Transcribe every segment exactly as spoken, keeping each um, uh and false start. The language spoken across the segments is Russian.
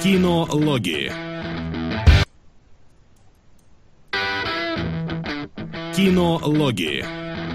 Кинологии. Кинологии.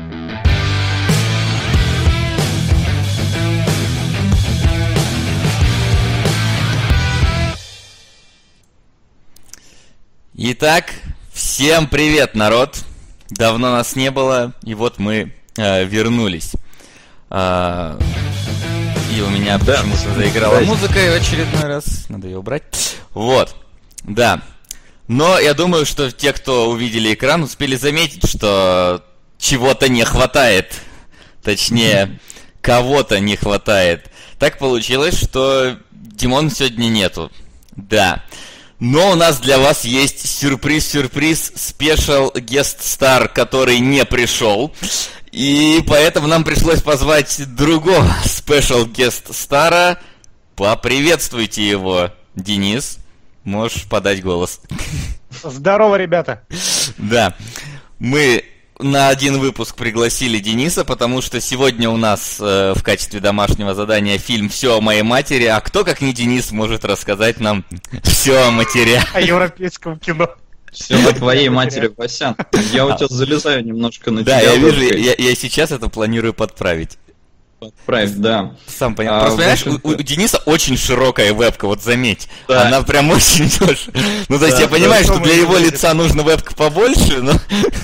Итак, всем привет, народ! Давно нас не было, и вот мы э, вернулись. Э, и у меня да, почему-то заиграла музыка в очередной раз. Надо ее убрать. Вот, да. Но я думаю, что те, кто увидели экран, успели заметить, что чего-то не хватает. Точнее, кого-то не хватает. Так получилось, что Димона сегодня нету. Да. Но у нас для вас есть сюрприз-сюрприз, спешл гест-стар, который не пришел. И поэтому нам пришлось позвать другого спешл гест-стара. Поприветствуйте его, Денис. Можешь подать голос. Здорово, ребята. Да, мы на один выпуск пригласили Дениса, потому что сегодня у нас э, в качестве домашнего задания фильм «Все о моей матери». А кто, как не Денис, может рассказать нам все о матери? О европейском кино. Все о твоей матери, Васян. Я у тебя залезаю немножко на тебя. Да, я вижу, я, я сейчас это планирую подправить. Подправить, да. Сам понимаю. Просто, понимаешь, у, у Дениса очень широкая вебка, вот заметь. Да. Она прям очень тоже. Ну, то есть да, я понимаю, да, что для его видит. лица нужна вебка побольше, но...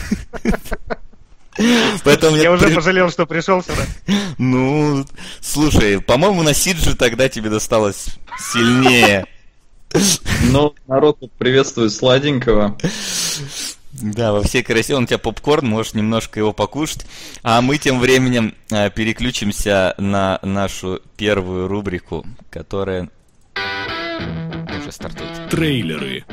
Поэтому я мне... уже пожалел, что пришел сюда. Ну, слушай, по-моему, на Сиджи тогда тебе досталось сильнее. Ну, народ тут приветствует сладенького. Да, во всей красе он у тебя попкорн, можешь немножко его покушать. А мы тем временем э, переключимся на нашу первую рубрику, которая уже стартует. Трейлеры.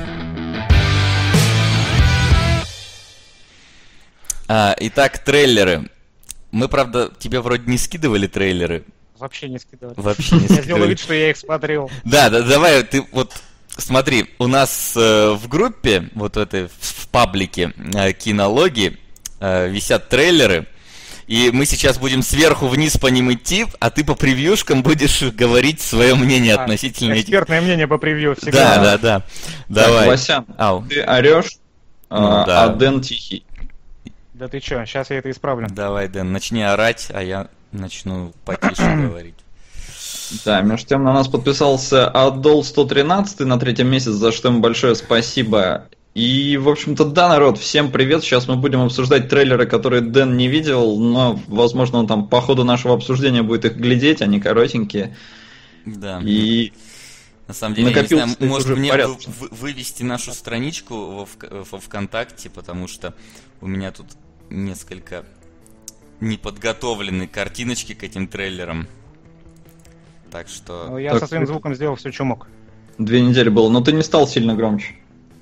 А, итак, трейлеры. Мы, правда, тебе вроде не скидывали трейлеры. Вообще не скидывали. Вообще не скидывали. Я сделал скидывали. вид, что я их смотрел. Да, да, давай, ты вот смотри, у нас э, в группе, вот в этой, в паблике э, кинологии э, висят трейлеры, и мы сейчас будем сверху вниз по ним идти, а ты по превьюшкам будешь говорить свое мнение а, относительно этих. Экспертное мнение по превью всегда. Да, да, да. Давай. Так, Васян, Ау. ты орешь, Ну, а, да. а Дэн тихий. Да ты чё, сейчас я это исправлю. Давай, Дэн, начни орать, а я начну потише говорить. Да, между тем на нас подписался Адол сто тринадцать на третьем месяце, за что ему большое спасибо. И, в общем-то, да, народ, всем привет. Сейчас мы будем обсуждать трейлеры, которые Дэн не видел, но, возможно, он там по ходу нашего обсуждения будет их глядеть, они коротенькие. Да. И на самом деле, я не знаю, накопился может уже мне порядок. вы- вы- вывести нашу страничку во, Вк- во ВКонтакте, потому что у меня тут несколько неподготовлены картиночки к этим трейлерам. Так что... Ну, я Так, со своим это- звуком сделал все, что мог. две недели было, но ты не стал сильно громче.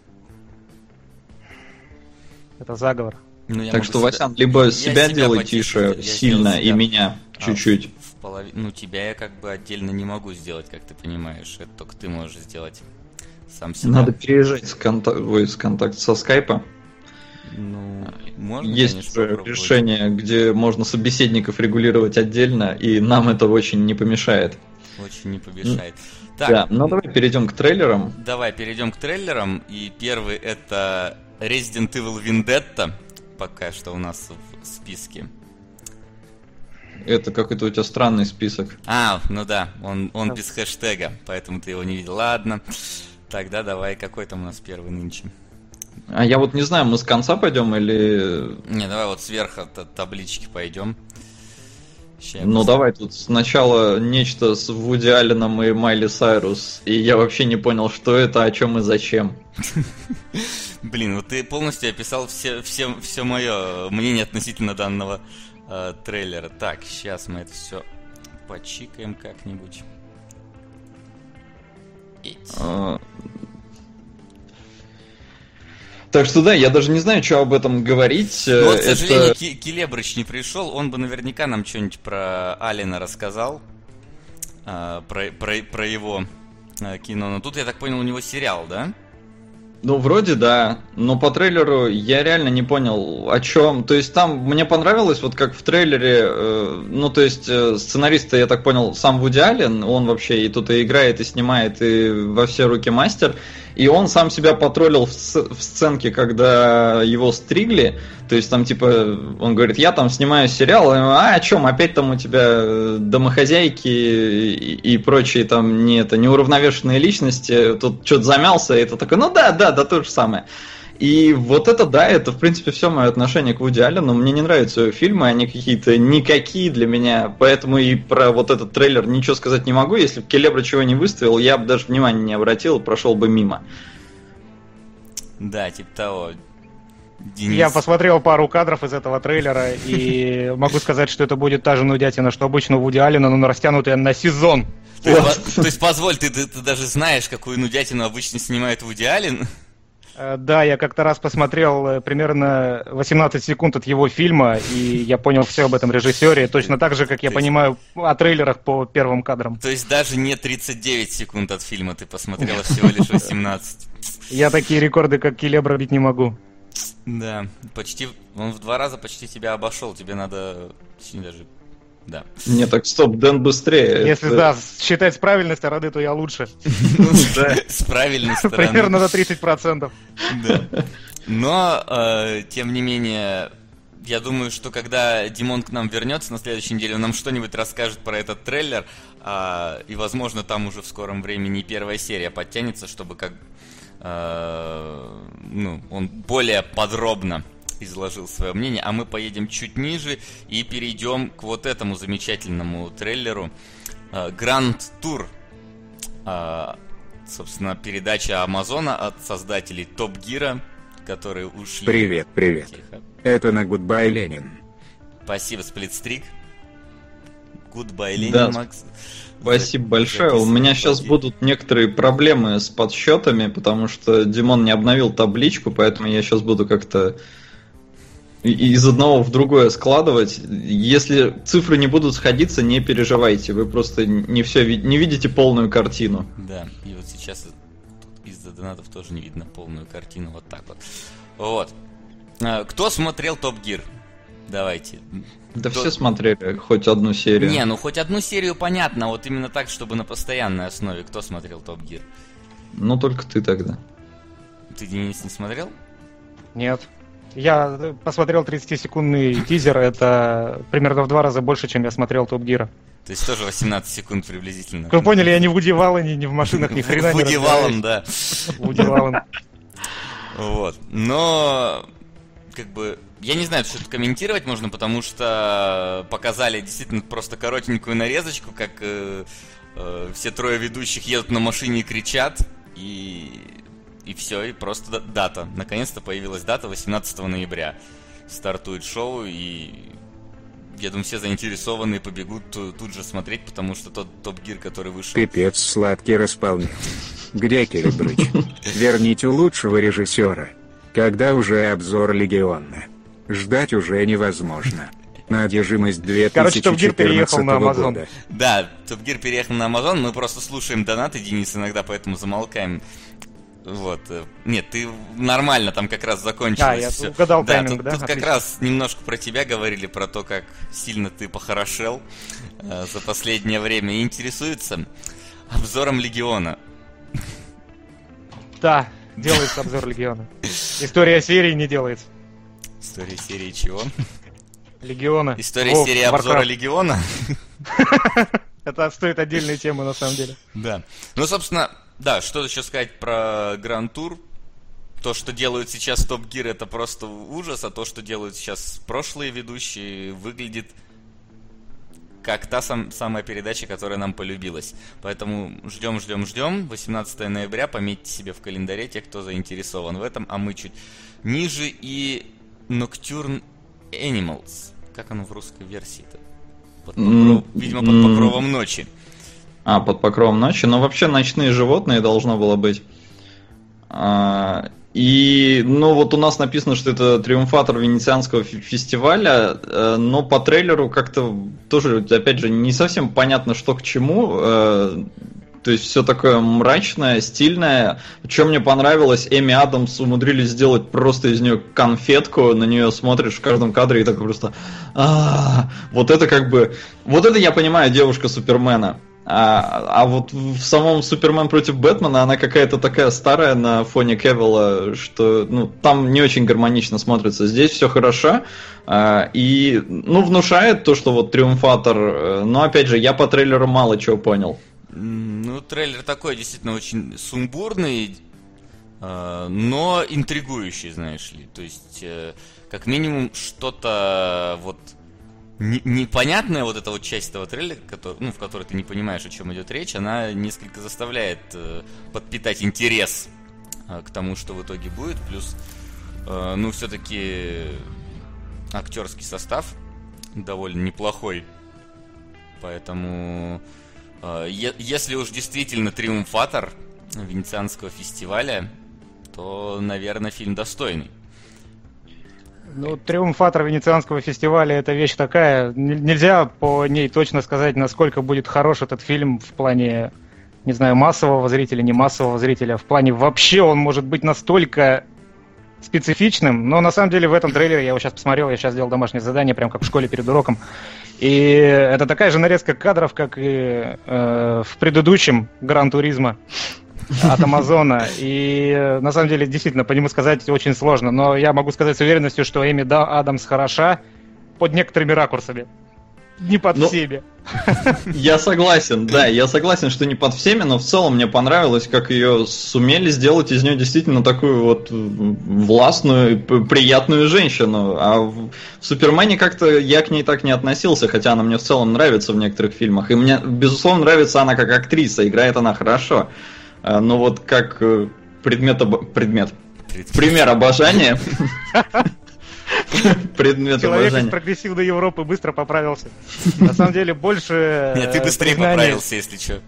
Это заговор. ну, я Так могу что, себя- Васян, либо Я себя себя делай потише тише, сделал, я сильно, сделал и себя. меня А, чуть-чуть. в половине... Ну, тебя я как бы отдельно не могу сделать, как ты понимаешь. Это только ты можешь сделать сам себя. Надо переезжать с, конта... Ой, с контакта со скайпа. Ну, можно, Есть конечно, же попробовать. решение, где можно собеседников регулировать отдельно, и нам это очень не помешает. Очень не помешает. Так, Да, ну давай перейдем к трейлерам. давай перейдем к трейлерам. И первый это Resident Evil Vendetta. Пока что у нас в списке. Это какой-то у тебя странный список. А, ну да, он, он без хэштега, поэтому ты его не видел. Ладно, тогда давай, какой там у нас первый нынче? А я вот не знаю, мы с конца пойдем или... Не, давай вот сверху от от таблички пойдем. Ща я Ну просто- давай, тут сначала нечто с Вуди Алленом и Майли Сайрус, и я вообще не понял, что это, о чем и зачем. Блин, вот ты полностью описал все, все, все мое мнение относительно данного э, трейлера. Так, сейчас мы это все почикаем как-нибудь. Ить. А, Так что да, я даже не знаю, что об этом говорить. Ну, вот, к Это- сожалению, Ки- Келебрыч не пришел, он бы наверняка нам что-нибудь про Алина рассказал, а, про, про, про его а, кино. Но тут, я так понял, у него сериал, да? Ну, вроде да, но по трейлеру я реально не понял, о чем. То есть там мне понравилось, вот как в трейлере, э, ну, то есть э, сценарист, я так понял, сам Вуди Аллен, он вообще и тут и играет, и снимает, и во все руки мастер. И он сам себя потроллил в, сц- в сценке, когда его стригли. То есть там типа, он говорит, я там снимаю сериал, а о чем, опять там у тебя домохозяйки и, и прочие там не, это, неуравновешенные личности, тут что-то замялся, и это такой, ну да, да, да, то же самое. И вот это, да, это, в принципе, все мое отношение к Вуди Аллену. Мне не нравятся его фильмы, они какие-то никакие для меня, поэтому и про вот этот трейлер ничего сказать не могу. Если бы Келебра чего не выставил, я бы даже внимания не обратил, прошел бы мимо. Да, типа того. Денис. Я посмотрел пару кадров из этого трейлера и могу сказать, что это будет та же нудятина, что обычно у Вуди Аллена, но растянутая на сезон. То есть, то есть позволь, ты, ты, ты даже знаешь, какую нудятину обычно снимает Вуди Аллен? Да, я как-то раз посмотрел примерно восемнадцать секунд от его фильма, и я понял все об этом режиссере, точно так же, как я понимаю о трейлерах по первым кадрам. То есть даже не тридцать девять секунд от фильма ты посмотрела, всего лишь восемнадцать. Я такие рекорды, как Келебра, бить не могу. Да, почти, он в два раза почти тебя обошел, тебе надо, точнее даже, да. Не, так стоп, Дэн быстрее. Если, это... да, считать с правильной стороны, то я лучше. С правильной стороны. Примерно на тридцать процентов. Да. Но, э, тем не менее, я думаю, что когда Димон к нам вернется на следующей неделе, он нам что-нибудь расскажет про этот трейлер, э, и, возможно, там уже в скором времени первая серия подтянется, чтобы как э, ну, он более подробно изложил свое мнение, а мы поедем чуть ниже и перейдем к вот этому замечательному трейлеру. Гранд Тур, собственно, передача Амазона от создателей Топ Гира, которые ушли. Привет, привет. Тихо. Это на Goodbye Ленин. Спасибо, Сплитстрик. Goodbye Ленин, да. Макс. Спасибо большое. У меня сейчас будут некоторые проблемы с подсчетами, потому что Димон не обновил табличку, поэтому я сейчас буду как-то из одного в другое складывать. Если цифры не будут сходиться, не переживайте. Вы просто не все не видите полную картину. Да, и вот сейчас из-за донатов тоже не видно полную картину. Вот так вот. Вот. Кто смотрел Топ Гир? Давайте. Да Кто... все смотрели хоть одну серию. Не, ну хоть одну серию понятно, вот именно так, чтобы на постоянной основе. Кто смотрел Топ Гир? Ну только ты тогда. Ты, Денис, не смотрел? Нет. Я посмотрел тридцатисекундный тизер, это примерно в два раза больше, чем я смотрел Топ Гира. То есть тоже восемнадцать секунд приблизительно. Вы поняли, я не в Вуди Аллене, ни в машинах, ни хрена не разбираюсь. Вуди Аллен, да. Вуди Аллен. Вот. Но, как бы, я не знаю, что тут комментировать можно, потому что показали действительно просто коротенькую нарезочку, как э, э, все трое ведущих едут на машине и кричат, и... И все, и просто дата. Наконец-то появилась дата, восемнадцатого ноября. Стартует шоу, и я думаю, все заинтересованные побегут тут же смотреть, потому что тот Топ Гир, который вышел... Пипец сладкий располнил. Где Келебрыч? Верните у лучшего режиссера. Когда уже обзор Легиона? Ждать уже невозможно. На одержимость две тысячи четырнадцатого года. Да, Топ Гир переехал на Амазон, мы просто слушаем донаты, Денис, иногда поэтому замолкаем. Вот. Нет, ты нормально там как раз закончилось. А, я все. угадал да, тайминг, тут, да? Тут как раз немножко про тебя говорили, про то, как сильно ты похорошел э, за последнее время. И интересуется обзором Легиона. Да, делается обзор Легиона. История серии не делается. История серии чего? Легиона. История О, серии обзора Легиона? Это стоит отдельной темы, на самом деле. Да. Ну, собственно, да, что еще сказать про Гранд Тур? То, что делают сейчас Топ Гир, это просто ужас, а то, что делают сейчас прошлые ведущие, выглядит как та сам, самая передача, которая нам полюбилась. Поэтому ждем, ждем, ждем. восемнадцатого ноября, пометьте себе в календаре те, кто заинтересован в этом, а мы чуть ниже. И Nocturne Animals. Как оно в русской версии-то? Под покров... mm-hmm. Видимо, под покровом ночи. А, под покровом ночи. Но вообще ночные животные должно было быть. А, и, ну, вот у нас написано, что это триумфатор Венецианского фестиваля, но по трейлеру как-то тоже, опять же, не совсем понятно, что к чему. То То есть все такое мрачное, стильное. Что мне понравилось, Эми Адамс умудрились сделать просто из нее конфетку, на нее смотришь в каждом кадре и так просто... А-а-а, вот это как бы... Вот это я понимаю, девушка Супермена. А, а вот в самом Супермен против Бэтмена она какая-то такая старая на фоне Кевилла, что ну, там не очень гармонично смотрится. Здесь все хорошо. А, и ну, внушает то, что вот Триумфатор. Но опять же, я по трейлеру мало чего понял. Ну, трейлер такой действительно очень сумбурный, но интригующий, знаешь ли. То есть, как минимум, что-то вот непонятная вот эта вот часть этого трейлера, который, ну, в которой ты не понимаешь, о чем идет речь, она несколько заставляет подпитать интерес к тому, что в итоге будет. Плюс, ну, все-таки актерский состав довольно неплохой. Поэтому... Если уж действительно триумфатор Венецианского фестиваля, то, наверное, фильм достойный. Ну, триумфатор Венецианского фестиваля — это вещь такая. Нельзя по ней точно сказать, насколько будет хорош этот фильм в плане, не знаю, массового зрителя, не массового зрителя. В плане вообще он может быть настолько специфичным. Но на самом деле в этом трейлере, я его сейчас посмотрел, я сейчас делал домашнее задание, прям как в школе перед уроком. И это такая же нарезка кадров, как и э, в предыдущем Гран-туризмо от Амазона. И э, на самом деле, действительно, по нему сказать очень сложно. Но я могу сказать с уверенностью, что Эми Адамс хороша под некоторыми ракурсами. Не под ну, всеми. Я согласен, да, я согласен, что не под всеми, но в целом мне понравилось, как ее сумели сделать из нее действительно такую вот властную, приятную женщину. А в Супермене как-то я к ней так не относился, хотя она мне в целом нравится в некоторых фильмах. И мне, безусловно, нравится она как актриса, играет она хорошо. Но вот как предмет... Об... предмет. Пример обожания... Предмет Человек обожания. из прогрессивной Европы быстро поправился. На самом деле больше... Нет, ты быстрее признание... поправился, если что.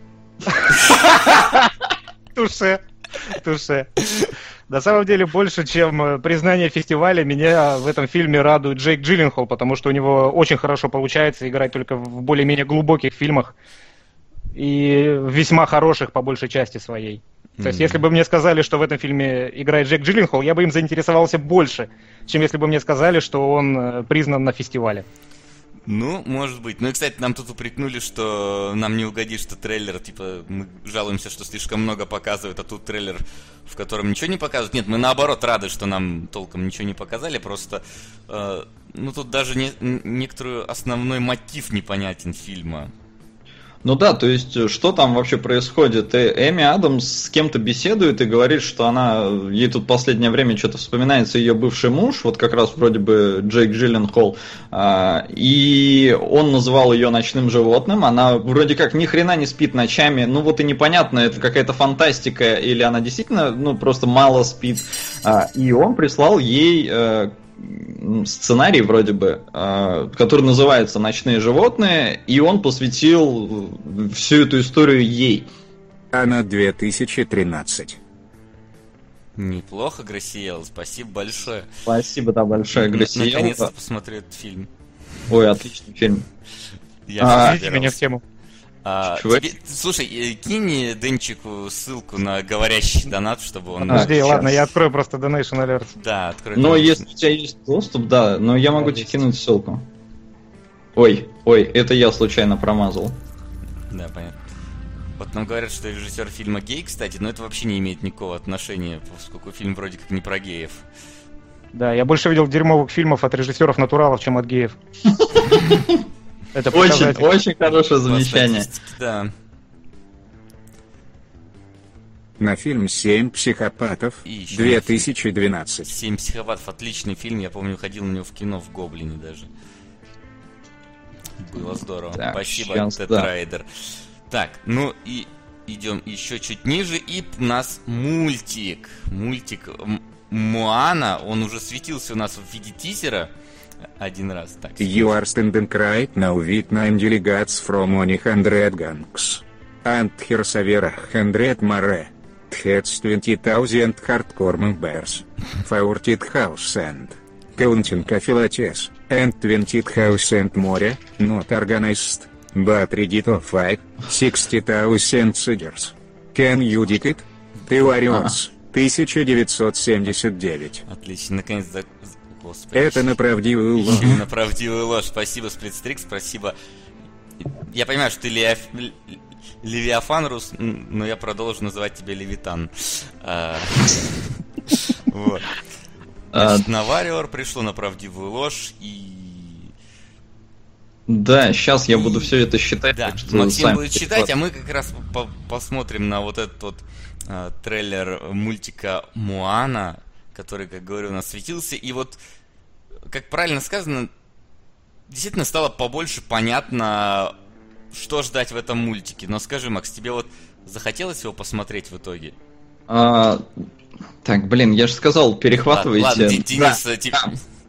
Туше. Туше. На самом деле больше, чем признание фестиваля, меня в этом фильме радует Джейк Джилленхол, потому что у него очень хорошо получается играть только в более-менее глубоких фильмах и весьма хороших по большей части своей. То есть, если бы мне сказали, что в этом фильме играет Джейк Джилленхол, я бы им заинтересовался больше, чем если бы мне сказали, что он признан на фестивале. Ну, может быть. Ну и, кстати, нам тут упрекнули, что нам не угодит, что трейлер, типа, мы жалуемся, что слишком много показывают, а тут трейлер, в котором ничего не показывают. Нет, мы наоборот рады, что нам толком ничего не показали, просто, э, ну, тут даже не, некоторый основной мотив непонятен фильма. Ну да, то есть, что там вообще происходит? Эми Адамс с кем-то беседует и говорит, что она, ей тут последнее время что-то вспоминается ее бывший муж, вот как раз вроде бы Джейк Джилленхол, и он называл ее ночным животным, она вроде как ни хрена не спит ночами, ну вот и непонятно, это какая-то фантастика, или она действительно, ну, просто мало спит, и он прислал ей... сценарий вроде бы, который называется «Ночные животные», и он посвятил всю эту историю ей. Она две тысячи тринадцать. Неплохо, Грасиел, спасибо большое. Спасибо, да, большое, Грасиел. Наконец-то посмотрю этот фильм. Ой, отличный фильм. Я а, меня в тему. А, тебе, слушай, кинь Денчику ссылку на говорящий донат, чтобы он... Подожди, а, ладно, сейчас. Я открою просто Donation Alert. Да, открой. Но donation. Если у тебя есть доступ, да, но я могу тебе кинуть ссылку. Ой, ой, это я случайно промазал. Да, понятно. Вот нам говорят, что режиссер фильма гей, кстати, но это вообще не имеет никакого отношения, поскольку фильм вроде как не про геев. Да, я больше видел дерьмовых фильмов от режиссеров натуралов, чем от геев. Это очень, очень хорошее замечание. Да. На фильм «Семь психопатов» две тысячи двенадцать. «Семь психопатов» — отличный фильм, я помню, ходил на него в кино в Гоблине даже. Было здорово. Так, спасибо, Тетрайдер. Да. Так, ну и идем еще чуть ниже, и у нас мультик. Мультик Моана, он уже светился у нас в виде тизера. Один раз, так. You are standing right now with nine delegates from one hundred gangs. And here's a one hundred more. That's twenty thousand hardcore members. forty thousand. Counting affiliates. And twenty thousand more, not organized. But read it of five, sixty thousand years. Can you dig it? The Warriors, тысяча девятьсот семьдесят девять. Отлично, наконец-то... Господи. Это на правдивую ложь. На правдивую ложь. Спасибо, Сплитстрик, спасибо. Я понимаю, что ты Леоф... Левиафан, Рус, но я продолжу называть тебя Левитан. Вот. Значит, на Warrior пришло на правдивую ложь и... Да, сейчас я буду все это считать. Да, так что Максим будет считать, а мы как раз по посмотрим на вот этот вот а, трейлер мультика Моана, который, как говорю, у нас светился. И вот, как правильно сказано, действительно стало побольше понятно, что ждать в этом мультике. Но скажи, Макс, тебе вот захотелось его посмотреть в итоге? А, так, блин, я же сказал, перехватывайте. Ладно, ладно Денис, да. Тебе...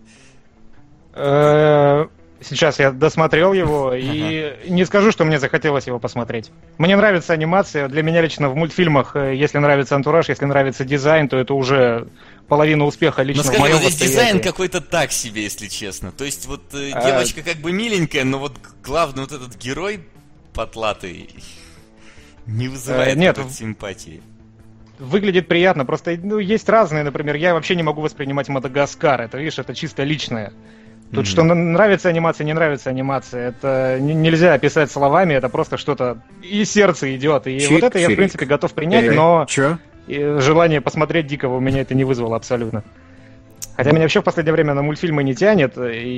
Сейчас я досмотрел его и ага. не скажу, что мне захотелось его посмотреть. Мне нравится анимация. Для меня лично в мультфильмах, если нравится антураж, если нравится дизайн, то это уже половина успеха лично но, в моем вот здесь восприятии. Дизайн какой-то так себе, если честно. То есть вот а... девочка как бы миленькая, но вот главный вот этот герой потлатый не вызывает а, нет, симпатии. Выглядит приятно. Просто ну, есть разные, например, я вообще не могу воспринимать Мадагаскар. Это, видишь, это чисто личное. Тут mm-hmm. что нравится анимация, не нравится анимация, это н- нельзя описать словами, это просто что-то из сердца идет. И Чик, вот это я, чирик. в принципе, готов принять, э, но чё? желание посмотреть Дикого у меня это не вызвало абсолютно. Хотя меня вообще в последнее время на мультфильмы не тянет,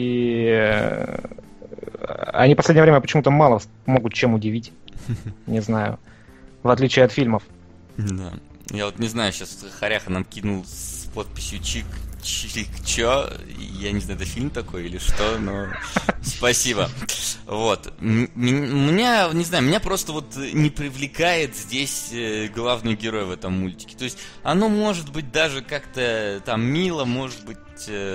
и они в последнее время почему-то мало могут чем удивить. Не знаю. В отличие от фильмов. Да. Я вот не знаю, сейчас Харяха нам кинул с подписью Чик. Чик, чё? Я не знаю, это фильм такой или что, но спасибо. Вот. Меня, не знаю, меня просто вот не привлекает здесь главный герой в этом мультике. То есть оно может быть даже как-то там мило, может быть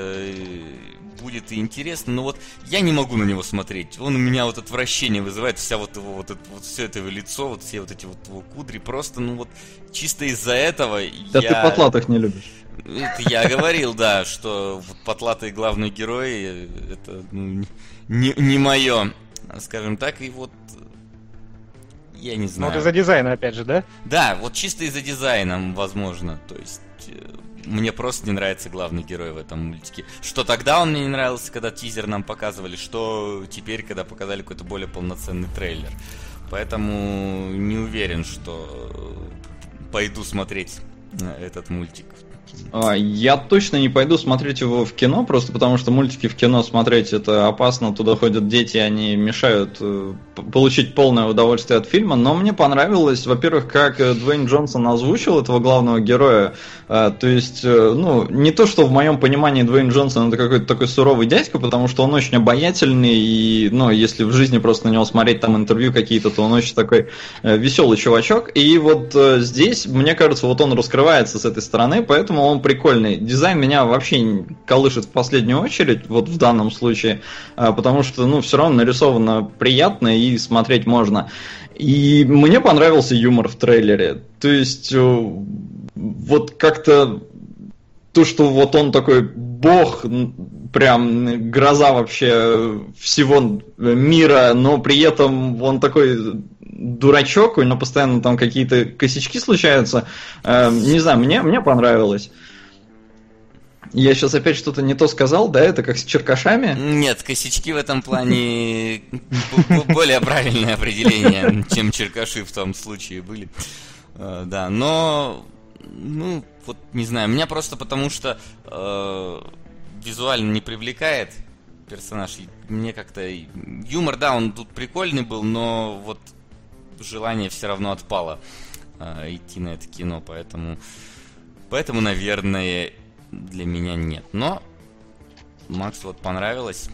будет и интересно, но вот я не могу на него смотреть. Он у меня вот отвращение вызывает, вся вот его, вот, это, вот все это его лицо, вот все вот эти вот его кудри, просто, ну вот, чисто из-за этого да я... ты потлатых не любишь. Это я говорил, да, что вот потлатый главный герой, это ну, не, не мое, скажем так, и вот я не знаю. Ну, это из-за дизайна, опять же, да? Да, вот чисто из-за дизайна, возможно, то есть... Мне просто не нравится главный герой в этом мультике. Что тогда он мне не нравился, когда тизер нам показывали, что теперь, когда показали какой-то более полноценный трейлер. Поэтому не уверен, что пойду смотреть этот мультик. Я точно не пойду смотреть его в кино, просто потому что мультики в кино смотреть это опасно, туда ходят дети, они мешают э, получить полное удовольствие от фильма, но мне понравилось, во-первых, как Дуэйн Джонсон озвучил этого главного героя, э, то есть, э, ну, не то, что в моем понимании Дуэйн Джонсон это какой-то такой суровый дядька, потому что он очень обаятельный, и, ну, если в жизни просто на него смотреть там интервью какие-то, то он очень такой э, веселый чувачок, и вот э, здесь, мне кажется, вот он раскрывается с этой стороны, поэтому он прикольный. Дизайн меня вообще колышет в последнюю очередь, вот в данном случае, потому что, ну, все равно нарисовано приятно и смотреть можно. И мне понравился юмор в трейлере. То есть, вот как-то то, что вот он такой бог, прям гроза вообще всего мира, но при этом он такой дурачок, у него постоянно там какие-то косячки случаются. Э, не знаю, мне, мне понравилось. Я сейчас опять что-то не то сказал, да, это как с черкашами? Нет, косячки в этом плане более правильное определение, чем черкаши в том случае были. Да, но, ну, вот не знаю, меня просто потому что визуально не привлекает персонаж. Мне как-то юмор, да, он тут прикольный был, но вот желание все равно отпало э, идти на это кино, поэтому, поэтому, наверное, для меня нет. Но Максу вот понравилось,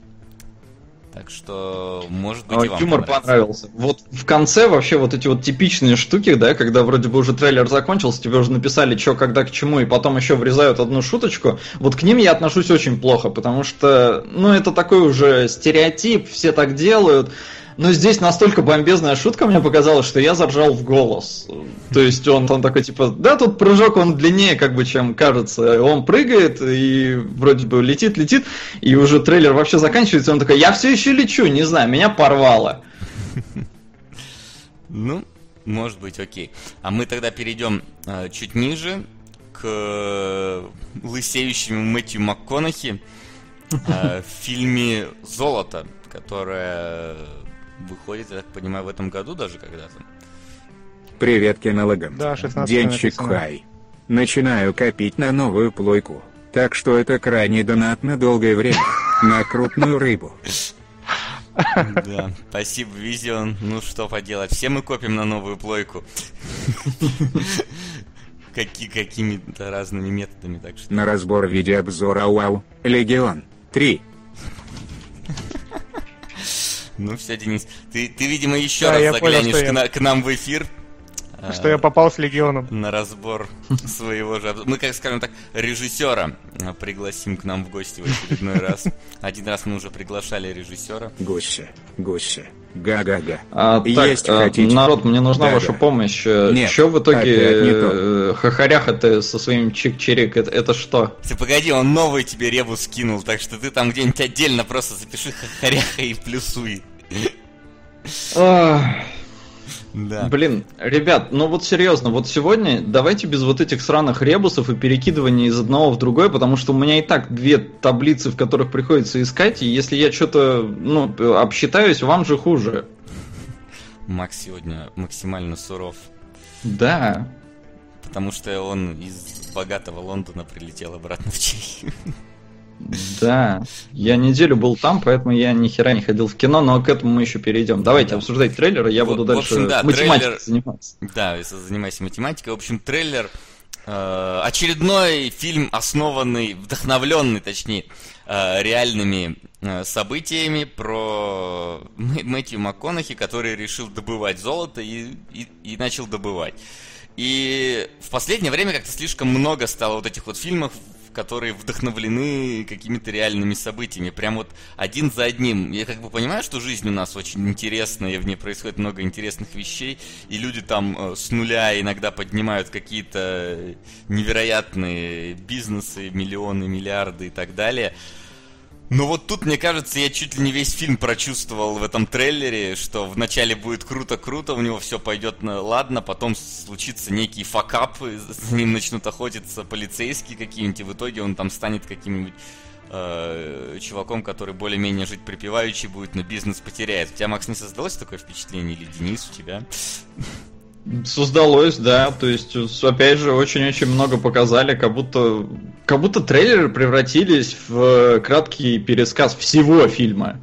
так что, может быть, а, и вам юмор понравился. Вот в конце вообще вот эти вот типичные штуки, да, когда вроде бы уже трейлер закончился, тебе уже написали, что, когда, к чему, и потом еще врезают одну шуточку, вот к ним я отношусь очень плохо, потому что, ну, это такой уже стереотип, все так делают. Но здесь настолько бомбезная шутка мне показалась, что я заржал в голос. То есть он там такой, типа, да, тут прыжок, он длиннее, как бы, чем кажется. Он прыгает и вроде бы летит, летит, и уже трейлер вообще заканчивается, и он такой, я все еще лечу, не знаю, меня порвало. Ну, может быть, окей. А мы тогда перейдем э, чуть ниже к э, лысеющему Мэтью МакКонахи э, в фильме «Золото», которое выходит, я так понимаю, в этом году даже когда-то. Привет, кинологам. Да, шестнадцатого Денчик написано. хай. Начинаю копить на новую плойку. Так что это крайне донат на долгое время. На крупную рыбу. Да, спасибо, Визион. Ну что поделать, все мы копим на новую плойку. Каки, какими-то разными методами, так что... На разбор видеообзора УАУ. Легион. три. Ну все, Денис, ты, ты видимо, еще Да, раз я понял, заглянешь что к, я- на- к нам в эфир. Что я попал с Легионом. На разбор своего же... обз- Мы, как скажем так, режиссера а, пригласим к нам в гости в очередной раз. Один раз мы уже приглашали режиссера. Гуся. Гуся. Га-га-га. А, Есть так, а, хотите? народ, мне нужна Да-да. ваша помощь. Э, Нет, Чё в итоге опять не то. э, хохоряха-то со своим чик-чирик, это, это что? Ты погоди, он новый тебе ребус скинул, так что ты там где-нибудь отдельно просто запиши хохоряха и плюсуй. Ах, Да. Блин, ребят, ну вот серьезно, вот сегодня давайте без вот этих сраных ребусов и перекидывания из одного в другое, потому что у меня и так две таблицы, в которых приходится искать, и если я что-то, ну, обсчитаюсь, вам же хуже. Макс сегодня максимально суров, Да. потому что он из богатого Лондона прилетел обратно в Чехию. Да, я неделю был там, поэтому я ни хера не ходил в кино, но к этому мы еще перейдем. Давайте Да. обсуждать трейлеры, я В- буду в дальше общем, да, математикой трейлер- заниматься. Да, если занимайся математикой. В общем, трейлер э, очередной фильм, основанный, вдохновленный, точнее, э, реальными э, событиями про Мэ- Мэтью МакКонахи, который решил добывать золото и, и, и начал добывать. И в последнее время как-то слишком много стало вот этих вот фильмов, которые вдохновлены какими-то реальными событиями. Прям вот один за одним. Я как бы понимаю, что жизнь у нас очень интересная, и в ней происходит много интересных вещей, и люди там э, с нуля иногда поднимают какие-то невероятные бизнесы, миллионы, миллиарды и так далее. Но вот тут, мне кажется, я чуть ли не весь фильм прочувствовал в этом трейлере, что вначале будет круто-круто, у него все пойдет на ладно, потом случится некий факап, и за ним начнут охотиться полицейские какие-нибудь, и в итоге он там станет каким-нибудь э, чуваком, который более-менее жить припеваючи будет, но бизнес потеряет. У тебя, Макс, не создалось такое впечатление? Или Денис, у тебя? Создалось, да, то есть, опять же, очень-очень много показали, как будто, как будто трейлеры превратились в краткий пересказ всего фильма.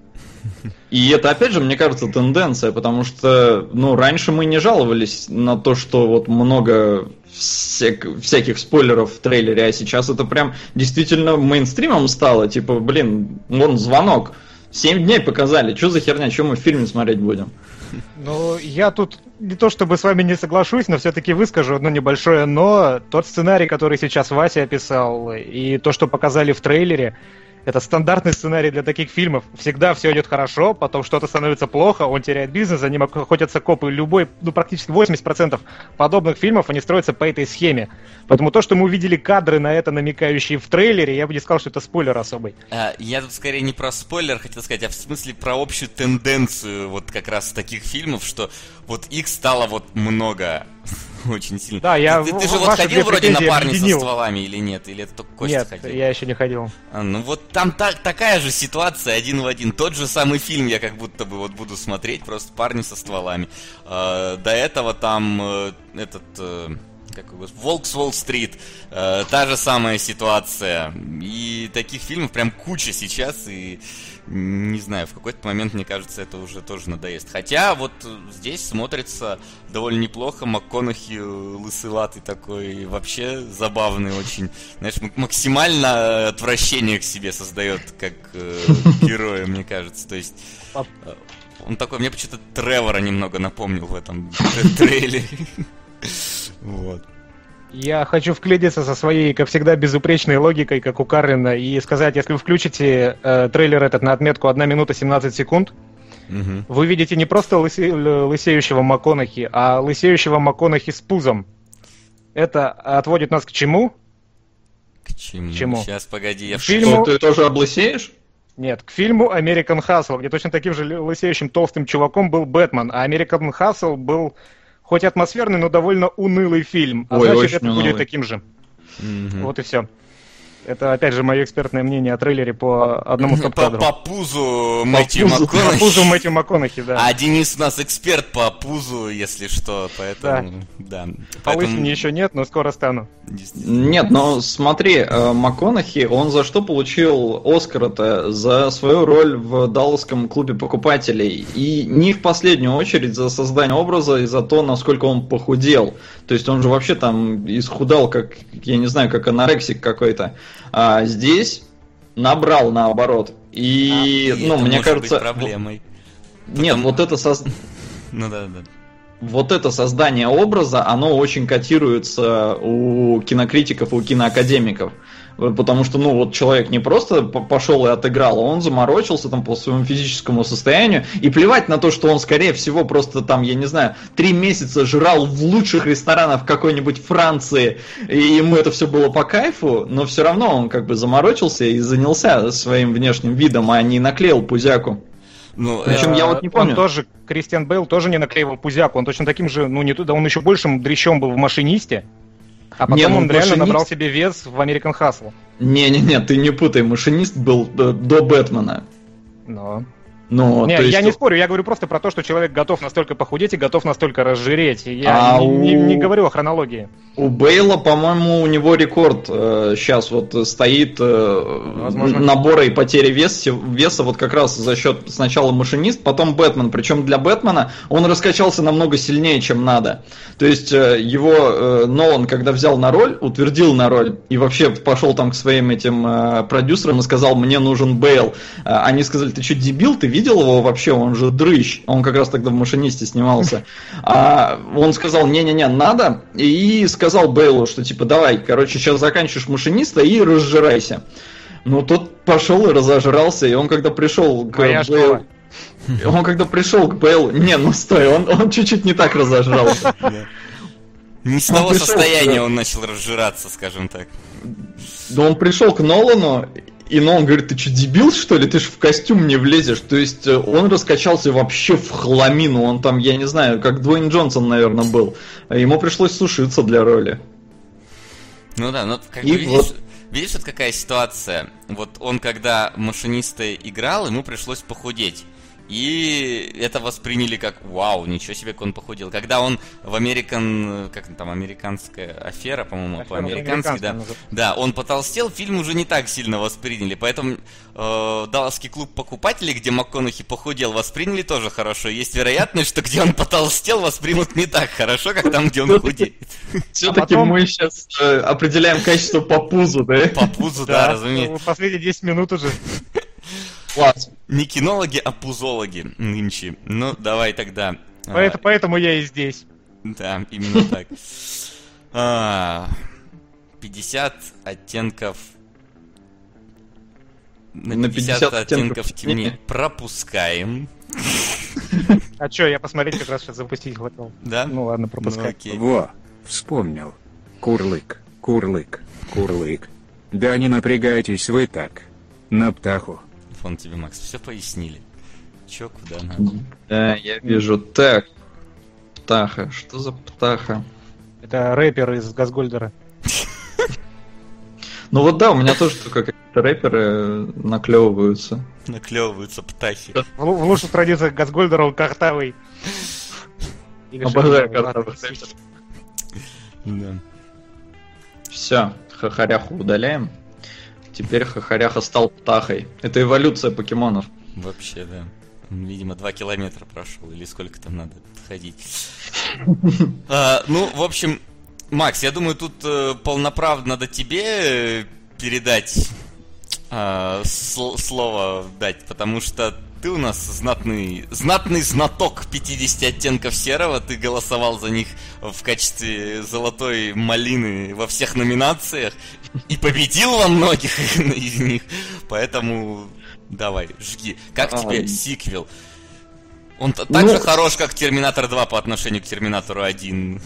И это, опять же, мне кажется, тенденция, потому что, ну, раньше мы не жаловались на то, что вот много всяк- всяких спойлеров в трейлере, а сейчас это прям действительно мейнстримом стало, типа, блин, вон звонок, семь дней показали, что за херня, что мы в фильме смотреть будем? Ну, я тут не то чтобы с вами не соглашусь, но все-таки выскажу одно небольшое «но». Тот сценарий, который сейчас Вася описал, и то, что показали в трейлере, это стандартный сценарий для таких фильмов. Всегда все идет хорошо, потом что-то становится плохо, он теряет бизнес, за ним охотятся копы. Любой, ну практически восемьдесят процентов подобных фильмов, они строятся по этой схеме. Поэтому то, что мы увидели кадры на это, намекающие в трейлере, я бы не сказал, что это спойлер особый. А, я тут скорее не про спойлер хотел сказать, а в смысле про общую тенденцию вот как раз таких фильмов, что вот их стало вот много. Очень сильно. Да, я Ты, ты, в- ты же вот ваши ходил две вроде на претензии парни объединил. со стволами или нет? Или это только Костя Нет, ходил? я еще не ходил. А, ну вот там так, такая же ситуация один в один. Тот же самый фильм я как будто бы вот буду смотреть, просто парни со стволами. А, до этого там э, этот... Э, как его, Волк с Уолл-стрит, э, та же самая ситуация. И таких фильмов прям куча сейчас, и не знаю, в какой-то момент, мне кажется, это уже тоже надоест. Хотя вот здесь смотрится довольно неплохо. МакКонахи лысылатый такой, вообще забавный очень. Знаешь, максимально отвращение к себе создает как э, героя, мне кажется. То есть э, он такой, мне почему-то Тревора немного напомнил в этом трейлере. Вот. Я хочу вклиниться со своей, как всегда, безупречной логикой, как у Каррена, и сказать, если вы включите э, трейлер этот на отметку одна минута семнадцать секунд, Угу. вы видите не просто лысе- л- лысеющего МакКонахи, а лысеющего МакКонахи с пузом. Это отводит нас к чему? К чему? К чему? Сейчас, погоди, я в Фильму- Что, ты тоже облысеешь? Нет, к фильму American Hustle, где точно таким же лысеющим толстым чуваком был Бэтмен, а American Hustle был хоть атмосферный, но довольно унылый фильм, а Ой, значит это унылый. будет таким же. Мгм. Вот и все. Это, опять же, мое экспертное мнение о трейлере по одному По, стоп-кадру. по пузу Мэтью пузу. По МакКонахи. пузу Мэтью МакКонахи, да. А Денис у нас эксперт по пузу, если что, поэтому... Да. По Поэтому- лысине еще нет, но скоро стану. Действительно. Нет, но смотри, э, МакКонахи, он за что получил Оскара-то? За свою роль в Далласском клубе покупателей. И не в последнюю очередь за создание образа и за то, насколько он похудел. То есть он же вообще там исхудал, как, я не знаю, как анорексик какой-то. А здесь набрал наоборот. И, А, и ну, это мне может кажется... быть проблемой. Нет, Потому- вот это соз... Ну да, да. Вот это создание образа, оно очень котируется у кинокритиков и у киноакадемиков. Вот потому что, ну, вот человек не просто п- пошел и отыграл, а он заморочился там по своему физическому состоянию. И плевать на то, что он, скорее всего, просто там, я не знаю, три месяца жрал в лучших ресторанах какой-нибудь Франции, и ему это все было по кайфу, но все равно он как бы заморочился и занялся своим внешним видом, а не наклеил пузяку. Ну, Причем э, я вот не помню. Он тоже, Кристиан Бейл тоже не наклеивал пузяку, он точно таким же, ну не туда, он еще большим дрищом был в «Машинисте», а потом Не, ну, он реально «Машинист» набрал себе вес в American Hustle. Не-не-не, ты не путай, машинист был э, до Бэтмена. Но... Ну, не, то есть... я не спорю, я говорю просто про то, что человек готов настолько похудеть и готов настолько разжиреть. Я А не, не- у- не говорю о хронологии. У Бейла, по-моему, у него рекорд э, сейчас вот стоит э, Возможно. набора и потери веса, веса вот как раз за счет сначала машинист, потом Бэтмен. Причем для Бэтмена он раскачался намного сильнее, чем надо. То есть э, его э, Нолан, когда взял на роль, утвердил на роль и вообще пошел там к своим этим э, продюсерам и сказал: мне нужен Бейл. Э, они сказали: ты что, дебил, ты видел его вообще? Он же дрыщ. Он как раз тогда в машинисте снимался. А он сказал: не-не-не, надо. И сказал Бейлу, что типа давай, короче, сейчас заканчиваешь машиниста и разжирайся. Ну, тот пошел и разожрался, и он когда пришел к Моя Бейлу... школа. Он когда пришел к Бейлу... Не, ну стой, он, он чуть-чуть не так разожрался. не с он того пришел, состояния да. он начал разжираться, скажем так. Но он пришел к Нолану, и Нолан говорит: ты что, дебил, что ли? Ты ж в костюм не влезешь. То есть э, он раскачался вообще в хламину. Он там, я не знаю, как Дуэйн Джонсон, наверное, был. Ему пришлось сушиться для роли. Ну да, ну как И бы видишь, вот- видишь, вот какая ситуация. Вот он, когда машиниста играл, ему пришлось похудеть. И это восприняли как: вау, ничего себе, как он похудел. Когда он в Американ, как там, американская афера, по-моему, Афера по-американски, американская да. называется. Да, он потолстел, фильм уже не так сильно восприняли. Поэтому э, Далласский клуб покупателей, где МакКонахи похудел, восприняли тоже хорошо. Есть вероятность, что где он потолстел, воспримут не так хорошо, как там, где он худеет. Все-таки потом- мы сейчас э, определяем качество по пузу, да? По пузу, да, ну, разумеется. Последние десять минут уже. Класс. Не кинологи, а пузологи нынче. Ну, давай тогда. а, Поэтому, поэтому я и здесь. Да, именно так. А, пятьдесят оттенков... На На пятьдесят пятьдесят оттенков оттенков темнее. темнее. Пропускаем. А чё, я посмотреть как раз сейчас запустить хотел. Да? Ну ладно, Ну, пропускай. окей. Во, вспомнил. Курлык, курлык, курлык. Да не напрягайтесь вы так. На птаху. Фон тебе, Макс, все пояснили. Чё, куда надо? Да, я вижу. Так. Птаха. Что за птаха? Это рэпер из Газгольдера. Ну вот да, у меня тоже только какие-то рэперы наклевываются. Наклевываются птахи. В, лу- в лучших традициях Газгольдера он картавый. Или Обожаю что-то, картавых ладно, рэперов. Да. Все, хахаряху удаляем. Теперь хахаряха стал птахой. Это эволюция покемонов. Вообще, да. Он, видимо, два километра прошел, или сколько там надо ходить. А, ну, в общем, Макс, я думаю, тут э, полноправно надо тебе э, передать э, сл- слово дать, потому что ты у нас знатный, знатный знаток пятидесяти оттенков серого, ты голосовал за них в качестве золотой малины во всех номинациях и победил во многих из них, поэтому давай, жги. Как А, тебе сиквел? Он т- так ну, же хорош, как Терминатор два по отношению к Терминатору один.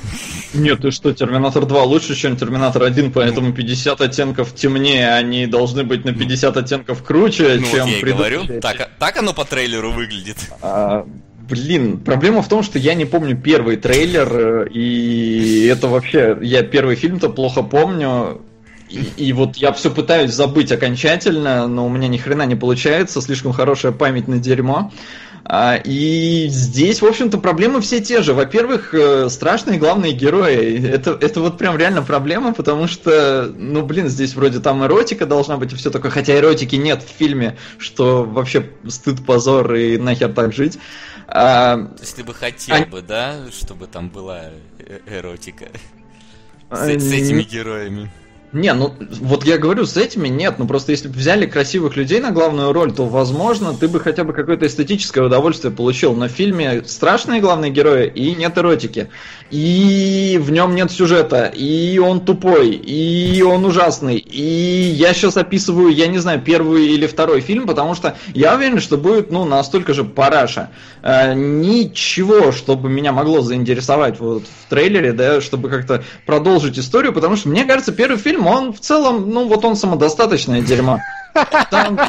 Нет, ты что, Терминатор два лучше, чем Терминатор один, поэтому пятьдесят оттенков темнее, они должны быть на пятьдесят оттенков круче, Ну, чем вот я и предыдущие. говорю, так, так оно по трейлеру выглядит. А, блин, проблема в том, что я не помню первый трейлер, и это вообще, я первый фильм-то плохо помню, и, и вот я все пытаюсь забыть окончательно, но у меня ни хрена не получается, слишком хорошая память на дерьмо. А, и здесь, в общем-то, проблемы все те же. Во-первых, э, страшные главные герои. Это, это вот прям реально проблема, потому что, ну, блин, здесь вроде там эротика должна быть и все такое, хотя эротики нет в фильме, что вообще стыд, позор и нахер так жить. А, То есть ты бы хотел а... бы, да, чтобы там была э- эротика а... с, с этими героями? Не, ну вот я говорю, с этими нет, ну просто если бы взяли красивых людей на главную роль, то, возможно, ты бы хотя бы какое-то эстетическое удовольствие получил. Но в фильме страшные главные герои и нет эротики. И в нем нет сюжета, и он тупой, и он ужасный. И я сейчас описываю, я не знаю, первый или второй фильм, потому что я уверен, что будет, ну, настолько же параша. Э, ничего, чтобы меня могло заинтересовать вот в трейлере, да, чтобы как-то продолжить историю, потому что, мне кажется, первый фильм, он в целом, ну, вот он самодостаточное дерьмо. Там...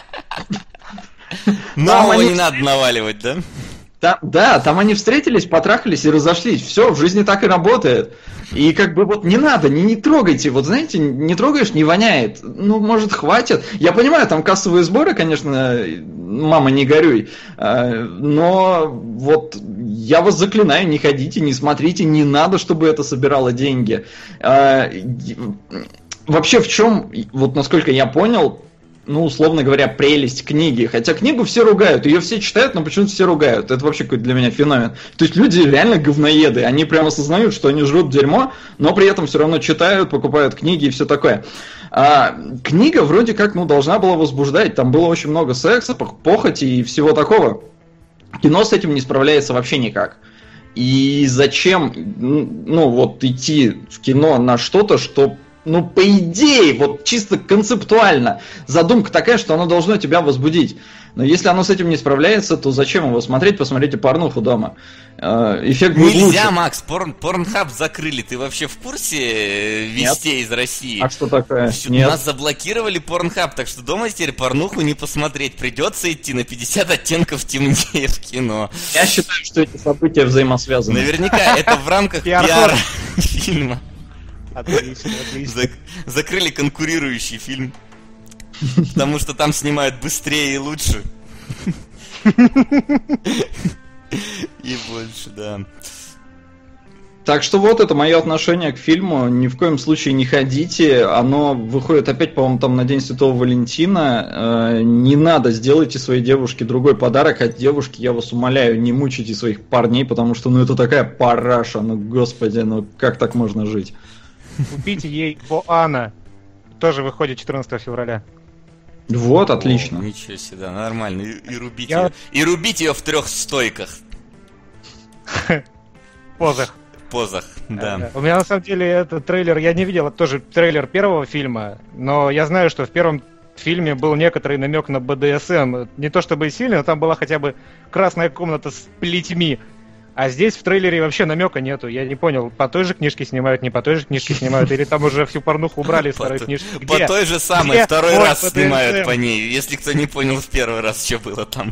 Но его не надо наваливать, да? Там, да, там они встретились, потрахались и разошлись. Все, в жизни так и работает. И как бы вот не надо, не, не трогайте. Вот знаете, не трогаешь, не воняет. Ну, может, хватит. Я понимаю, там кассовые сборы, конечно, мама, не горюй. Но вот я вас заклинаю, не ходите, не смотрите, не надо, чтобы это собирало деньги. Вообще, в чем, вот насколько я понял, ну, условно говоря, прелесть книги. Хотя книгу все ругают, ее все читают, но почему-то все ругают. Это вообще какой-то для меня феномен. То есть люди реально говноеды. Они прямо осознают, что они жрут дерьмо, но при этом все равно читают, покупают книги и все такое. А книга вроде как, ну, должна была возбуждать. Там было очень много секса, похоти и всего такого. Кино с этим не справляется вообще никак. И зачем, ну, вот идти в кино на что-то, что... Ну, по идее, вот чисто концептуально, задумка такая, что оно должно тебя возбудить. Но если оно с этим не справляется, то зачем его смотреть? Посмотрите порнуху дома. Эффект будет лучше. Нельзя, Макс, порн, порнхаб закрыли. Ты вообще в курсе вестей Нет. из России? А что такое? Все, Нет. Нас заблокировали порнхаб, так что дома теперь порнуху не посмотреть. Придется идти на пятьдесят оттенков темнее в кино. Я считаю, что эти события взаимосвязаны. Наверняка это в рамках пиара фильма. Отлично, отлично. Зак- закрыли конкурирующий фильм. Потому что там снимают быстрее и лучше. И больше, да. Так что вот это мое отношение к фильму. Ни в коем случае не ходите. Оно выходит опять, по-моему, там на День Святого Валентина. Э, не надо, сделайте своей девушке другой подарок. От девушки, я вас умоляю, не мучайте своих парней, потому что, ну, это такая параша. Ну, господи, ну, как так можно жить? Купите ей Боана. Тоже выходит четырнадцатого февраля. Вот, отлично. О, ничего себе, да, нормально. И, и рубить Я... ее. И рубить ее в трех стойках. Позах. Позах, да. У меня на самом деле этот трейлер, я не видел, это тоже трейлер первого фильма, но я знаю, что в первом фильме был некоторый намек на бэ дэ эс эм. Не то чтобы и сильно, но там была хотя бы красная комната с плетьми. А здесь в трейлере вообще намека нету. Я не понял, по той же книжке снимают, не по той же книжке снимают, или там уже всю порнуху убрали из второй книжки. По той же самой, второй раз снимают по ней, если кто не понял в первый раз, что было там.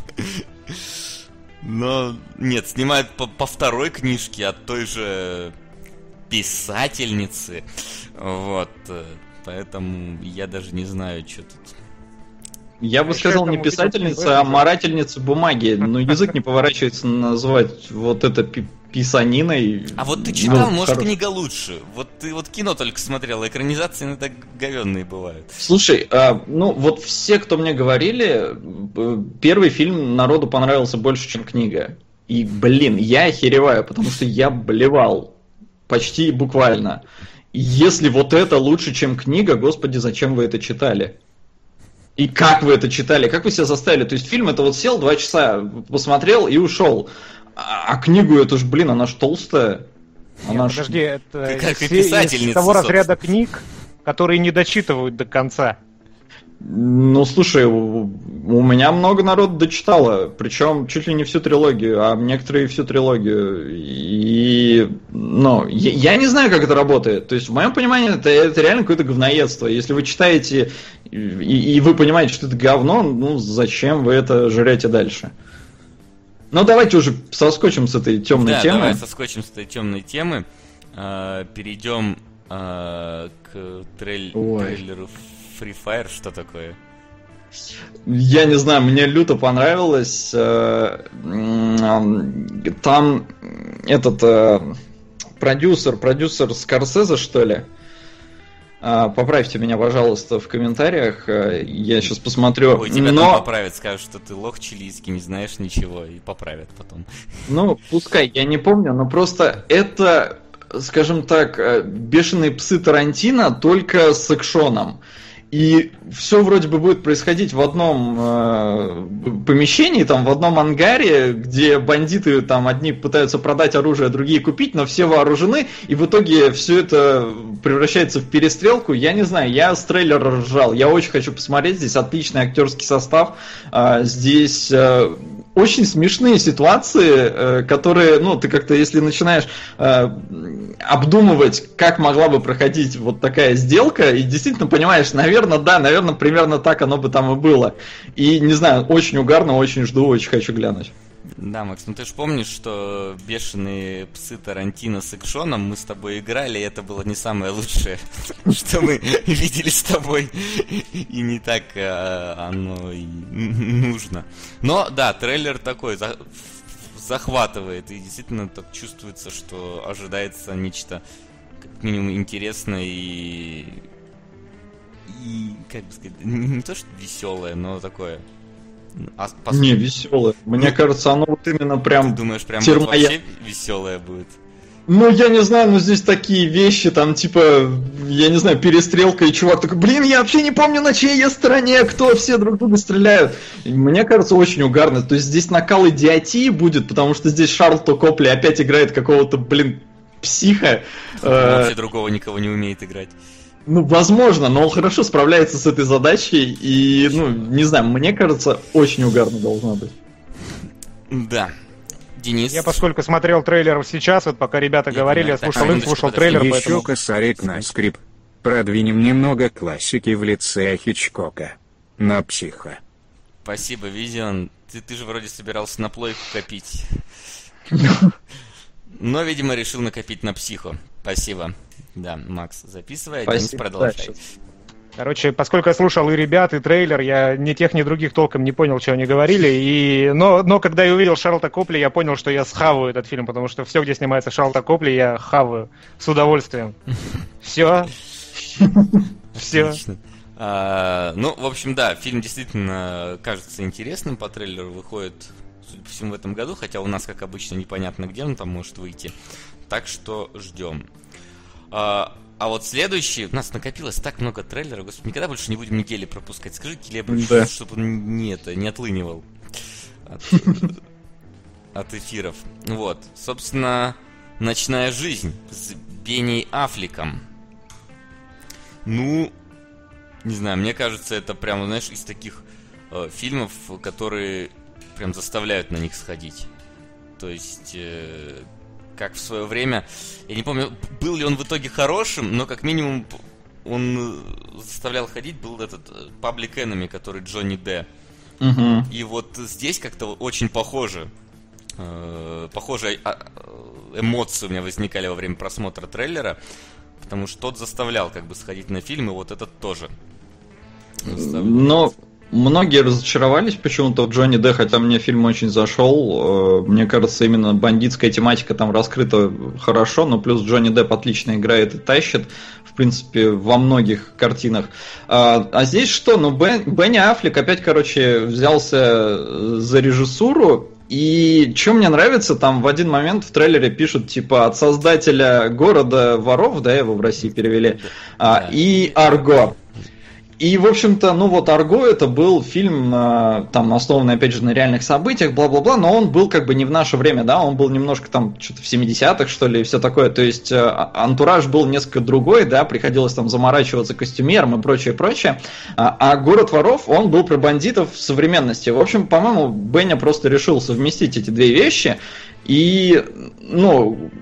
Но нет, снимают по, по второй книжке от той же писательницы. Вот. Поэтому я даже не знаю, что тут. Я бы сказал, не писательница, а марательница бумаги. Но язык не поворачивается назвать вот это пи- писаниной. А вот ты читал, ну, может, хорош... книга лучше. Вот ты вот кино только смотрел, экранизации иногда говенные бывают. Слушай, а, ну вот все, кто мне говорили, первый фильм народу понравился больше, чем книга. И, блин, я охереваю, потому что я блевал. Почти буквально. И если вот это лучше, чем книга, господи, зачем вы это читали? И как вы это читали? Как вы себя заставили? То есть фильм это вот сел, два часа посмотрел и ушел. А, а книгу это ж, блин, она ж толстая. Она Нет, ж... подожди, это как из, писательница, из того разряда собственно. книг, которые не дочитывают до конца. Ну, слушай, у, у меня много народу дочитало, причем чуть ли не всю трилогию, а некоторые всю трилогию. И, ну, я, я не знаю, как это работает. То есть, в моем понимании, это, это реально какое-то говноедство. Если вы читаете и, и вы понимаете, что это говно, ну, зачем вы это жрете дальше? Ну, давайте уже соскочим с этой темной да, темы. давай соскочим с этой темной темы. А, перейдем а, к трейль... трейлеру Free Fire. Что такое? Я не знаю, мне люто понравилось. Там этот продюсер, продюсер Скорсезе, что ли? Поправьте меня, пожалуйста, в комментариях. Я сейчас посмотрю. Ой, тебя Но... там поправят, скажут, что ты лох чилийский, не знаешь ничего, и поправят потом. Ну, пускай, я не помню, но просто это, скажем так, бешеные псы Тарантино, только с экшоном. И все вроде бы будет происходить в одном э, помещении, там, в одном ангаре, где бандиты там одни пытаются продать оружие, а другие купить, но все вооружены, и в итоге все это превращается в перестрелку. Я не знаю, я с трейлера ржал, я очень хочу посмотреть, здесь отличный актерский состав, э, здесь э, очень смешные ситуации, э, которые, ну, ты как-то, если начинаешь э, обдумывать, как могла бы проходить вот такая сделка, и действительно понимаешь, наверное, Наверное, да, наверное, примерно так оно бы там и было. И, не знаю, очень угарно, очень жду, очень хочу глянуть. Да, Макс, ну ты же помнишь, что бешеные псы Тарантино с экшоном мы с тобой играли, и это было не самое лучшее, что мы видели с тобой. И не так оно и нужно. Но, да, трейлер такой захватывает, и действительно так чувствуется, что ожидается нечто, как минимум, интересное и... И, как бы сказать, не то, что веселое, но такое... А, по... Не, веселое. Мне ну, кажется, оно вот именно прям... Ты думаешь, прям термоя... вот вообще веселое будет? Ну, я не знаю, но здесь такие вещи, там, типа, я не знаю, перестрелка, и чувак такой, блин, я вообще не помню, на чьей я стороне, кто, все друг друга стреляют. И мне кажется, очень угарно. То есть здесь накал идиотии будет, потому что здесь Шарлтон Копли опять играет какого-то, блин, психа. Он вообще другого никого не умеет играть. Ну, возможно, но он хорошо справляется с этой задачей, и, ну, не знаю, мне кажется, очень угарно должно быть. Да. Денис? Я, поскольку смотрел трейлер сейчас, вот пока ребята я говорили, я слушал их, слушал трейлер, Еще поэтому... косарик на скрип. Продвинем немного классики в лице Хичкока. На психо. Спасибо, Визион. Ты, ты же вроде собирался на плойку копить. Но, видимо, решил накопить на психо. Спасибо. Да, Макс, записывай, а Денис продолжай. Короче, поскольку я слушал и ребят, и трейлер, я ни тех, ни других толком не понял, что они говорили. И... Но, но когда я увидел Шарлтона Копли, я понял, что я схаваю этот фильм, потому что все, где снимается Шарлтон Копли, я хаваю с удовольствием. Все. Все. А, ну, в общем, да, фильм действительно кажется интересным по трейлеру, выходит, судя по всему, в этом году, хотя у нас, как обычно, непонятно, где он там может выйти. Так что ждем. А, а вот следующий, у нас накопилось так много трейлеров, господи, никогда больше не будем недели пропускать. Скажите Лебу, да. чтобы он не, это, не отлынивал от, от эфиров. Вот, собственно, «Ночная жизнь» с Бенни Аффлеком. Ну, не знаю, мне кажется, это прям, знаешь, из таких э, фильмов, которые прям заставляют на них сходить. То есть, э, как в свое время, я не помню, был ли он в итоге хорошим, но как минимум он заставлял ходить, был этот Public Enemy, который Джонни Д. Угу. И вот здесь как-то очень похоже. Э, похожие эмоции у меня возникали во время просмотра трейлера. Потому что тот заставлял как бы сходить на фильм, и вот этот тоже. Но многие разочаровались почему-то в Джонни Д, хотя мне фильм очень зашел. Мне кажется, именно бандитская тематика там раскрыта хорошо, но плюс Джонни Депп отлично играет и тащит, в принципе, во многих картинах. А, а здесь что? Ну, Бен, Бенни Аффлек опять, короче, взялся за режиссуру. И что мне нравится, там в один момент в трейлере пишут, типа, от создателя «Города воров», да, его в России перевели, а, и «Арго». И, в общем-то, ну вот «Арго» это был фильм, там, основанный, опять же, на реальных событиях, бла-бла-бла, но он был как бы не в наше время, да, он был немножко там, что-то в семидесятых, что ли, и все такое, то есть антураж был несколько другой, да, приходилось там заморачиваться костюмером и прочее, прочее, а, а «Город воров», он был про бандитов в современности. В общем, по-моему, Бення просто решил совместить эти две вещи, и, ну...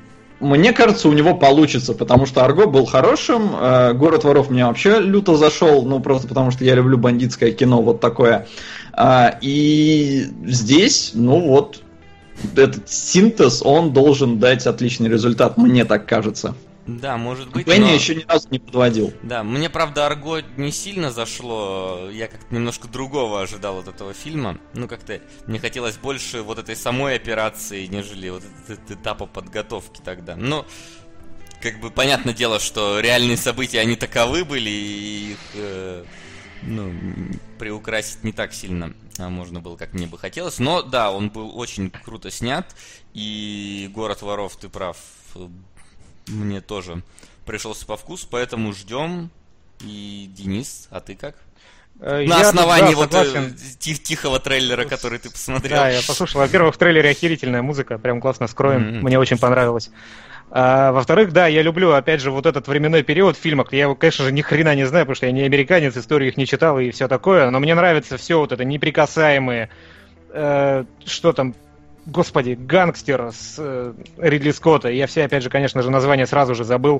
мне кажется, у него получится, потому что Арго был хорошим, э, Город воров мне вообще люто зашел, ну просто потому что я люблю бандитское кино, вот такое. А, и здесь, ну вот, этот синтез, он должен дать отличный результат, мне так кажется. Да, может быть. Бенни но... еще ни разу не подводил. Да, мне, правда, Арго не сильно зашло. Я как-то немножко другого ожидал от этого фильма. Ну, как-то мне хотелось больше вот этой самой операции, нежели вот этот этапа подготовки тогда. Но, как бы, понятное дело, что реальные события, они таковы были, и их, э, ну, приукрасить не так сильно можно было, как мне бы хотелось. Но, да, он был очень круто снят, и «Город воров», ты прав, мне тоже пришелся по вкусу, поэтому ждем. И, Денис, а ты как? Я, На основании да, вот согласен. тих, тихого трейлера, который ты посмотрел. Да, я послушал. Во-первых, в трейлере охерительная музыка, прям классно скроем, mm-hmm. мне очень понравилось. А, во-вторых, да, я люблю, опять же, вот этот временной период в фильмах. Я его, конечно же, ни хрена не знаю, потому что я не американец, историю их не читал и все такое, но мне нравится все вот это неприкасаемые, э, что там, господи, «Гангстер» с э, Ридли Скотта. Я все, опять же, конечно же, название сразу же забыл.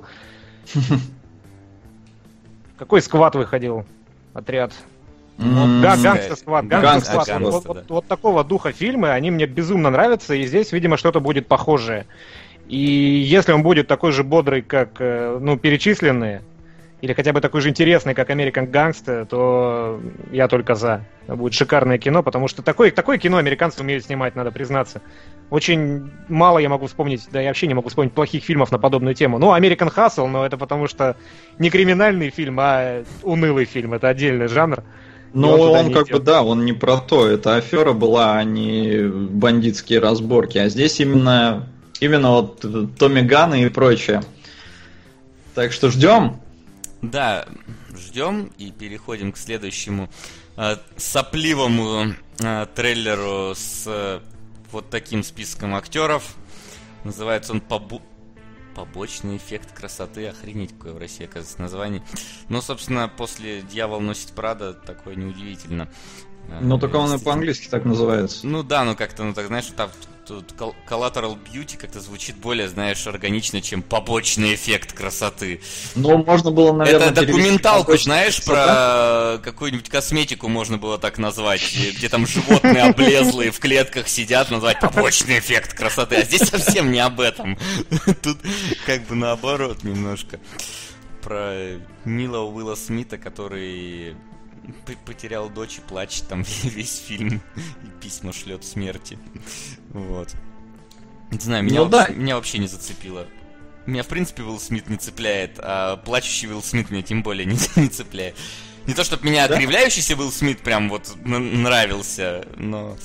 Какой сквад выходил? Отряд. Гангстер сквад. Гангстер сквад. Вот такого духа фильмы, они мне безумно нравятся, и здесь, видимо, что-то будет похожее. И если он будет такой же бодрый, как, ну, перечисленные, или хотя бы такой же интересный, как American Gangster, то я только за. Это будет шикарное кино, потому что такое, такое кино американцы умеют снимать, надо признаться. Очень мало я могу вспомнить, да я вообще не могу вспомнить плохих фильмов на подобную тему. Ну, American Hustle, но это потому что не криминальный фильм, а унылый фильм, это отдельный жанр. Ну, он, он как идет. бы, да, он не про то, это афера была, а не бандитские разборки, а здесь именно, именно вот Томми Ганн и прочее. Так что ждем. Да, ждем и переходим к следующему э, сопливому э, трейлеру с э, вот таким списком актеров. Называется он побо... «Побочный эффект красоты». Охренеть, какое в России, оказывается, название. Ну, собственно, после «Дьявол носит Прада» такое неудивительно. Ну, только он и по-английски так называется. Ну да, ну как-то, ну так, знаешь, там тут Collateral Beauty как-то звучит более, знаешь, органично, чем побочный эффект красоты. Ну, можно было, наверное, это документалку, знаешь, красота? Про какую-нибудь косметику можно было так назвать, где там животные облезлые в клетках сидят, назвать побочный эффект красоты. А здесь совсем не об этом. Тут как бы наоборот немножко. Про Нила Уилла Смита, который потерял дочь и плачет там весь фильм и письма шлет смерти. Вот. Не знаю, меня, ну, вообще, да. меня вообще не зацепило. Меня, в принципе, Уилл Смит не цепляет, а плачущий Уилл Смит меня тем более не, не цепляет. Не то, чтобы меня да? кривляющийся Уилл Смит прям вот нравился, но...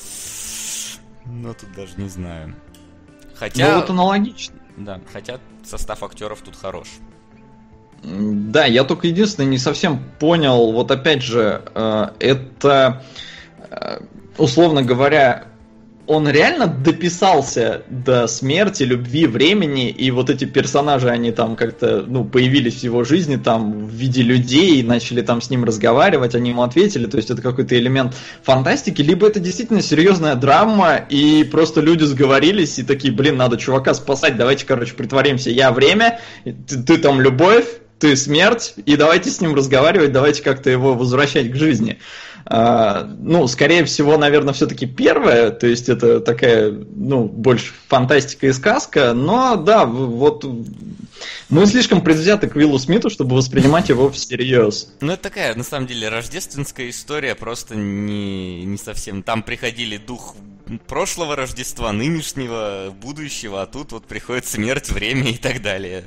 Но тут даже не знаю. Хотя... Ну вот аналогично. Да, хотя состав актеров тут хорош. Да, я только единственное не совсем понял, вот опять же, э, это, э, условно говоря, он реально дописался до смерти, любви, времени, и вот эти персонажи, они там как-то, ну, появились в его жизни там в виде людей, начали там с ним разговаривать, они ему ответили, то есть это какой-то элемент фантастики, либо это действительно серьезная драма, и просто люди сговорились и такие, блин, надо чувака спасать, давайте, короче, притворимся, я время, ты, ты там любовь, ты смерть, и давайте с ним разговаривать, давайте как-то его возвращать к жизни. А, ну, скорее всего, наверное, все-таки первое, то есть это такая, ну, больше фантастика и сказка, но да, вот мы слишком предвзяты к Уиллу Смиту, чтобы воспринимать его всерьез. Ну, это такая, на самом деле, рождественская история, просто не, не совсем. Там приходили дух прошлого Рождества, нынешнего, будущего, а тут вот приходит смерть, время и так далее.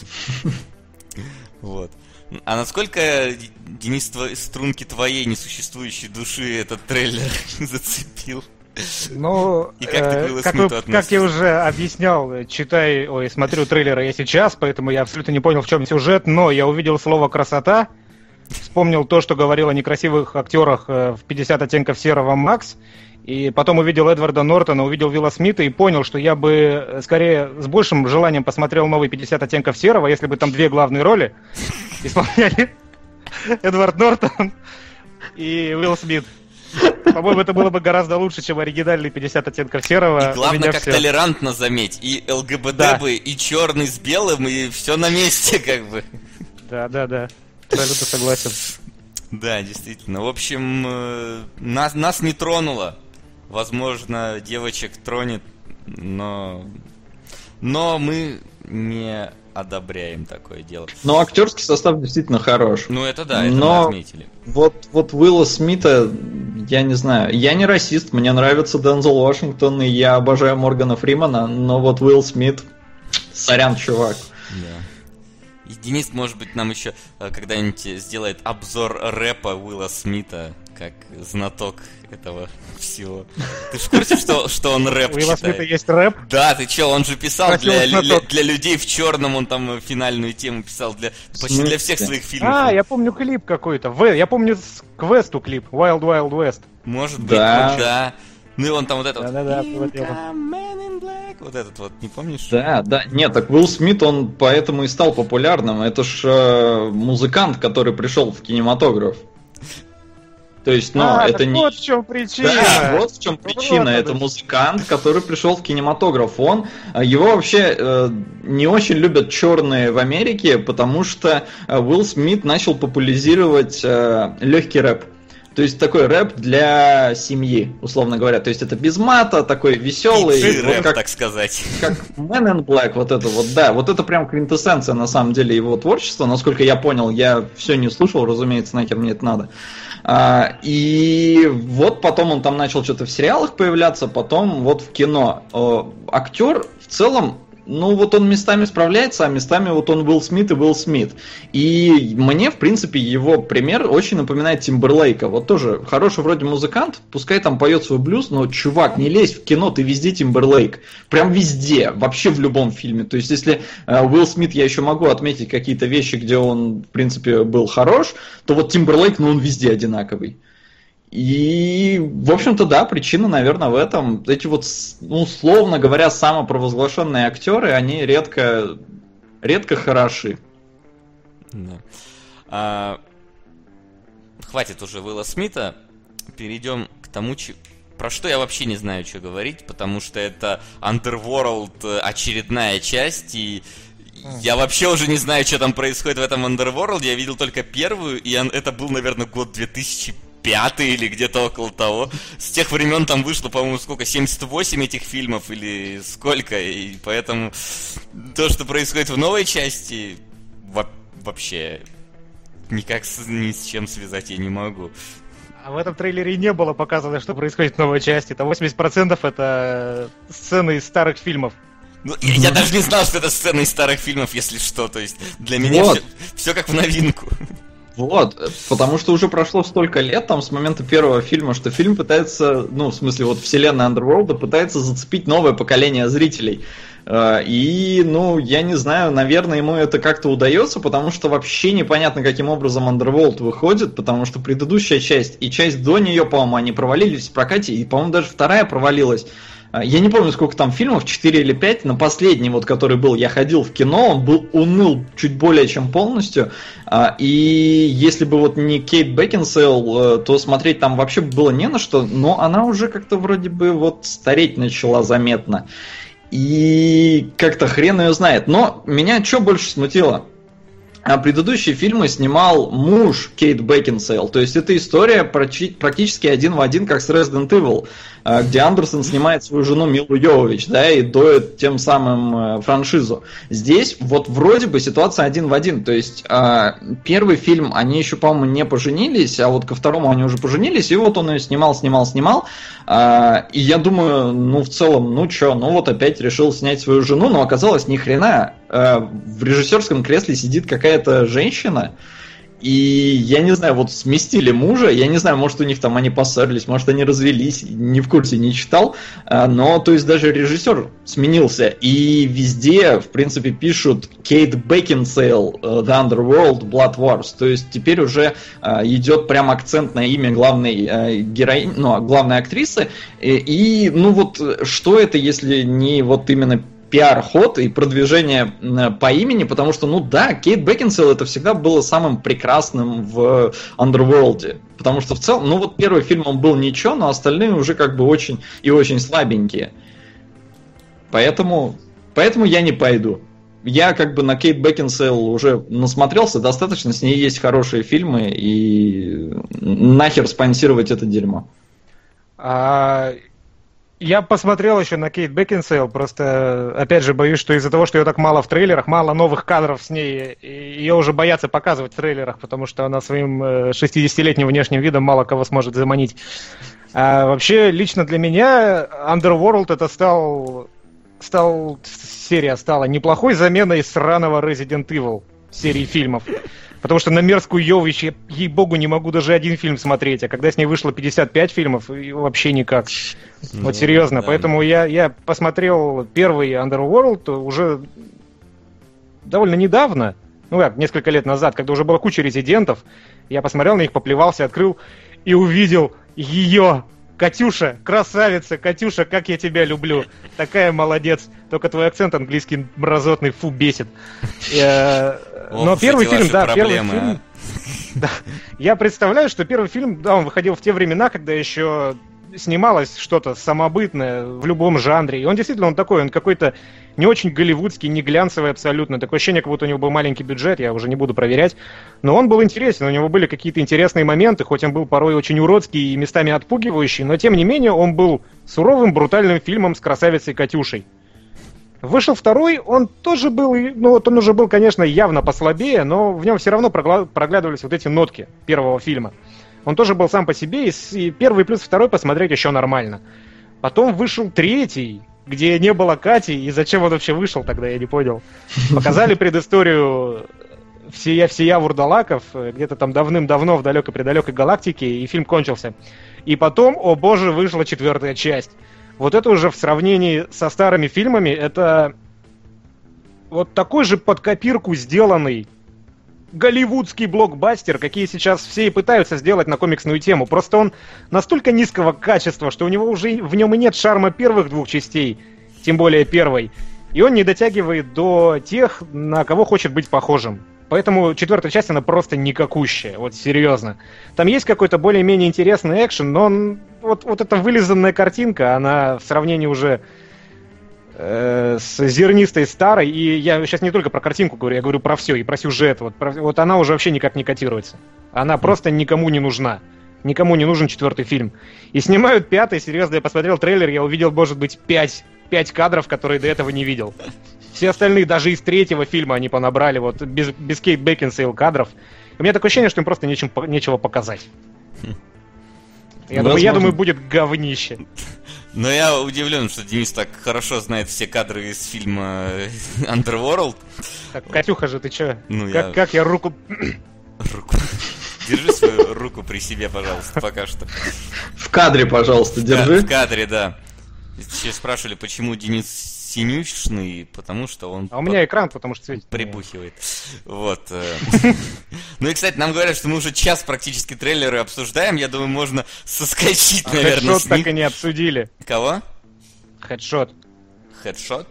Вот. А насколько, Денис, тво... струнки твоей несуществующей души этот трейлер зацепил? Ну, и как, ты к э, как, вы, как я уже объяснял, читаю, ой, смотрю трейлеры я сейчас, поэтому я абсолютно не понял, в чем сюжет, но я увидел слово «красота», вспомнил то, что говорил о некрасивых актерах в пятьдесят оттенков серого Макс, и потом увидел Эдварда Нортона, увидел Уилла Смита и понял, что я бы скорее с большим желанием посмотрел новый пятьдесят оттенков серого, если бы там две главные роли исполняли Эдвард Нортон и Уилл Смит. По-моему, это было бы гораздо лучше, чем оригинальный пятьдесят оттенков серого. И главное, как все. толерантно заметь. И ЛГБТ да. бы, и черный с белым, и все на месте, как бы. Да, да, да. Абсолютно согласен. Да, действительно. В общем, э, нас, нас не тронуло. Возможно, девочек тронет, но... Но мы не одобряем такое дело. Но актерский состав действительно хорош. Ну это да, это но мы отметили. Вот, вот Уилла Смита, я не знаю, я не расист, мне нравится Дензел Вашингтон, и я обожаю Моргана Фримана, но вот Уилл Смит, сорян, чувак. Да. И Денис, может быть, нам еще когда-нибудь сделает обзор рэпа Уилла Смита, как знаток этого всего. Ты в курсе, что, что он рэп У Уилла читает? Смита есть рэп? Да, ты че, он же писал Спросил для, для, знаток. для людей в черном, он там финальную тему писал для почти для всех своих фильмов. А, я помню клип какой-то. В, я помню с Квесту клип. Wild Wild West. Может быть, Да. вот, да. Ну и он там вот это Да-да-да, вот. было дело. Man in Black. Вот этот вот, не помнишь? Да, да, нет, так Уилл Смит, он поэтому и стал популярным. Это ж э, музыкант, который пришел в кинематограф. То есть, ну, а, это так не... вот в чем причина. Да, вот в чем причина. Вот Это оно. музыкант, который пришел в кинематограф. Он, э, его вообще э, не очень любят черные в Америке, потому что э, Уилл Смит начал популяризировать э, легкий рэп. То есть такой рэп для семьи, условно говоря. То есть это без мата, такой веселый. Пиццы вот рэп, как, так сказать. как Man in Black, вот это вот, да. Вот это прям квинтэссенция, на самом деле, его творчества. Насколько я понял, я все не слушал, разумеется, нахер мне это надо. А, и вот потом он там начал что-то в сериалах появляться, потом вот в кино. О, актер в целом, ну вот он местами справляется, а местами вот он Уилл Смит и Уилл Смит. И мне, в принципе, его пример очень напоминает Тимберлейка. Вот тоже хороший вроде музыкант, пускай там поет свой блюз, но, чувак, не лезь в кино, ты везде Тимберлейк. Прям везде, вообще в любом фильме. То есть, если э, Уилл Смит, я еще могу отметить какие-то вещи, где он, в принципе, был хорош, то вот Тимберлейк, ну он везде одинаковый. И, в общем-то, да, причина, наверное, в этом. Эти вот, ну, условно говоря, самопровозглашенные актеры, они редко, редко хороши. Да. А, хватит уже Уилла Смита. Перейдем к тому, че- про что я вообще не знаю, что говорить, потому что это Underworld очередная часть, и я вообще уже не знаю, что там происходит в этом Underworld. Я видел только первую, и он- это был, наверное, год две тысячи пятый или где-то около того. С тех времен там вышло, по-моему, сколько, семьдесят восемь этих фильмов или сколько, и поэтому то, что происходит в новой части, во- вообще никак с, ни с чем связать я не могу. А в этом трейлере не было показано, что происходит в новой части. Там восемьдесят процентов это сцены из старых фильмов. Ну, я, я даже не знал, что это сцены из старых фильмов, если что. То есть для меня Вот. все, все как в новинку. Вот, потому что уже прошло столько лет там с момента первого фильма, что фильм пытается, ну, в смысле, вот вселенная Underworld пытается зацепить новое поколение зрителей. Э, И, ну, я не знаю, наверное, ему это как-то удается, потому что вообще непонятно, каким образом Underworld выходит, потому что предыдущая часть и часть до нее, по-моему, они провалились в прокате, и, по-моему, даже вторая провалилась. Я не помню, сколько там фильмов, четыре или пять, но последний, вот, который был, я ходил в кино, он был уныл чуть более чем полностью, и если бы вот не Кейт Бекинсейл, то смотреть там вообще было не на что, но она уже как-то вроде бы вот стареть начала заметно, и как-то хрен ее знает. Но меня что больше смутило? А предыдущие фильмы снимал муж Кейт Бекинсейл. То есть это история практически один в один, как с Resident Evil, где Андерсон снимает свою жену Милу Йовович, да, и доит тем самым франшизу. Здесь вот вроде бы ситуация один в один. То есть первый фильм они еще, по-моему, не поженились, а вот ко второму они уже поженились, и вот он ее снимал, снимал, снимал. И я думаю, ну в целом, ну чё, ну вот опять решил снять свою жену, но оказалось ни хрена. В режиссерском кресле сидит какая-то женщина, и я не знаю, вот сместили мужа, я не знаю, может у них там они поссорились, может они развелись, не в курсе, не читал, но то есть даже режиссер сменился, и везде, в принципе, пишут Кейт Бекинсейл, The Underworld, Blood Wars, то есть теперь уже идет прям акцент на имя главной героини, ну, главной актрисы, и, и ну вот что это, если не вот именно пиар-ход и продвижение по имени, потому что, ну да, Кейт Бекинсейл это всегда было самым прекрасным в Underworld. Потому что в целом, ну вот первый фильм он был ничего, но остальные уже как бы очень и очень слабенькие. Поэтому, поэтому я не пойду. Я как бы на Кейт Бекинсейл уже насмотрелся, достаточно, с ней есть хорошие фильмы, и нахер спонсировать это дерьмо. А... Я посмотрел еще на Кейт Бекинсейл, просто, опять же, боюсь, что из-за того, что ее так мало в трейлерах, мало новых кадров с ней, ее уже боятся показывать в трейлерах, потому что она своим шестидесятилетним внешним видом мало кого сможет заманить. А вообще, лично для меня Underworld это стал, стал, серия стала неплохой заменой сраного Resident Evil серии фильмов. Потому что на мерзкую Йович я, ей-богу, не могу даже один фильм смотреть, а когда с ней вышло пятьдесят пять фильмов, вообще никак. Ну, вот серьезно. Да. Поэтому я, я посмотрел первый Underworld уже довольно недавно, ну как, несколько лет назад, когда уже была куча резидентов. Я посмотрел на них, поплевался, открыл и увидел ее. Катюша, красавица, Катюша, как я тебя люблю. Такая молодец. Только твой акцент английский мразотный, фу, бесит. Ох, но первый фильм, да, проблемы, первый фильм... Да. Я представляю, что первый фильм, да, он выходил в те времена, когда еще снималось что-то самобытное в любом жанре. И он действительно, он такой, он какой-то не очень голливудский, не глянцевый абсолютно. Такое ощущение, как будто у него был маленький бюджет, я уже не буду проверять. Но он был интересен, у него были какие-то интересные моменты, хоть он был порой очень уродский и местами отпугивающий, но тем не менее он был суровым, брутальным фильмом с красавицей Катюшей. Вышел второй, он тоже был, ну вот он уже был, конечно, явно послабее, но в нем все равно проглядывались вот эти нотки первого фильма. Он тоже был сам по себе, и первый плюс второй посмотреть еще нормально. Потом вышел третий, где не было Кати, и зачем он вообще вышел тогда, я не понял. Показали предысторию всея-всея вурдалаков, где-то там давным-давно в далекой-предалекой галактике, и фильм кончился. И потом, о боже, вышла четвертая часть. Вот это уже в сравнении со старыми фильмами, это вот такой же под копирку сделанный голливудский блокбастер, какие сейчас все и пытаются сделать на комиксную тему. Просто он настолько низкого качества, что у него уже в нем и нет шарма первых двух частей, тем более первой. И он не дотягивает до тех, на кого хочет быть похожим. Поэтому четвертая часть, она просто никакущая, вот серьезно. Там есть какой-то более-менее интересный экшен, но он, вот, вот эта вылизанная картинка, она в сравнении уже э, с зернистой старой, и я сейчас не только про картинку говорю, я говорю про все, и про сюжет, вот, про, вот она уже вообще никак не котируется. Она просто никому не нужна. Никому не нужен четвертый фильм. И снимают пятый, серьезно, я посмотрел трейлер, я увидел, может быть, пять, пять кадров, которые до этого не видел. Все остальные, даже из третьего фильма, они понабрали вот без, без Кейт Бекинсейл кадров. У меня такое ощущение, что им просто нечем, нечего показать. Я, думаю, я думаю, будет говнище. Но я удивлен, что Денис так хорошо знает все кадры из фильма Underworld. Так, Катюха же, ты чё? Ну, как, я... как я руку... Руку... Держи свою руку при себе, пожалуйста, пока что. В кадре, пожалуйста, держи. В кадре, да. Все спрашивали, почему Денис синюшный, потому что он... А у меня экран, потому что светит. Прибухивает. Вот. Ну и, кстати, нам говорят, что мы уже час практически трейлеры обсуждаем. Я думаю, можно соскочить, наверное, Хедшот так и не обсудили. Кого? Хедшот. Хедшот?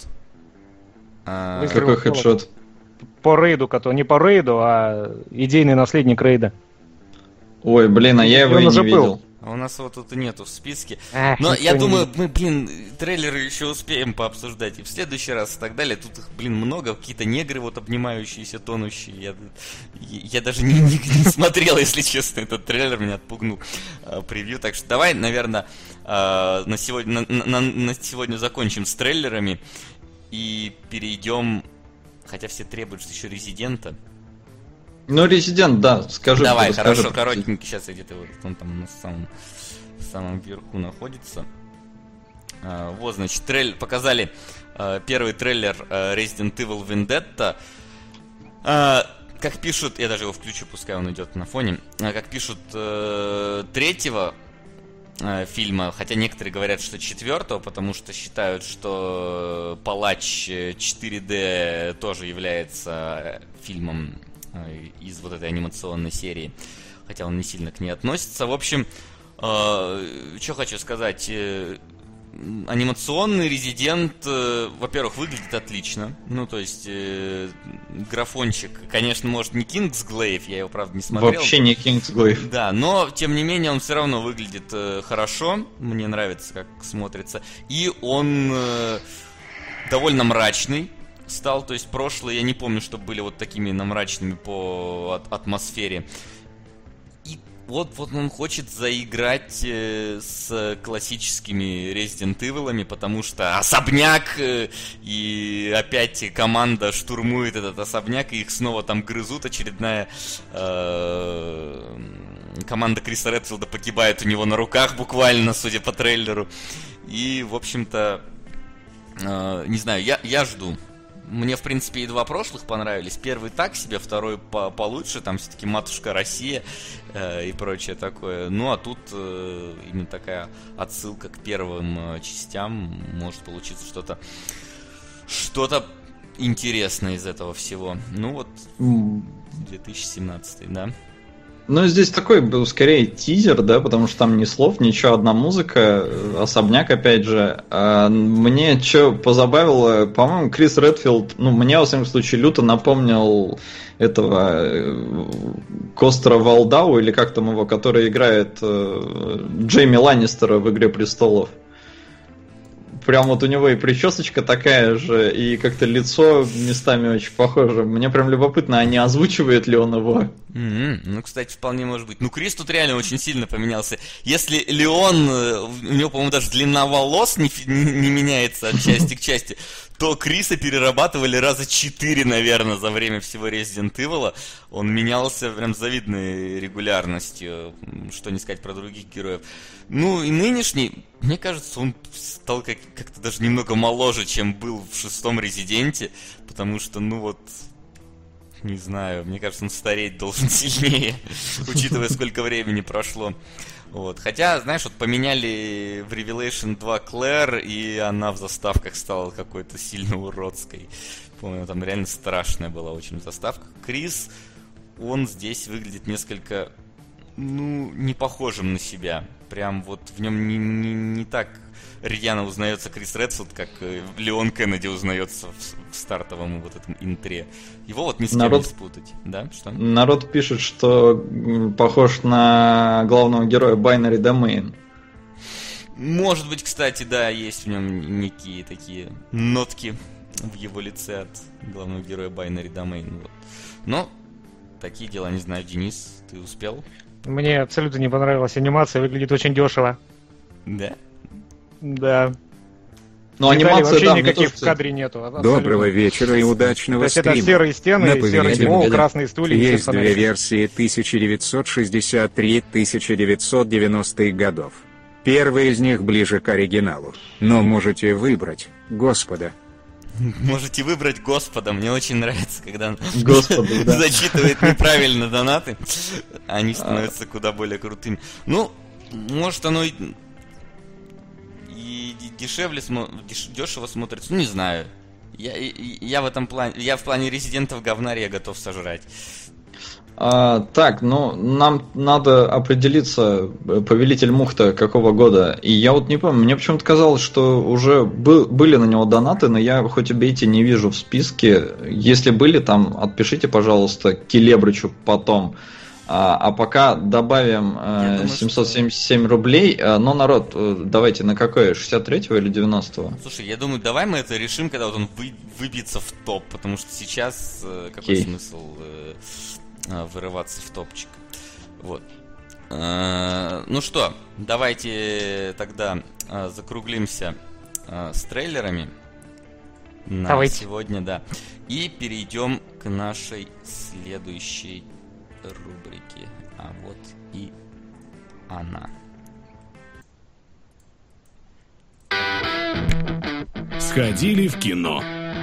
Какой хедшот? По рейду, который не по рейду, а идейный наследник рейда. Ой, блин, а я его и не видел. А у нас его тут и нету в списке. Ах, но я не думаю, видит. мы, блин, трейлеры еще успеем пообсуждать и в следующий раз и так далее. Тут их, блин, много. Какие-то негры вот обнимающиеся, тонущие. Я, я даже не, не, не смотрел, если честно, этот трейлер меня отпугнул. А, превью. Так что давай, наверное, а, на, сегодня, на, на, на сегодня закончим с трейлерами и перейдем... Хотя все требуют еще Резидента. Ну, Резидент, да, скажи. Давай, расскажи, хорошо, коротенький, сейчас где-то вот он там на самом, в самом верху находится. А, вот, значит, трейлер, показали а, первый трейлер а, Resident Evil Vendetta. А, как пишут, я даже его включу, пускай он идет на фоне. А, как пишут а, третьего а, фильма, хотя некоторые говорят, что четвертого, потому что считают, что Палач четыре дэ тоже является фильмом из вот этой анимационной серии, хотя он не сильно к ней относится. В общем, э, что хочу сказать, э, анимационный Резидент, э, во-первых, выглядит отлично. Ну, то есть, э, графончик, конечно, может, не Kingsglaive, я его, правда, не смотрел. Вообще не Kingsglaive. Да, но, тем не менее, он все равно выглядит э, хорошо. Мне нравится, как смотрится. И он э, довольно мрачный стал. То есть, прошлые, я не помню, что были вот такими мрачными по от- атмосфере. Вот, вот он хочет заиграть э, с классическими Resident Evil'ами, потому что особняк, э, и опять команда штурмует этот особняк, и их снова там грызут. Очередная э, команда Криса Редфилда погибает у него на руках буквально, судя по трейлеру. И, в общем-то, э, не знаю, я, я жду. Мне, в принципе, и два прошлых понравились. Первый так себе, второй по- получше. Там все-таки матушка Россия э, и прочее такое. Ну, а тут э, именно такая отсылка к первым э, частям. Может получиться что-то что-то интересное из этого всего. Ну, вот две тысячи семнадцатый, да. Ну, здесь такой был скорее тизер, да, потому что там ни слов, ничего, одна музыка, особняк, опять же. А мне что позабавило, по-моему, Крис Редфилд, ну, мне, во всяком случае, люто напомнил этого Костера Валдау, или как там его, который играет Джейми Ланнистера в «Игре престолов». Прям вот у него и причесочка такая же, и как-то лицо местами очень похоже. Мне прям любопытно, а не озвучивает ли он его? Mm-hmm. Ну, кстати, вполне может быть. Ну, Крис тут реально очень сильно поменялся. Если Леон, у него, по-моему, даже длина волос не, не меняется от части к части, то Криса перерабатывали раза четыре, наверное, за время всего Resident Evil. Он менялся прям с завидной регулярностью, что не сказать про других героев. Ну, и нынешний, мне кажется, он стал как- как-то даже немного моложе, чем был в шестом Резиденте, потому что, ну вот, не знаю, мне кажется, он стареть должен сильнее, учитывая, сколько времени прошло. Вот. Хотя, знаешь, вот поменяли в Revelation два Клэр, и она в заставках стала какой-то сильно уродской. Помню, там реально страшная была очень в заставках. Крис, он здесь выглядит несколько, ну, не похожим на себя. Прям вот в нем не, не, не так рьяно узнается Крис Редфилд, как Леон Кеннеди узнается в, в стартовом вот этом интре. Его вот ни с кем Народ... не спутать. Да? Что? Народ пишет, что похож на главного героя Binary Domain. Может быть, кстати, да, есть в нем некие такие нотки в его лице от главного героя Binary Domain. Вот. Но такие дела, не знаю, Денис, ты успел? Мне абсолютно не понравилась анимация, выглядит очень дешево. Да? Да. Но Деталей анимация, вообще да, мне никаких тоже... в кадре нету. Абсолютно. Доброго вечера и удачного То есть стрима. это серые стены, Напоминаю, серый пол, красные стулья. и все есть две фонарики. версии тысяча девятьсот шестьдесят три - тысяча девятьсот девяностых годов. Первая из них ближе к оригиналу. Но можете выбрать Господа. Можете выбрать Господа. Мне очень нравится, когда он Господа, да. зачитывает неправильно донаты. Они становятся куда более крутыми. Ну, может оно и, и дешевле, деш, дешево смотрится. Ну, не знаю. Я, я в этом плане, я в плане резидентов говнарь я готов сожрать. А, так, ну, нам надо определиться, повелитель мух-то какого года. И я вот не помню, мне почему-то казалось, что уже был, были на него донаты, но я хоть убейте не вижу в списке. Если были там, отпишите, пожалуйста, Келебрычу потом. А, а пока добавим э, думаю, семьсот семьдесят семь рублей. Но, народ, давайте на какое? шестьдесят третьего или девяностого? Слушай, я думаю, давай мы это решим, когда вот он вы, выбьется в топ, потому что сейчас э, какой Окей. смысл э, вырываться в топчик. Вот. Э, ну что, давайте тогда э, закруглимся э, с трейлерами на Давайте. сегодня, да. И перейдем к нашей следующей рубрике. А вот и она. Сходили в кино.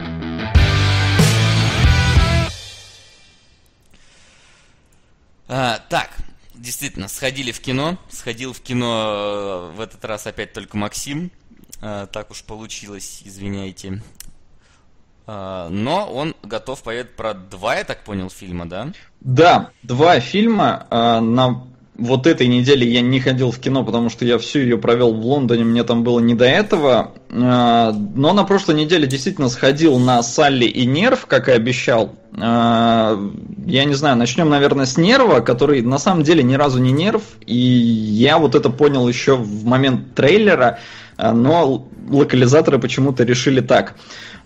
А, так, действительно, сходили в кино. Сходил в кино э, в этот раз опять только Максим. А, так уж получилось, извиняйте. А, но он готов поведать про два, я так понял, фильма, да? Да, два фильма. А, на вот этой неделе я не ходил в кино, потому что я всю ее провел в Лондоне, мне там было не до этого. Но на прошлой неделе действительно сходил на Салли и Нерв, как и обещал. Я не знаю, начнем, наверное, с Нерва, который на самом деле ни разу не Нерв. И я вот это понял еще в момент трейлера, но локализаторы почему-то решили так.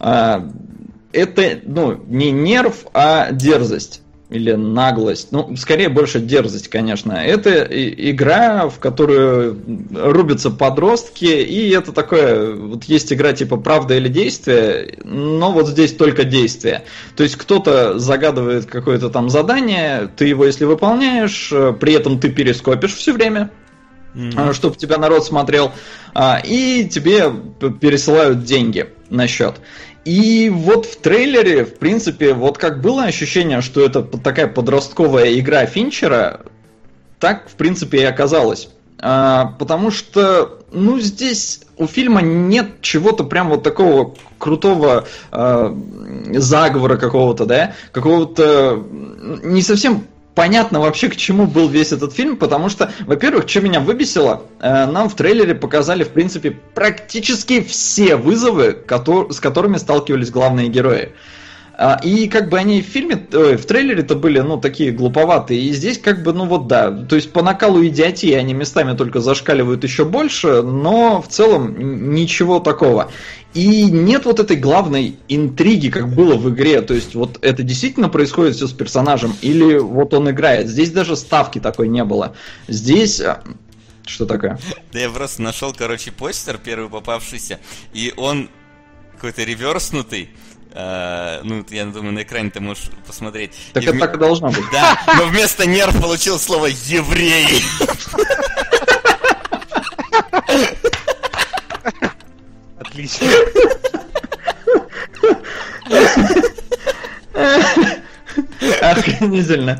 Это, ну, не Нерв, а дерзость. Или наглость. Ну, скорее больше дерзость, конечно. Это игра, в которую рубятся подростки, и это такое, вот есть игра типа «Правда или действие», но вот здесь только действие. То есть кто-то загадывает какое-то там задание, ты его если выполняешь, при этом ты перископишь все время, mm-hmm. чтобы тебя народ смотрел, и тебе пересылают деньги на счет. И вот в трейлере, в принципе, вот как было ощущение, что это такая подростковая игра Финчера, так, в принципе, и оказалось. А, потому что, ну, здесь у фильма нет чего-то прям вот такого крутого а, заговора какого-то, да, какого-то не совсем... Понятно вообще, к чему был весь этот фильм, потому что, во-первых, что меня выбесило, э, нам в трейлере показали, в принципе, практически все вызовы, котор- с которыми сталкивались главные герои. А, и как бы они в фильме, э, в трейлере-то были, ну, такие глуповатые, и здесь как бы, ну вот да, то есть по накалу идиотии они местами только зашкаливают еще больше, но в целом ничего такого. И нет вот этой главной интриги, как было в игре. То есть вот это действительно происходит все с персонажем, или вот он играет. Здесь даже ставки такой не было. Здесь... Что такое? Да я просто нашел, короче, постер, первый попавшийся, и он какой-то реверснутый. Uh, ну, я думаю, на экране ты можешь посмотреть. Так и это вм... так и должно быть. Да, но вместо нерв получил слово «еврей». Отлично. Охренительно.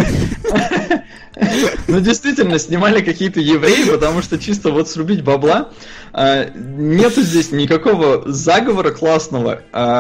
Ну, действительно, снимали какие-то евреи, потому что чисто вот срубить бабла. Нету здесь никакого заговора классного.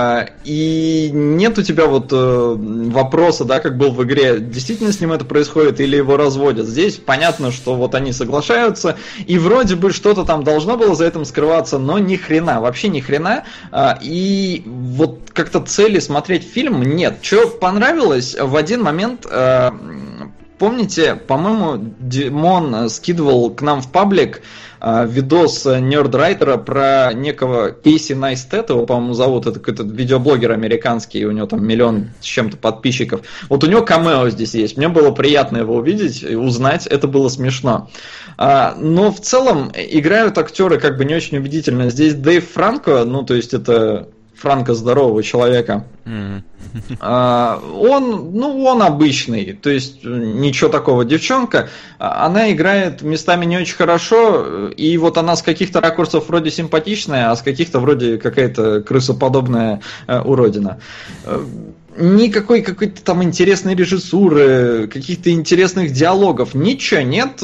И нет у тебя вот вопроса, да, как был в игре, действительно с ним это происходит или его разводят. Здесь понятно, что вот они соглашаются, и вроде бы что-то там должно было за этим скрываться, но ни хрена, вообще ни хрена. И вот как-то цели смотреть фильм нет. Что понравилось, в один момент... Помните, по-моему, Димон скидывал к нам в паблик э, видос нердрайтера про некого Кейси Найстет, его, по-моему, зовут, это какой-то видеоблогер американский, у него там миллион с чем-то подписчиков. Вот у него камео здесь есть, мне было приятно его увидеть и узнать, это было смешно. А, но в целом играют актеры как бы не очень убедительно. Здесь Дэйв Франко, ну то есть это... Франко здорового человека. Mm. А, он, ну, он обычный, то есть ничего такого. Девчонка, она играет местами не очень хорошо, и вот она с каких-то ракурсов вроде симпатичная, а с каких-то вроде какая-то крысоподобная э, уродина. Никакой какой-то там интересной режиссуры, каких-то интересных диалогов, ничего нет.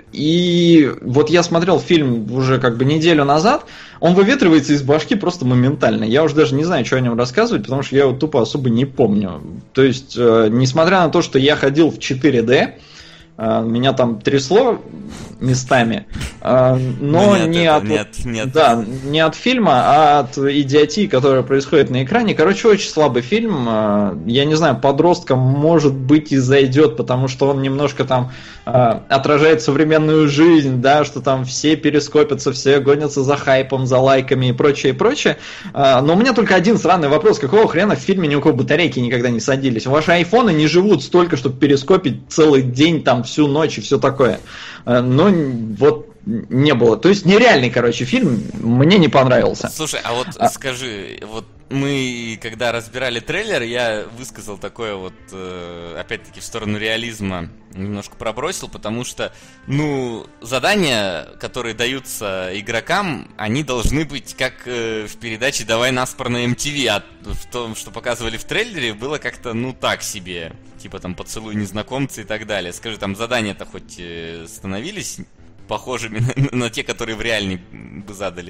И вот я смотрел фильм уже как бы неделю назад, он выветривается из башки просто моментально. Я уже даже не знаю, что о нем рассказывать, потому что я его тупо особо не помню. То есть, э, несмотря на то, что я ходил в четыре дэ, э, меня там трясло местами, э, но нет, не, от, нет, нет. Да, не от фильма, а от идиотии, которая происходит на экране. Короче, очень слабый фильм. Э, я не знаю, подросткам, может быть, и зайдет, потому что он немножко там э, отражает современную жизнь, да, что там все перископятся, все гонятся за хайпом, за лайками и прочее, и прочее. Э, но у меня только один сраный вопрос. Какого хрена в фильме ни у кого батарейки никогда не садились? Ваши айфоны не живут столько, чтобы перископить целый день, там, всю ночь и все такое. Э, но вот не было. То есть нереальный, короче, фильм. Мне не понравился. Слушай, а вот а... скажи, вот мы, когда разбирали трейлер, я высказал такое вот, э, опять-таки, в сторону реализма немножко пробросил, потому что, ну, задания, которые даются игрокам, они должны быть как э, в передаче «Давай наспор» на эм ти ви, а в том, что показывали в трейлере, было как-то, ну, так себе. Типа там «Поцелуй незнакомца» и так далее. Скажи, там задания-то хоть э, становились похожими на, на те, которые в реальной бы задали?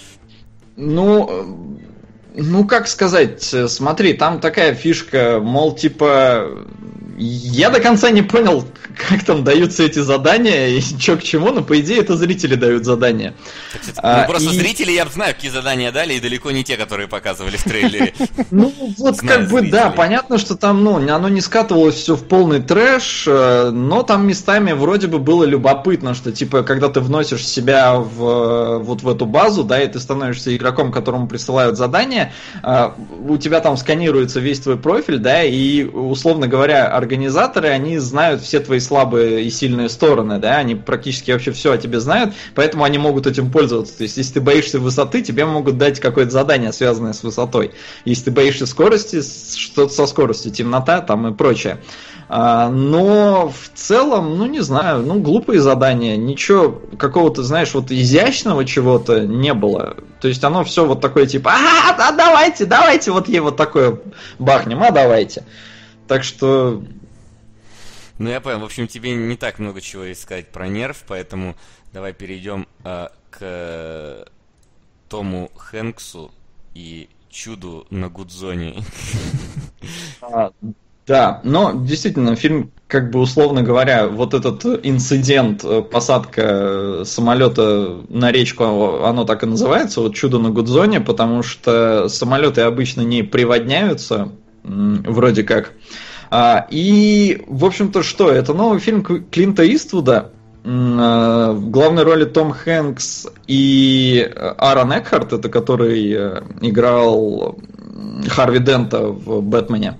Ну... Ну, как сказать, смотри, там такая фишка, мол, типа, я до конца не понял, как там даются эти задания и что к чему, но по идее это зрители дают задания. Так, а, ну, просто и... зрители, я знаю, какие задания дали, и далеко не те, которые показывали в трейлере. Ну, вот как бы, да, понятно, что там, ну, оно не скатывалось все в полный трэш, но там местами вроде бы было любопытно, что, типа, когда ты вносишь себя в, вот в эту базу, да, и ты становишься игроком, которому присылают задания, у тебя там сканируется весь твой профиль, да, и, условно говоря, организаторы, они знают все твои слабые и сильные стороны, да, они практически вообще все о тебе знают, поэтому они могут этим пользоваться. То есть, если ты боишься высоты, тебе могут дать какое-то задание, связанное с высотой. Если ты боишься скорости, что-то со скоростью, темнота там и прочее. А, но в целом, ну не знаю, ну глупые задания, ничего какого-то, знаешь, вот изящного чего-то не было. То есть оно все вот такое типа, а, да, давайте, давайте вот ей вот такое бахнем, а давайте. Так что... Ну я понял, в общем, тебе не так много чего есть сказать про нерв, поэтому давай перейдем а, к Тому Хэнксу и чуду на Гудзоне. А, да, но действительно, фильм, как бы условно говоря, вот этот инцидент, посадка самолета на речку, оно так и называется, вот чудо на Гудзоне, потому что самолеты обычно не приводняются, вроде как. И, в общем-то, что? Это новый фильм Клинта Иствуда. В главной роли Том Хэнкс и Аарон Экхарт, это который играл Харви Дента в «Бэтмене».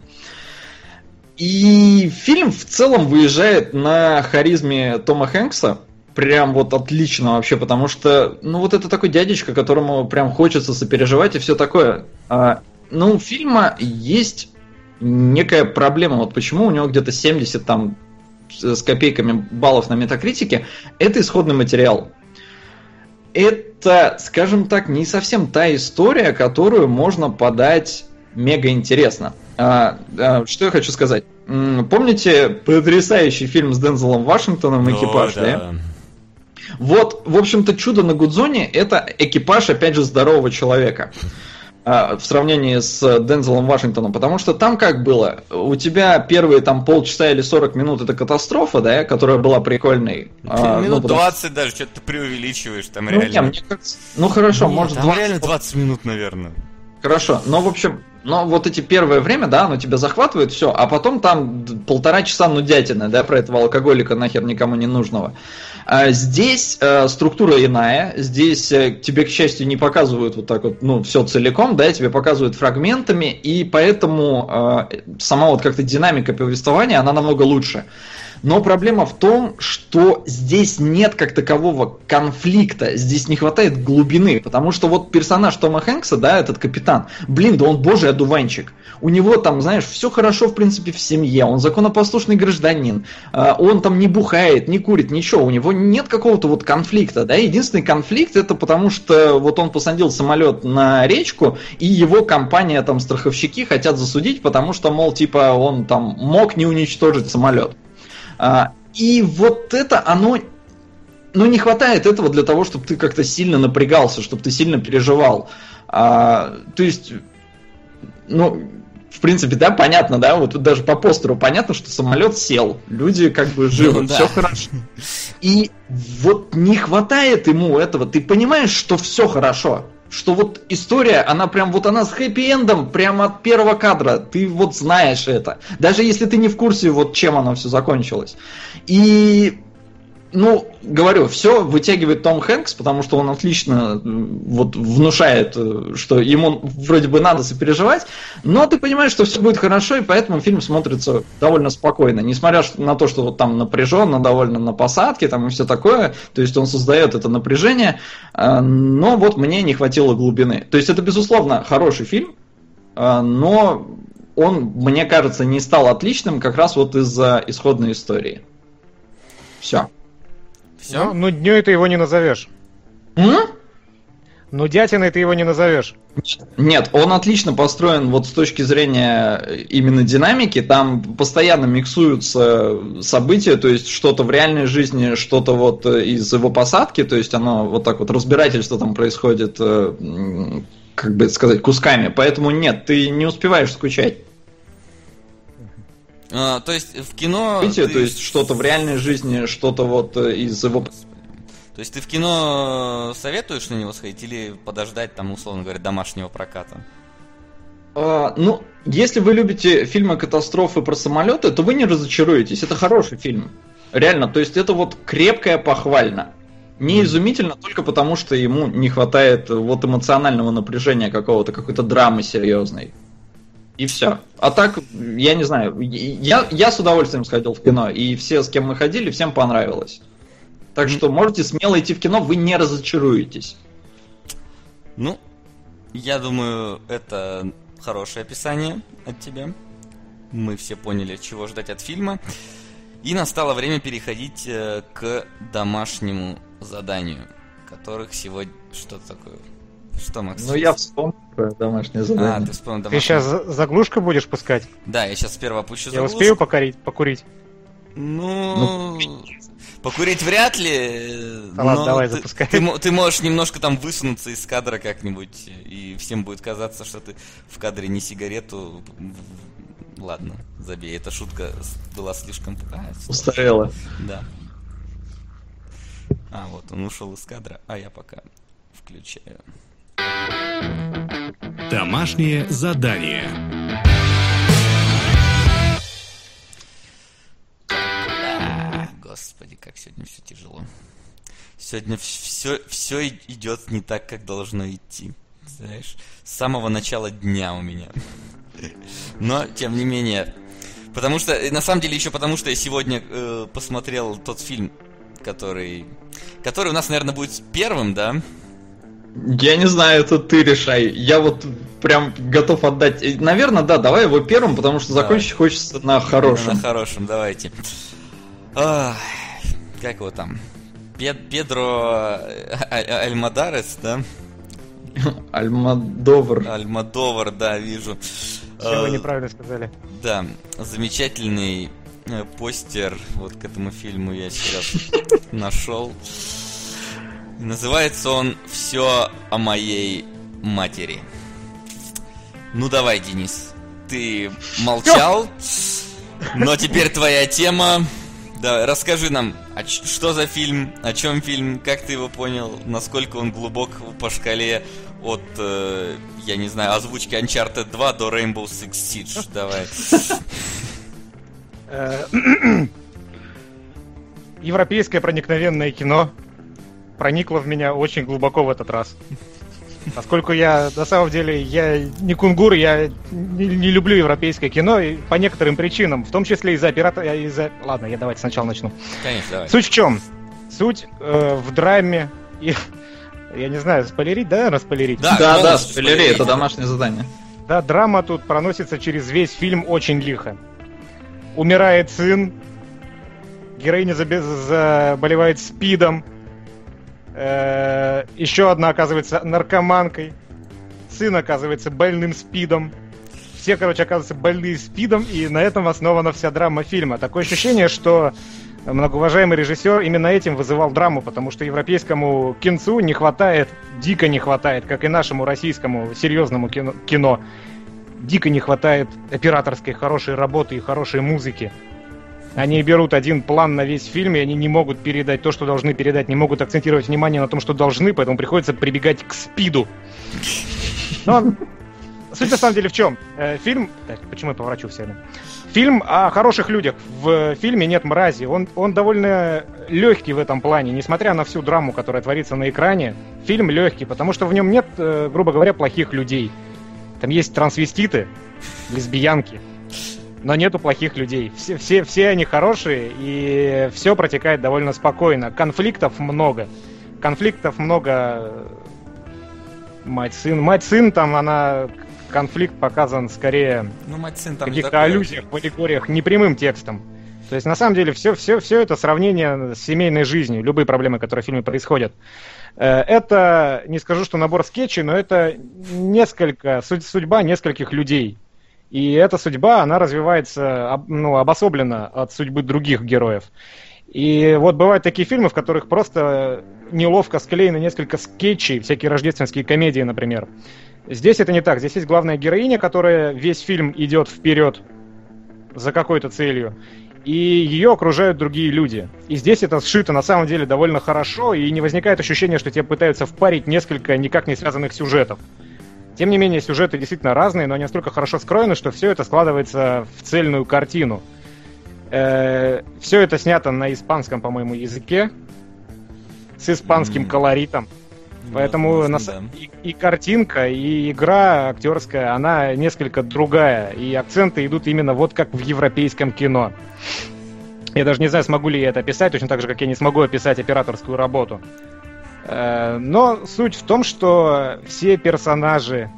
И фильм в целом выезжает на харизме Тома Хэнкса. Прям вот отлично вообще, потому что, ну, вот это такой дядечка, которому прям хочется сопереживать и все такое. Ну, у фильма есть некая проблема. Вот почему у него где-то семьдесят там с копейками баллов на Метакритике, это исходный материал. Это, скажем так, не совсем та история, которую можно подать мега интересно. А, а, что я хочу сказать? Помните потрясающий фильм с Дензелом Вашингтоном «Экипаж», О, да? да? Вот, в общем-то, чудо на Гудзоне — это экипаж, опять же, здорового человека. В сравнении с Дензелом Вашингтоном, потому что там как было, у тебя первые там полчаса или сорок минут это катастрофа, да, которая была прикольной. Минут ну, двадцать даже, что-то ты преувеличиваешь, там ну, реально. Не, мне кажется, ну хорошо, Нет, может там двадцать... реально двадцать минут, наверное. Хорошо, но в общем, но вот эти первое время, да, оно тебя захватывает, все, а потом там полтора часа нудятины, да, про этого алкоголика нахер никому не нужного. А здесь э, структура иная, здесь э, тебе, к счастью, не показывают вот так вот, ну, все целиком, да, тебе показывают фрагментами, и поэтому э, сама вот как-то динамика повествования, она намного лучше. Но проблема в том, что здесь нет как такового конфликта, здесь не хватает глубины, потому что вот персонаж Тома Хэнкса, да, этот капитан, блин, да он божий одуванчик. У него там, знаешь, все хорошо в принципе в семье, он законопослушный гражданин, он там не бухает, не курит, ничего, у него нет какого-то вот конфликта, да, единственный конфликт это потому, что вот он посадил самолет на речку, и его компания, там, страховщики хотят засудить, потому что, мол, типа, он там мог не уничтожить самолет. А, и вот это, оно, ну, не хватает этого для того, чтобы ты как-то сильно напрягался, чтобы ты сильно переживал. А, то есть, ну, в принципе, да, понятно, да, вот тут даже по постеру понятно, что самолет сел, люди как бы живы, ну, все да. хорошо. И вот не хватает ему этого, ты понимаешь, что все хорошо. Что вот история, она прям вот она с хэппи-эндом прямо от первого кадра, ты вот знаешь это. Даже если ты не в курсе, вот чем оно все закончилось. И, ну, говорю, все вытягивает Том Хэнкс, потому что он отлично вот внушает, что ему вроде бы надо сопереживать, но ты понимаешь, что все будет хорошо, и поэтому фильм смотрится довольно спокойно. Несмотря на то, что вот там напряженно довольно на посадке, там и все такое, то есть он создает это напряжение, но вот мне не хватило глубины. То есть это, безусловно, хороший фильм, но он, мне кажется, не стал отличным как раз вот из-за исходной истории. Все. Все? Ну, ну днёй ты его не назовешь. М? Ну, дятиной ты его не назовешь. Нет, он отлично построен вот с точки зрения именно динамики. Там постоянно миксуются события, то есть что-то в реальной жизни, что-то вот из его посадки, то есть оно вот так вот разбирательство там происходит, как бы сказать, кусками. Поэтому нет, ты не успеваешь скучать. А, то есть в кино... Видите, ты... то есть что-то в реальной жизни, что-то вот из его... То есть ты в кино советуешь на него сходить или подождать, там, условно говоря, домашнего проката? А, ну, если вы любите фильмы катастрофы про самолеты, то вы не разочаруетесь. Это хороший фильм. Реально, то есть это вот крепкое похвально. Не изумительно только потому, что ему не хватает вот эмоционального напряжения какого-то, какой-то драмы серьезной. И все. А так, я не знаю, я, я с удовольствием сходил в кино, и все, с кем мы ходили, всем понравилось. Так что можете смело идти в кино, вы не разочаруетесь. Ну, я думаю, это хорошее описание от тебя. Мы все поняли, чего ждать от фильма. И настало время переходить э, к домашнему заданию, которых сегодня... Что такое? Что, Макс? Ну, я вспомнил про домашнее задание. А, ты вспомнил Ты домашнее. сейчас заглушку будешь пускать? Да, я сейчас сперва пущу Я заглушку. успею покорить, покурить? Ну... Покурить вряд ли, Да ладно, но давай, ты, запускай. ты, мо- ты можешь немножко там высунуться из кадра как-нибудь, и всем будет казаться, что ты в кадре не сигарету. Ладно, забей, эта шутка была слишком... А, Устарела. да. А, вот он ушел из кадра, а я пока включаю. Домашнее задание. А, господи, как сегодня все тяжело. Сегодня все, все идет не так, как должно идти. Знаешь, с самого начала дня у меня. Но, тем не менее... Потому что, на самом деле, еще потому, что я сегодня э, посмотрел тот фильм, который... Который у нас, наверное, будет первым, да? Я не знаю, это ты решай. Я вот прям готов отдать. Наверное, да, давай его первым, потому что закончить Давай. хочется на хорошем. На хорошем, давайте. Ах, как его там? Пед- Педро Альмодарес, да? Альмодовар. Альмодовар, да, вижу. Все вы Э, неправильно сказали. Да, замечательный э, постер вот к этому фильму я сейчас нашел. Называется он «Все о моей матери». Ну давай, Денис, ты молчал, но теперь твоя тема. Да, расскажи нам, а ч- что за фильм, о чем фильм, как ты его понял, насколько он глубок по шкале от, э, я не знаю, озвучки Uncharted два до Rainbow Six Siege. Давай. Э, Европейское проникновенное кино проникло в меня очень глубоко в этот раз. Поскольку я, на самом деле, я не кунгур, я не, не люблю европейское кино и по некоторым причинам, в том числе из-за оператора, из-за... Ладно, я давайте сначала начну. Конечно, давай. Суть в чем? Суть э, в драме и... Я не знаю, спойлерить, да, распойлерить? Да, Да, да, полностью спойлери, спойлери. это домашнее задание. Да, драма тут проносится через весь фильм очень лихо. Умирает сын, героиня забе- заболевает СПИДом, э- еще одна оказывается наркоманкой, сын оказывается больным СПИДом. Все, короче, оказываются больные СПИДом, и на этом основана вся драма фильма. Такое ощущение, что многоуважаемый режиссер именно этим вызывал драму, потому что европейскому кинцу не хватает, дико не хватает, как и нашему российскому серьезному кино, кино дико не хватает операторской хорошей работы и хорошей музыки. Они берут один план на весь фильм, и они не могут передать то, что должны передать, не могут акцентировать внимание на том, что должны, поэтому приходится прибегать к спиду. Но суть на самом деле в чем? Э, фильм... Так, почему я поворачиваю все время? Фильм о хороших людях. В фильме нет мрази. Он, он довольно легкий в этом плане. Несмотря на всю драму, которая творится на экране, фильм легкий, потому что в нем нет, э, грубо говоря, плохих людей. Там есть трансвеститы, лесбиянки, но нету плохих людей. Все, все, все они хорошие, и все протекает довольно спокойно. Конфликтов много. Конфликтов много... Мать-сын. Мать-сын, там она... Конфликт показан скорее Ну, мать сын в там не каких-то такой. аллюзиях, в аллегориях, непрямым текстом. То есть, на самом деле, все, все, все это сравнение с семейной жизнью, любые проблемы, которые в фильме происходят. Э, Это, не скажу, что набор скетчей, но это несколько, суть- судьба нескольких людей. И эта судьба, она развивается, об- ну, обособлена от судьбы других героев. И вот бывают такие фильмы, в которых просто неловко склеены несколько скетчей, всякие рождественские комедии, например. Здесь это не так. Здесь есть главная героиня, которая весь фильм идет вперед за какой-то целью, и ее окружают другие люди. И здесь это сшито на самом деле довольно хорошо, и не возникает ощущения, что тебе пытаются впарить несколько никак не связанных сюжетов. Тем не менее, сюжеты действительно разные, но они настолько хорошо скроены, что все это складывается в цельную картину. Э-э- все это снято на испанском, по-моему, языке, с испанским mm. колоритом. Поэтому на... да. и, и картинка, и игра актерская, она несколько другая. И акценты идут именно вот как в европейском кино. Я даже не знаю, смогу ли я это описать, точно так же, как я не смогу описать операторскую работу. Но суть в том, что все персонажи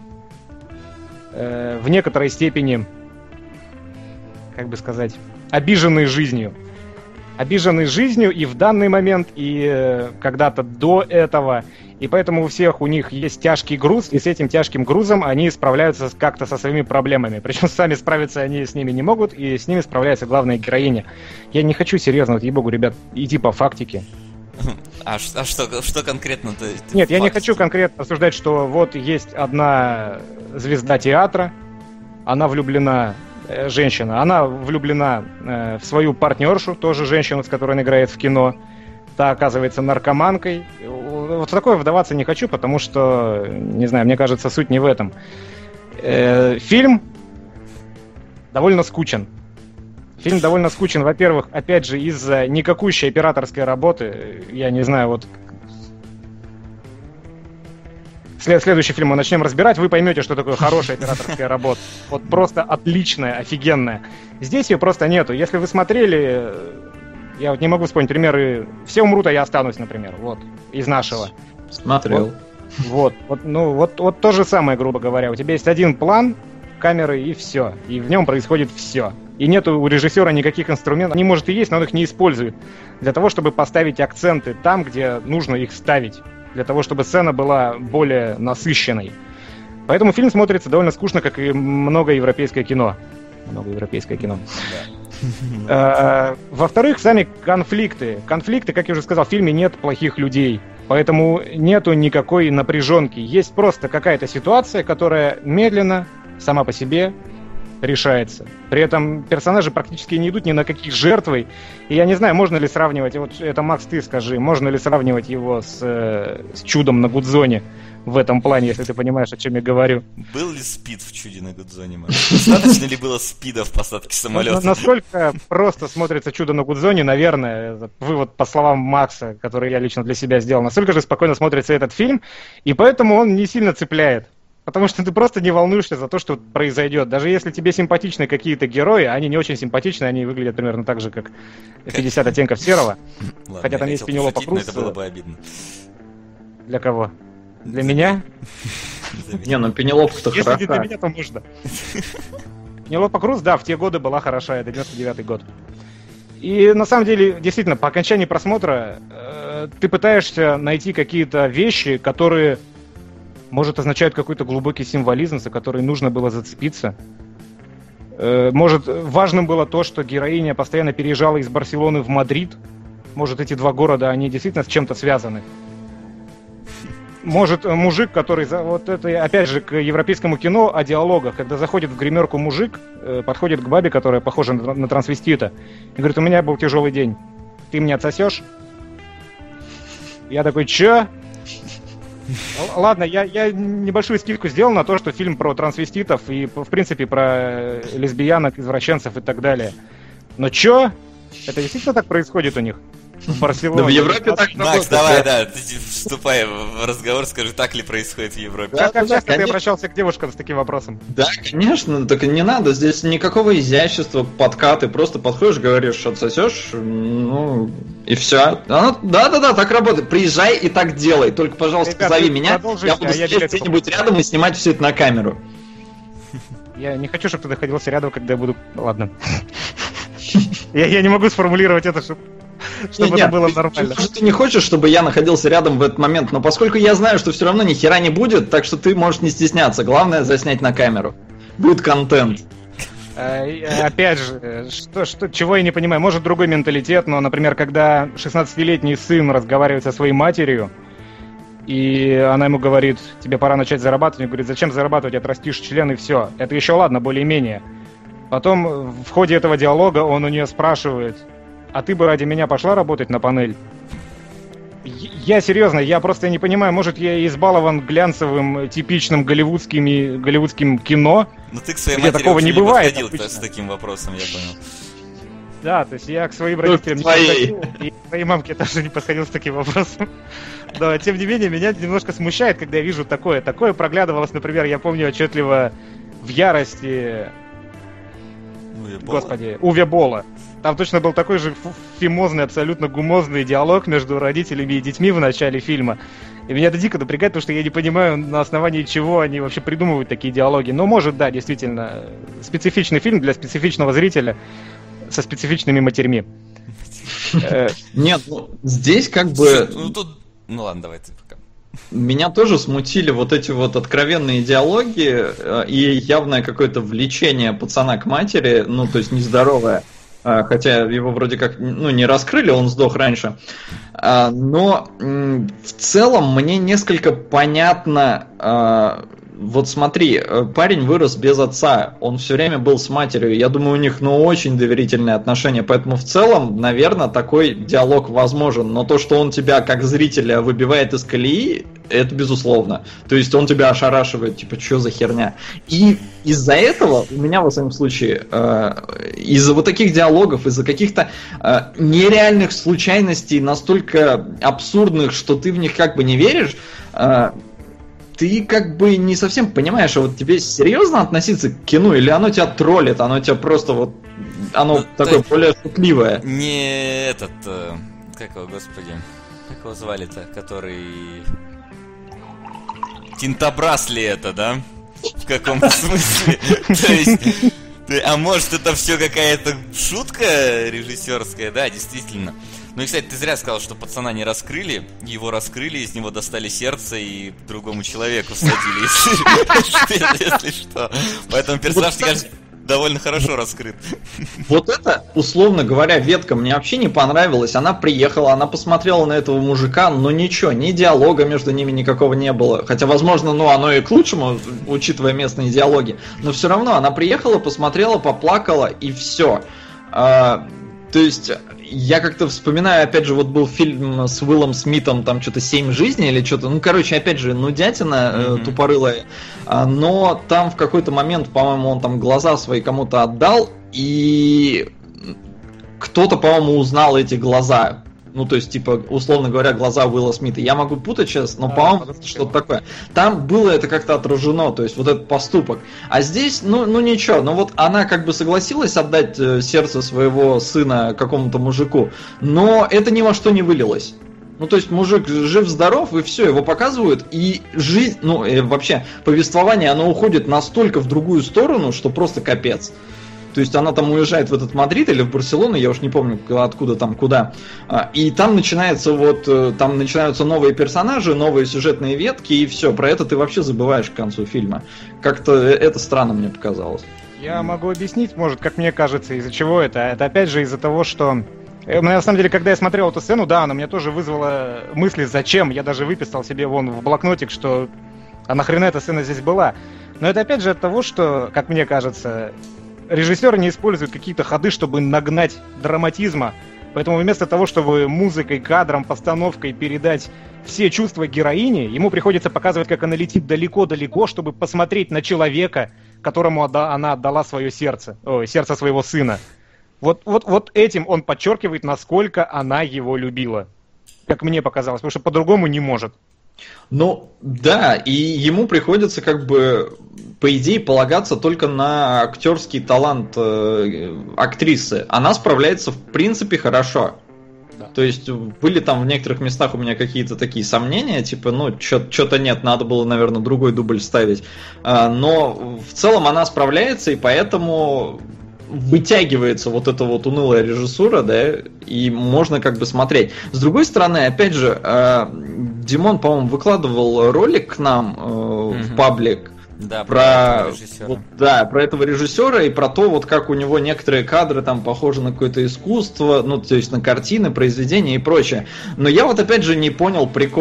в некоторой степени, как бы сказать, обижены жизнью. Обижены жизнью и в данный момент, и когда-то до этого. И поэтому у всех у них есть тяжкий груз, и с этим тяжким грузом они справляются как-то со своими проблемами. Причем сами справиться они с ними не могут, и с ними справляется главная героиня. Я не хочу серьезно, вот ей-богу, ребят, идти по фактике. А, а что, что конкретно-то? Нет, я не хочу конкретно обсуждать, что вот есть одна звезда театра, она влюблена, э, женщина, она влюблена э, в свою партнершу, тоже женщину, с которой она играет в кино. Та оказывается наркоманкой. Вот в такое вдаваться не хочу, потому что, не знаю, мне кажется, суть не в этом. Э, фильм довольно скучен. Фильм довольно скучен, во-первых, опять же, из-за никакущей операторской работы. Я не знаю, вот... След- следующий фильм мы начнем разбирать, вы поймете, что такое хорошая операторская работа. Вот просто отличная, офигенная. Здесь ее просто нету. Если вы смотрели... Я вот не могу вспомнить примеры. «Все умрут, а я останусь», например. Вот, из нашего. Смотрел. Вот, вот, вот, ну, вот, вот то же самое, грубо говоря. У тебя есть один план камеры и все. И в нем происходит все. И нету у режиссера никаких инструментов. Они, может, и есть, но он их не использует. Для того, чтобы поставить акценты там, где нужно их ставить. Для того, чтобы сцена была более насыщенной. Поэтому фильм смотрится довольно скучно, как и много европейское кино. Много европейское кино. Во-вторых, сами конфликты. Конфликты, как я уже сказал, в фильме нет плохих людей. Поэтому нету никакой напряженки. Есть просто какая-то ситуация, которая медленно, сама по себе решается. При этом персонажи практически не идут ни на какие жертвы. И я не знаю, можно ли сравнивать, вот это, Макс, ты скажи, можно ли сравнивать его с, с «Чудом на Гудзоне» в этом плане, если ты понимаешь, о чем я говорю. Был ли спид в «Чуде на Гудзоне»? Достаточно ли было спида в посадке самолета? Насколько просто смотрится «Чудо на Гудзоне», наверное, вывод по словам Макса, который я лично для себя сделал, настолько же спокойно смотрится этот фильм, и поэтому он не сильно цепляет. Потому что ты просто не волнуешься за то, что произойдет. Даже если тебе симпатичны какие-то герои, они не очень симпатичны, они выглядят примерно так же, как пятьдесят оттенков серого. Ладно, хотя там есть Пенелопа Круз. Это было бы обидно. Для кого? Для меня? Не, ну Пенелопка-то хороша. Если не для меня, то можно. Пенелопа Круз, да, в те годы была хороша, это девяносто девятый год. И на самом деле, действительно, по окончании просмотра э, ты пытаешься найти какие-то вещи, которые, может, означают какой-то глубокий символизм, за который нужно было зацепиться. Э, может, важным было то, что героиня постоянно переезжала из Барселоны в Мадрид. Может, эти два города, они действительно с чем-то связаны. Может, мужик, который... Вот это, опять же, к европейскому кино о диалогах. Когда заходит в гримерку мужик, э, подходит к бабе, которая похожа на, на трансвестита, и говорит: у меня был тяжелый день. Ты мне отсосешь? Я такой: чё? Ладно, я, я небольшую скидку сделал на то, что фильм про трансвеститов и, в принципе, про лесбиянок, извращенцев и так далее. Но чё? Это действительно так происходит у них? В Барселоне. Да в Европе так. Макс, давай, да, ты вступай в разговор, скажи, так ли происходит в Европе. Да, как часто ты обращался к девушкам с таким вопросом? Да, конечно, так и не надо. Здесь никакого изящества, подкаты. Просто подходишь, говоришь, отсосешь, ну, и все. Да-да-да, так работает. Приезжай и так делай. Только, пожалуйста, Ребята, позови меня, я буду а я сидеть где-нибудь рядом и снимать все это на камеру. Я не хочу, чтобы ты находился рядом, когда я буду... Ладно. Я, я не могу сформулировать это, чтобы, чтобы нет, это было ты, нормально. Ты, ты не хочешь, чтобы я находился рядом в этот момент, но поскольку я знаю, что все равно ни хера не будет, так что ты можешь не стесняться. Главное заснять на камеру. Будет контент. А, опять же, что, что, чего я не понимаю, может другой менталитет, но, например, когда шестнадцатилетний сын разговаривает со своей матерью, и она ему говорит: тебе пора начать зарабатывать, он говорит: зачем зарабатывать, отрастишь член и все. Это еще ладно, более-менее. Потом в ходе этого диалога он у нее спрашивает: а ты бы ради меня пошла работать на панель? Я серьезно, я просто не понимаю, может, я избалован глянцевым, типичным голливудским, голливудским кино, ну, ты к своей где такого не бывает. Не подходил с таким вопросом, я понял. Да, то есть я к своим родителям не подходил, и к своей мамке тоже не подходил с таким вопросом. Но, тем не менее, меня немножко смущает, когда я вижу такое. Такое проглядывалось, например, я помню отчетливо в «Ярости», господи, Уве Болла. Там точно был такой же фимозный, абсолютно гумозный диалог между родителями и детьми в начале фильма. И меня это дико напрягает, потому что я не понимаю, на основании чего они вообще придумывают такие диалоги. Но может, да, действительно, специфичный фильм для специфичного зрителя со специфичными матерьми. Нет, ну здесь как бы... Ну тут... Ну ладно, давай ты пока. Меня тоже смутили вот эти вот откровенные диалоги и явное какое-то влечение пацана к матери, ну то есть нездоровое. Хотя его вроде как ну, не раскрыли, он сдох раньше. Но в целом мне несколько понятно. Вот смотри, парень вырос без отца, он все время был с матерью. Я думаю, у них ну, очень доверительные отношения. Поэтому в целом, наверное, такой диалог возможен. Но то, что он тебя как зрителя выбивает из колеи, это безусловно. То есть он тебя ошарашивает, типа, что за херня. И из-за этого у меня, во всяком случае, э, из-за вот таких диалогов, из-за каких-то э, нереальных случайностей, настолько абсурдных, что ты в них как бы не веришь, э, ты как бы не совсем понимаешь, а вот тебе серьезно относиться к кино, или оно тебя троллит, оно тебя просто вот, оно ну, такое более шутливое. Не этот, э, как его, господи, как его звали-то, который... Тинтобрас ли это, да? В каком-то смысле? То есть, а может это все какая-то шутка режиссерская, да, действительно. Ну и, кстати, ты зря сказал, что пацана не раскрыли. Его раскрыли, из него достали сердце и другому человеку всадили, если что. Поэтому персонаж, мне кажется, довольно хорошо раскрыт. Вот это, условно говоря, ветка мне вообще не понравилась. Она приехала, она посмотрела на этого мужика, но ничего, ни диалога между ними никакого не было. Хотя, возможно, ну оно и к лучшему, учитывая местные диалоги. Но все равно она приехала, посмотрела, поплакала и все. А, то есть... Я как-то вспоминаю, опять же, вот был фильм с Уиллом Смитом, там что-то «Семь жизней» или что-то, ну, короче, опять же, нудятина mm-hmm. э, тупорылая, а, но там в какой-то момент, по-моему, он там глаза свои кому-то отдал, и кто-то, по-моему, узнал эти глаза. Ну, то есть, типа, условно говоря, глаза Уилла Смита. Я могу путать сейчас, но, а, по-моему, что-то такое. Там было это как-то отражено, то есть, вот этот поступок. А здесь, ну, ну ничего, ну вот она как бы согласилась отдать сердце своего сына какому-то мужику, но это ни во что не вылилось. Ну, то есть, мужик жив-здоров, и все, его показывают, и жизнь, ну, и вообще, повествование, оно уходит настолько в другую сторону, что просто капец. То есть она там уезжает в этот Мадрид или в Барселону, я уж не помню откуда там, куда. И там начинается вот, там начинаются новые персонажи, новые сюжетные ветки, и все, про это ты вообще забываешь к концу фильма. Как-то это странно мне показалось. Я могу объяснить, может, как мне кажется, из-за чего это. Это опять же из-за того, что... На самом деле, когда я смотрел эту сцену, да, она меня тоже вызвала мысли, зачем. Я даже выписал себе вон в блокнотик, что а нахрена эта сцена здесь была. Но это опять же от того, что, как мне кажется... Режиссеры не используют какие-то ходы, чтобы нагнать драматизма. Поэтому вместо того, чтобы музыкой, кадром, постановкой передать все чувства героини, ему приходится показывать, как она летит далеко-далеко, чтобы посмотреть на человека, которому она отдала свое сердце, ой, сердце своего сына. Вот, вот, вот этим он подчеркивает, насколько она его любила. Как мне показалось, потому что по-другому не может. Ну, да, и ему приходится как бы, по идее, полагаться только на актерский талант э, актрисы. Она справляется, в принципе, хорошо. Да. То есть, были там в некоторых местах у меня какие-то такие сомнения, типа, ну, что-то нет, надо было, наверное, другой дубль ставить. А, но в целом она справляется, и поэтому... вытягивается вот эта вот унылая режиссура, да, и можно как бы смотреть. С другой стороны, опять же, э, Димон, по-моему, выкладывал ролик к нам э, mm-hmm. в паблик, да, про, про, вот, да, про этого режиссера и про то, вот как у него некоторые кадры там похожи на какое-то искусство, ну, то есть на картины, произведения и прочее. Но я вот опять же не понял прикола.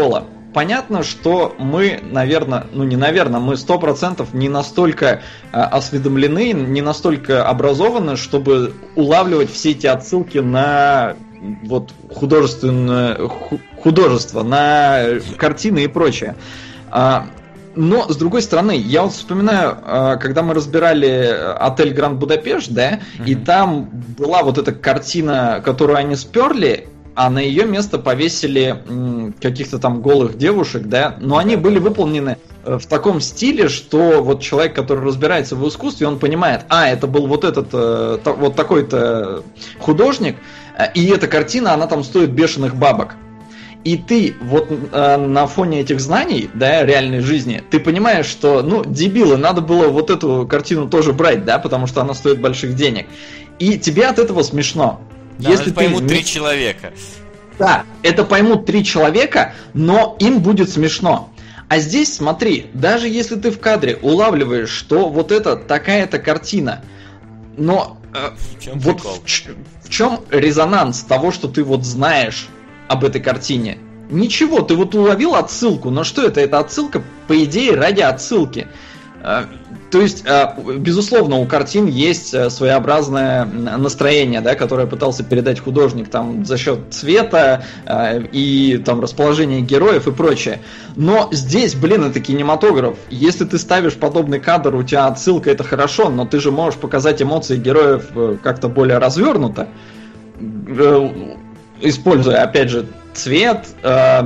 понятно, что мы, наверное, ну не наверное, мы сто процентов не настолько а, осведомлены, не настолько образованы, чтобы улавливать все эти отсылки на вот художественное ху, художество, на картины и прочее. А, но, с другой стороны, я вот вспоминаю, когда мы разбирали отель Гранд Будапешт, да, mm-hmm. и там была вот эта картина, которую они сперли, а на ее место повесили м, каких-то там голых девушек, да, но они были выполнены в таком стиле, что вот человек, который разбирается в искусстве, он понимает, а, это был вот этот, э, та, вот такой-то художник, и эта картина, она там стоит бешеных бабок. И ты вот э, на фоне этих знаний, да, реальной жизни, ты понимаешь, что, ну, дебилы, надо было вот эту картину тоже брать, да, потому что она стоит больших денег. И тебе от этого смешно. Да, Если это поймут ты... три человека. Да, это поймут три человека, но им будет смешно. А здесь, смотри, даже если ты в кадре улавливаешь, что вот это такая-то картина, но э, в чем вот прикол? в, в чем резонанс того, что ты вот знаешь об этой картине? Ничего, ты вот уловил отсылку, но что это? Это отсылка, по идее, ради отсылки. То есть, безусловно, у картин есть своеобразное настроение, да, которое пытался передать художник там, за счет цвета и там, расположения героев и прочее. Но здесь, блин, это кинематограф. Если ты ставишь подобный кадр, у тебя отсылка, это хорошо, но ты же можешь показать эмоции героев как-то более развернуто, используя, опять же, цвет, э,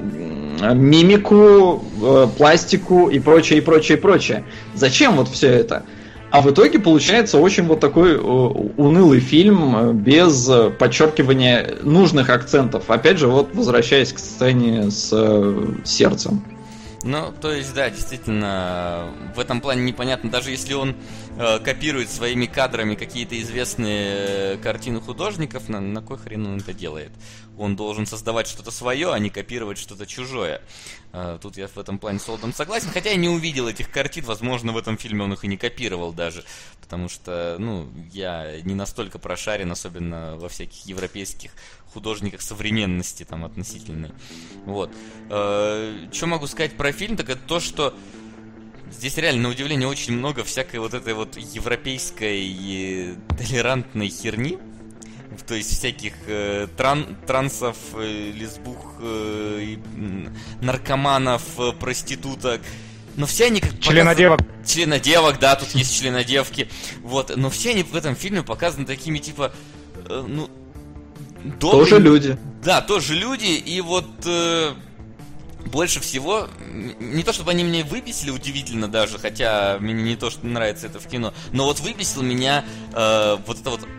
мимику, э, пластику и прочее, и прочее, и прочее. Зачем вот все это? А в итоге получается очень вот такой э, унылый фильм без подчеркивания нужных акцентов. Опять же, вот возвращаясь к сцене с э, сердцем. Ну, то есть, да, действительно, в этом плане непонятно, даже если он э, копирует своими кадрами какие-то известные картины художников, на, на кой хрен он это делает? Он должен создавать что-то свое, а не копировать что-то чужое. Э, тут я в этом плане с Олдом согласен, хотя я не увидел этих картин, возможно, в этом фильме он их и не копировал даже, потому что, ну, я не настолько прошарен, особенно во всяких европейских художниках современности там относительной. Вот. Э, что могу сказать про фильм, так это то, что здесь реально, на удивление, очень много всякой вот этой вот европейской толерантной херни. То есть всяких э, тран, трансов, э, лесбух, э, наркоманов, э, проституток. Но все они как членодевок. Показаны... Членодевок, да, тут есть членодевки. Вот. Но все они в этом фильме показаны такими типа, э, ну, добрые, тоже люди. Да, тоже люди, и вот э, больше всего, не то чтобы они меня выбесили, удивительно даже, хотя мне не то, что нравится это в кино, но вот выбесил меня э, вот это вот,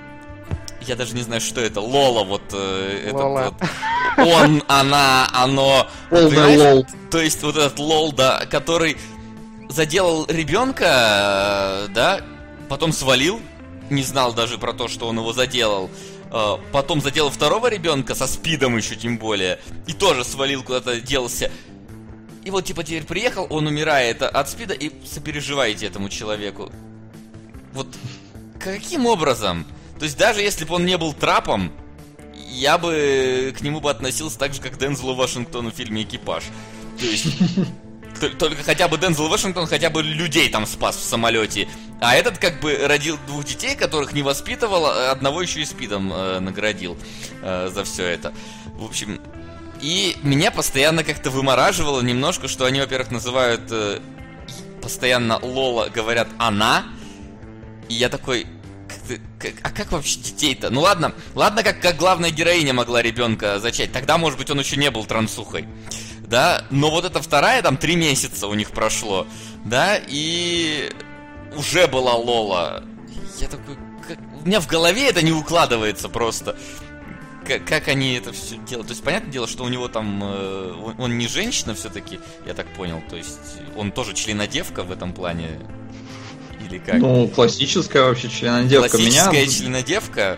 я даже не знаю, что это, Лола, вот э, Лола. этот вот, он, она, оно, лол. То есть вот этот лол, да, который заделал ребенка, да, потом свалил, не знал даже про то, что он его заделал. Потом заделал второго ребенка со спидом еще тем более. И тоже свалил куда-то, делся. И вот типа теперь приехал, он умирает от спида, и сопереживаете этому человеку. Вот каким образом? То есть даже если бы он не был трапом, я бы к нему бы относился так же, как Дензелу Вашингтону в фильме «Экипаж». То есть... Только хотя бы Дензел Вашингтон хотя бы людей там спас в самолете. А этот как бы родил двух детей, которых не воспитывал, а одного еще и спидом э, наградил э, за все это. В общем, и меня постоянно как-то вымораживало немножко, что они, во-первых, называют э, постоянно Лола, говорят «она». И я такой... Как, а как вообще детей-то? Ну ладно, ладно, как, как главная героиня могла ребенка зачать. Тогда, может быть, он еще не был трансухой. Да, но вот эта вторая, там, три месяца у них прошло, да, и уже была Лола. Я такой, как... у меня в голове это не укладывается просто. Как, как они это все делают? То есть, понятное дело, что у него там, э, он, он не женщина все-таки, я так понял, то есть, он тоже членодевка в этом плане, или как? Ну, классическая вообще членодевка. Классическая Меня... членодевка...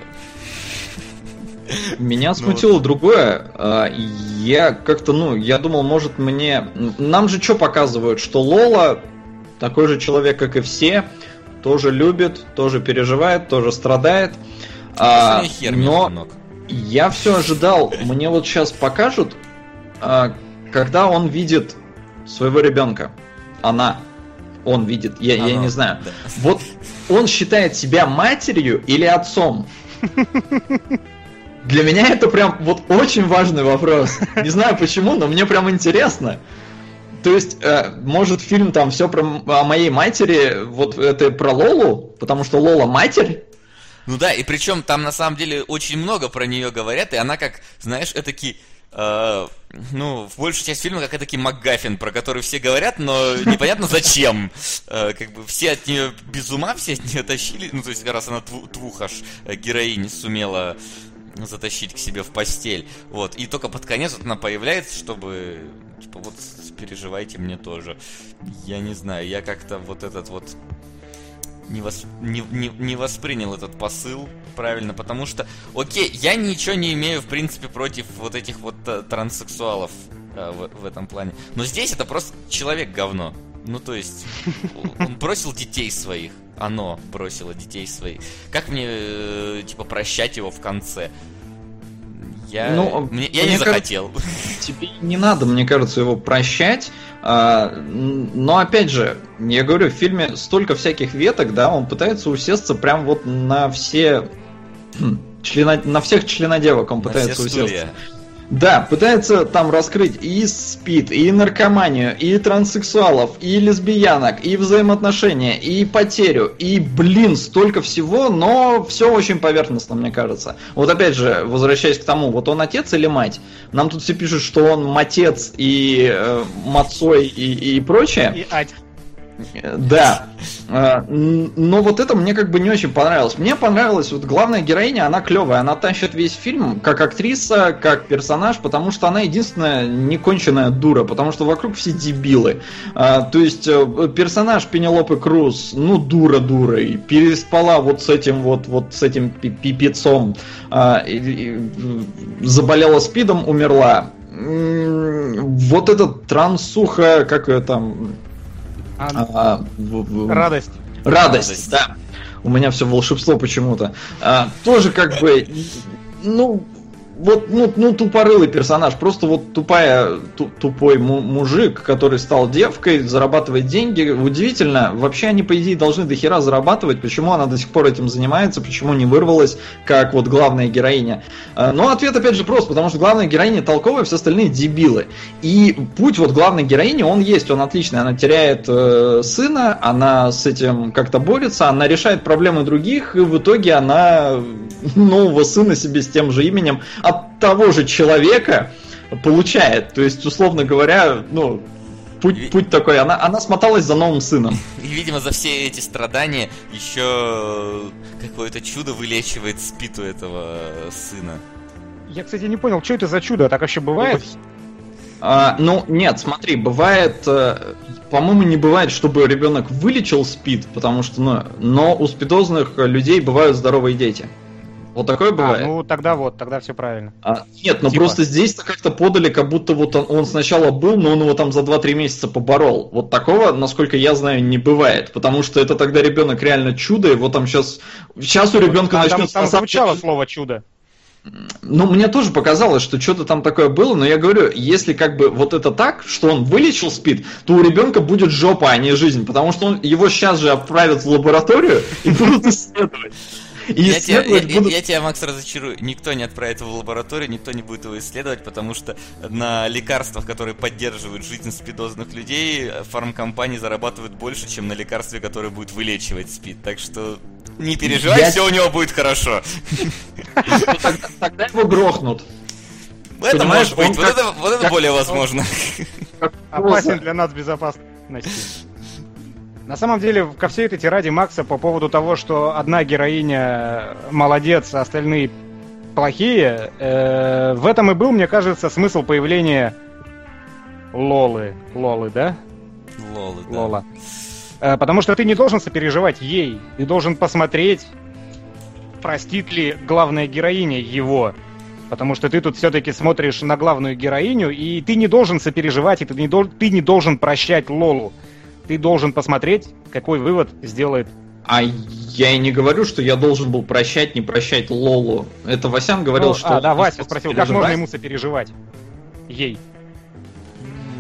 Меня смутило ну, другое. Я как-то, ну, я думал, может мне... Нам же что показывают? Что Лола такой же человек, как и все, тоже любит, тоже переживает, тоже страдает. А, но я все ожидал, мне вот сейчас покажут, а, когда он видит своего ребенка, она, он видит, я, я не знаю, да. Вот он считает себя матерью или отцом? Для меня это прям вот очень важный вопрос. Не знаю почему, но мне прям интересно. То есть, э, может, фильм там все про о моей матери, вот это про Лолу, потому что Лола матерь? Ну да, и причем там на самом деле очень много про нее говорят, и она как, знаешь, этакий, э, ну, в большую часть фильма как этакий МакГаффин, про который все говорят, но непонятно зачем. Э, как бы все от нее без ума, все от нее тащили, ну, то есть, раз она дву- двух аж героинь сумела затащить к себе в постель, вот, и только под конец вот она появляется, чтобы, типа, вот, переживайте мне тоже. Я не знаю, я как-то вот этот вот не, вос... не, не, не воспринял этот посыл правильно, потому что, окей, я ничего не имею, в принципе, против вот этих вот а, транссексуалов а, в, в этом плане, но здесь это просто человек-говно. Ну, то есть, он бросил детей своих, оно бросило детей своих. Как мне, э, типа, прощать его в конце? Я, ну, мне, я мне не захотел. Кажется, тебе не надо, мне кажется, его прощать. А, но опять же, я говорю, в фильме столько всяких веток, да, он пытается усесться прям вот на все члена, на всех членодевок он на пытается усесться. Да, пытается там раскрыть и СПИД, и наркоманию, и транссексуалов, и лесбиянок, и взаимоотношения, и потерю, и, блин, столько всего, но все очень поверхностно, мне кажется. Вот опять же, возвращаясь к тому, вот он отец или мать? Нам тут все пишут, что он матец и э, мацой и, и прочее. И ать. Да, но вот это мне как бы не очень понравилось. Мне понравилась вот главная героиня, она клевая, она тащит весь фильм как актриса, как персонаж, потому что она единственная неконченная дура, потому что вокруг все дебилы. То есть персонаж Пенелопы Круз, ну дура дурой, переспала вот с этим вот, вот с этим пипецом, заболела СПИДом, умерла. Вот этот трансуха, как ее там... А, в, в... Радость. Радость, Радость, да. У меня все волшебство почему-то. А, тоже как бы, ну, вот, ну, ну, тупорылый персонаж, просто вот тупая, ту, тупой му- мужик, который стал девкой, зарабатывает деньги. Удивительно, вообще они, по идее, должны до хера зарабатывать, почему она до сих пор этим занимается, почему не вырвалась, как вот главная героиня. Но ответ, опять же, прост, потому что главная героиня толковая, все остальные дебилы. И путь вот главной героини, он есть, он отличный. Она теряет э, сына, она с этим как-то борется, она решает проблемы других, и в итоге она нового сына себе с тем же именем от того же человека получает. То есть, условно говоря, ну, путь, путь такой. Она, она смоталась за новым сыном. И, видимо, за все эти страдания еще какое-то чудо вылечивает СПИД у этого сына. Я, кстати, не понял, что это за чудо? Так вообще бывает? А, ну, нет, смотри, бывает... По-моему, не бывает, чтобы ребенок вылечил СПИД, потому что, ну, но у спидозных людей бывают здоровые дети. Вот такое бывает. А, ну тогда вот, тогда все правильно. А, нет, ну типа. Просто здесь-то как-то подали, как будто вот он, он сначала был, но он его там за два-три месяца поборол. Вот такого, насколько я знаю, не бывает. Потому что это тогда ребенок реально чудо, его там сейчас... Сейчас у ребенка а, начнется... Там, там звучало слово чудо. Ну, мне тоже показалось, что что-то там такое было, но я говорю, если как бы вот это так, что он вылечил СПИД, то у ребенка будет жопа, а не жизнь, потому что он, его сейчас же отправят в лабораторию и будут исследовать. И я, тебя, я, будут... я, я тебя, Макс, разочарую. Никто не отправит его в лабораторию, никто не будет его исследовать, потому что на лекарствах, которые поддерживают жизнь спидозных людей, фармкомпании зарабатывают больше, чем на лекарстве, которое будет вылечивать СПИД. Так что не переживай, я... все у него будет хорошо. Тогда его грохнут. Это может быть, вот это более возможно. Опасен для нас безопасности. На самом деле, ко всей этой тираде Макса по поводу того, что одна героиня молодец, а остальные плохие, э, в этом и был, мне кажется, смысл появления Лолы. Лолы, да? Лолы, да. Лола. Э, потому что ты не должен сопереживать ей, ты должен посмотреть, простит ли главная героиня его. Потому что ты тут все-таки смотришь на главную героиню, и ты не должен сопереживать, и ты не, дол- ты не должен прощать Лолу. Ты должен посмотреть, какой вывод сделает. А я и не говорю, что я должен был прощать, не прощать Лолу. Это Васян говорил, ну, что... А, да, Вася спросил, как можно ему сопереживать? Ей.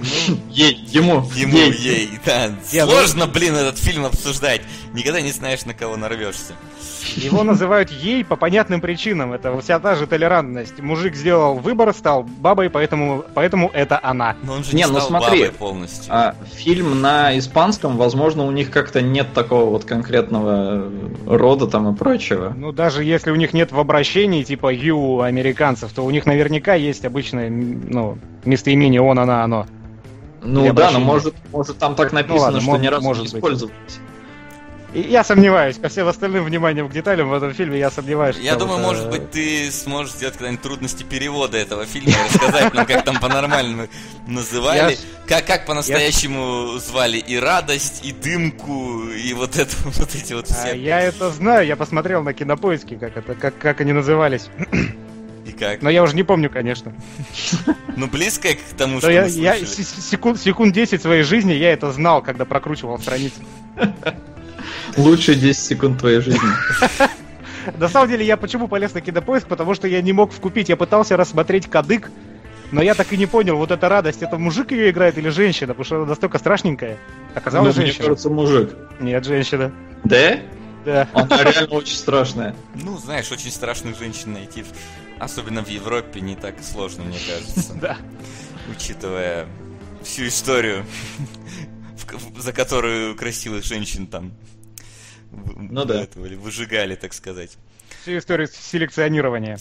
Ей, ему, Ему, ей. ей, да. Я Сложно, блин, этот фильм обсуждать. Никогда не знаешь, на кого нарвешься. Его называют ей по понятным причинам. Это вся та же толерантность. Мужик сделал выбор, стал бабой, поэтому, поэтому это она. Но он же Не, не ну стал смотри, бабой полностью. А, фильм на испанском, возможно, у них как-то нет такого вот конкретного рода там и прочего. Ну, даже если у них нет в обращении, типа «ю» у американцев, то у них наверняка есть обычное, ну, местоимение «он», «она», «оно». Ну Или да, но обращение. может, может там так написано, ладно, что мо- ни разу может не быть. использовалось. И я сомневаюсь, ко всем остальным вниманием к деталям в этом фильме я сомневаюсь. Я что думаю, вот, может э, быть, ты сможешь сделать когда-нибудь трудности перевода этого фильма и рассказать нам, как там по-нормальному называли, Я- как, как по-настоящему звали и радость, и дымку, и вот это, вот эти вот а, все. я это знаю, я посмотрел на Кинопоиске, как это, как, как они назывались. И как? Но я уже не помню, конечно. Ну, близко к тому, Но что я, мы я слышали. с- секунд, секунд десять своей жизни я это знал, когда прокручивал страницу. Лучшие десять секунд твоей жизни. На самом деле, я почему полез на Кинопоиск? Потому что я не мог вкупить. Я пытался рассмотреть кадык, но я так и не понял, вот эта радость, это мужик ее играет или женщина? Потому что она настолько страшненькая. Оказалось, Ну, мне женщина. кажется, мужик. Нет, женщина. Да? Да. Она реально очень страшная. Ну, знаешь, очень страшных женщин найти, особенно в Европе, не так сложно, мне кажется. Да. Учитывая всю историю, в- в- за которую красивых женщин там в- Ну да. этого, или выжигали, так сказать. Всю историю селекционирования.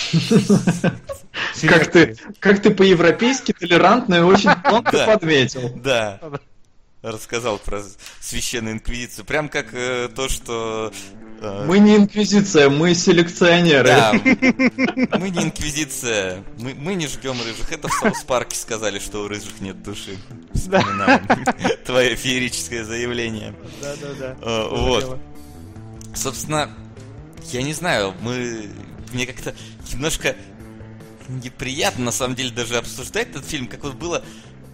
Как ты, как ты по-европейски толерантно и очень тонко Да. подметил. Да. Рассказал про священную инквизицию. Прям как э, то, что... э, Мы не инквизиция, мы селекционеры. Да, мы не инквизиция, мы, мы не жгем рыжих. Это в Саус Парке сказали, что у рыжих нет души. Вспоминаем твое феерическое заявление. Да, да, да. Э, Вот. Собственно, я не знаю, мы... Мне как-то немножко неприятно, на самом деле, даже обсуждать этот фильм, как вот было...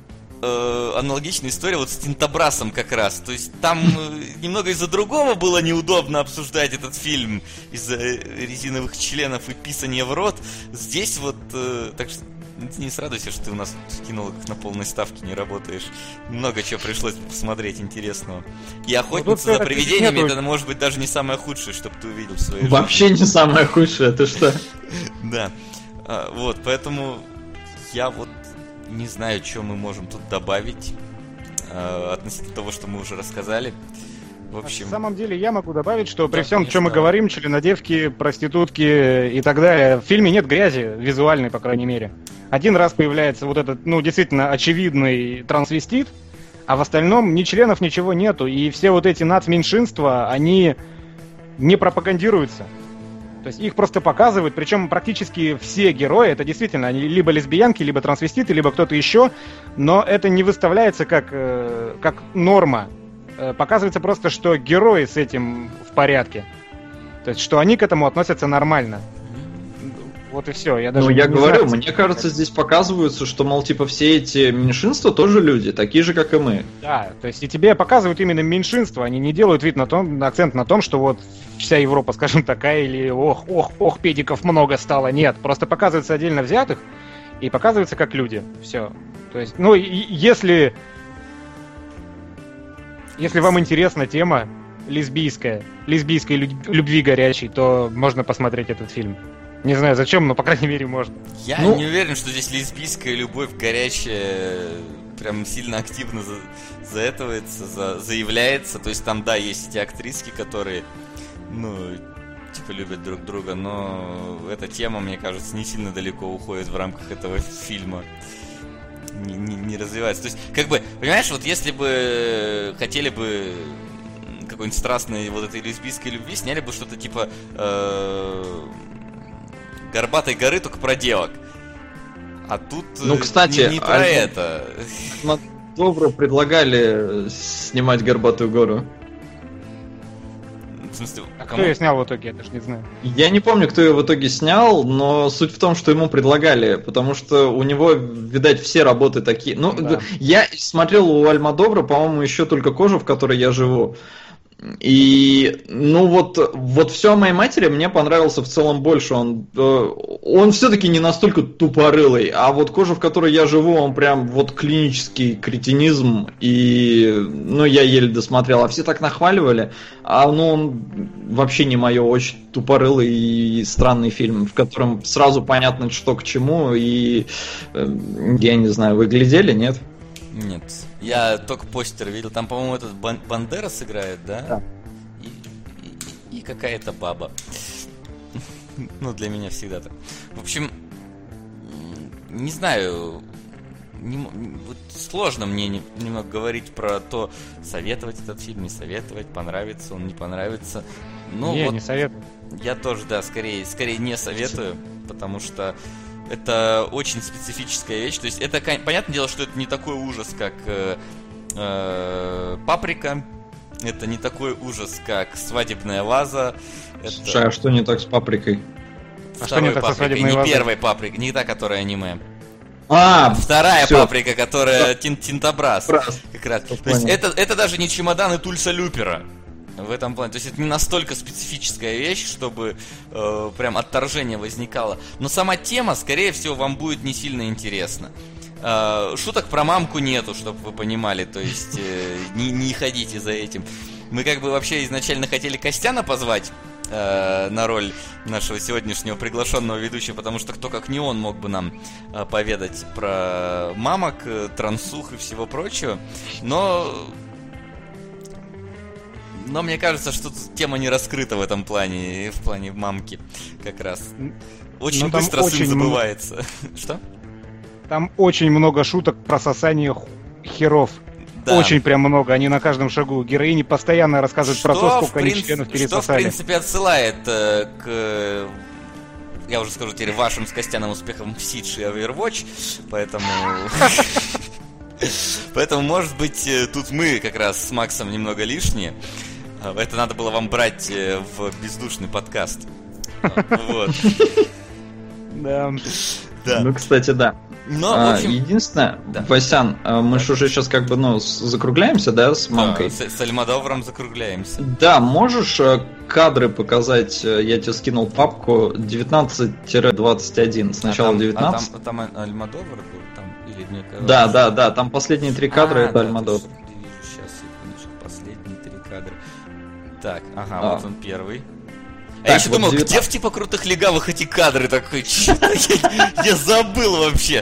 э, аналогичная история вот с Тинтобрасом как раз. То есть там э, немного из-за другого было неудобно обсуждать этот фильм, из-за э, резиновых членов и писания в рот. Здесь вот, э, так что ты не срадуйся, что ты у нас в кинологах на полной ставке не работаешь. Много чего пришлось посмотреть интересного. И «Охотница Ну, за тут привидениями» нету- это может быть даже не самое худшее, что ты увидел в своей жизни. Вообще не самое худшее, ты что? Да. А, вот, поэтому я вот не знаю, что мы можем тут добавить э, относительно того, что мы уже рассказали. В общем, На самом деле я могу добавить, что при Да, всем, конечно. чем мы говорим, членодевки, проститутки и так далее, в фильме нет грязи, визуальной, по крайней мере. Один раз появляется вот этот, ну, действительно очевидный трансвестит, а в остальном ни членов, ничего нету. И все вот эти нацменьшинства, они не пропагандируются. То есть их просто показывают, причем практически все герои, это действительно, они либо лесбиянки, либо трансвеститы, либо кто-то еще, но это не выставляется как, э, как норма. Э, показывается просто, что герои с этим в порядке. То есть, что они к этому относятся нормально. Вот и все. Я даже Ну, я не говорю, знаю, мне кажется, здесь показывается, что, мол, типа, все эти меньшинства тоже люди, такие же, как и мы. Да, то есть и тебе показывают именно меньшинство, они не делают вид на том, акцент на том, что вот вся Европа, скажем, такая, или ох, ох, ох, педиков много стало. Нет, просто показываются отдельно взятых и показываются как люди. Все. То есть, ну, и- и если... Если вам интересна тема лесбийская, лесбийской лю- любви горячей, то можно посмотреть этот фильм. Не знаю зачем, но, по крайней мере, можно. я Ну- не уверен, что здесь лесбийская любовь горячая прям сильно активно за- заэтывается, за- заявляется. То есть там, да, есть эти актриски, которые, ну, типа любят друг друга, но эта тема, мне кажется, не сильно далеко уходит в рамках этого фильма. Не, не- не развивается. То есть, как бы, понимаешь, вот если бы хотели бы какой-нибудь страстной вот этой лесбийской любви, сняли бы что-то типа э, «Горбатой горы», только про девок. А тут э, Ну, кстати, не, не про Альфа- это. Добро предлагали снимать «Горбатую гору». В смысле, А кому? кто ее снял в итоге, я даже не знаю. Я не помню, кто ее в итоге снял, но суть в том, что ему предлагали, потому что у него, видать, все работы такие. Ну, Да. я смотрел у Альмодовра, по-моему, еще только «Кожу, в которой я живу». И, ну вот, вот все о моей матери мне понравился в целом больше. Он, он все-таки не настолько тупорылый, а вот Кожа, в которой я живу, он прям вот клинический кретинизм. И, ну, я еле досмотрел, а все так нахваливали. А, ну, он вообще не мое, очень тупорылый и странный фильм, в котором сразу понятно, что к чему. И, я не знаю, вы глядели, нет? Нет. Я только постер видел. Там, по-моему, этот Бан- Бандерас играет, да? Да. И, и, и какая-то баба. Ну, для меня всегда так. В общем, не знаю. Не, вот сложно мне не, немного говорить про то, советовать этот фильм, не советовать, понравится он, не понравится. Ну, не, вот не советую. Я тоже, да, скорее, скорее не советую, потому что это очень специфическая вещь. То есть это, понятное дело, что это не такой ужас, как э, э, «Паприка». Это не такой ужас, как «Свадебная ваза». Это... Слушай, а что не так с «Паприкой»? А что не так со «Свадебной не вазой»? Первой «Паприка», не та, которая аниме. А, Вторая всё. «Паприка», которая тин- Тинтобраз. Брас. Как раз. Я То есть понял. это, это даже не чемоданы Тульса Люпера. В этом плане. То есть это не настолько специфическая вещь, чтобы э, прям отторжение возникало. Но сама тема, скорее всего, вам будет не сильно интересна. Э, шуток про мамку нету, чтобы вы понимали. То есть э, не, не ходите за этим. Мы как бы вообще изначально хотели Костяна позвать э, на роль нашего сегодняшнего приглашенного ведущего, потому что кто как не он мог бы нам э, поведать про мамок, э, трансух и всего прочего. Но... Но мне кажется, что тут тема не раскрыта в этом плане, в плане мамки, как раз. Очень Ну, там быстро очень сын много- забывается. Что? Там очень много шуток про сосание ху- херов. Да. Очень прям много, они на каждом шагу. Героини постоянно рассказывают про то, Что, сколько в они принципе- членов Что, в пересосали. принципе, отсылает э, к, э, я уже скажу теперь, вашим с Костяном успехам в Siege и Overwatch, поэтому... Поэтому, может быть, э, тут мы как раз с Максом немного лишние. А, Это надо было вам брать э, в бездушный подкаст. А, Вот. Да. Да. Ну, кстати, да. Но, А, в общем... единственное, Да. Васян, а мы же уже сейчас как бы, ну, с- закругляемся, да, с мамкой? Да, с, с Альмодоваром закругляемся. Да, можешь э, кадры показать? э, Я тебе скинул папку девятнадцать двадцать один. Сначала а там, девятнадцать. А там, а там Альмодовар был? Там, или мне казалось, Да, что- да, да, там последние три кадра, А, это да, Альмодовар. точно, вижу, сейчас, секундочку, последние три кадра. Так, ага, А. вот он первый. А Так, я еще вот думал, где девятнадцать. в типа крутых легавых эти кадры такой? Чё-то я, я забыл вообще.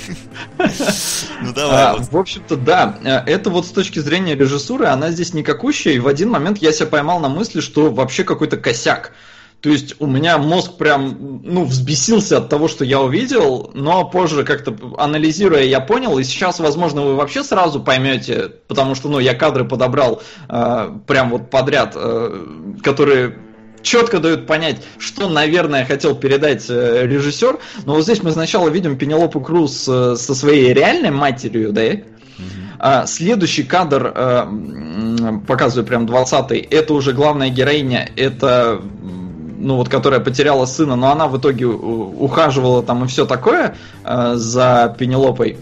Ну давай, А, вот. в общем-то, да, э, это вот с точки зрения режиссуры, она здесь никакущая, и в один момент я себя поймал на мысли, что вообще какой-то косяк. То есть у меня мозг прям, ну, взбесился от того, что я увидел, но позже как-то анализируя, я понял, и сейчас, возможно, вы вообще сразу поймете, потому что, ну, я кадры подобрал э, прям вот подряд, э, которые четко дают понять, что, наверное, хотел передать э, режиссер. Но вот здесь мы сначала видим Пенелопу Круз э, со своей реальной матерью, да? А следующий кадр, э, м, показываю прям двадцатый, это уже главная героиня, это, м, ну вот, которая потеряла сына, но она в итоге у- ухаживала там и все такое э, за Пенелопой.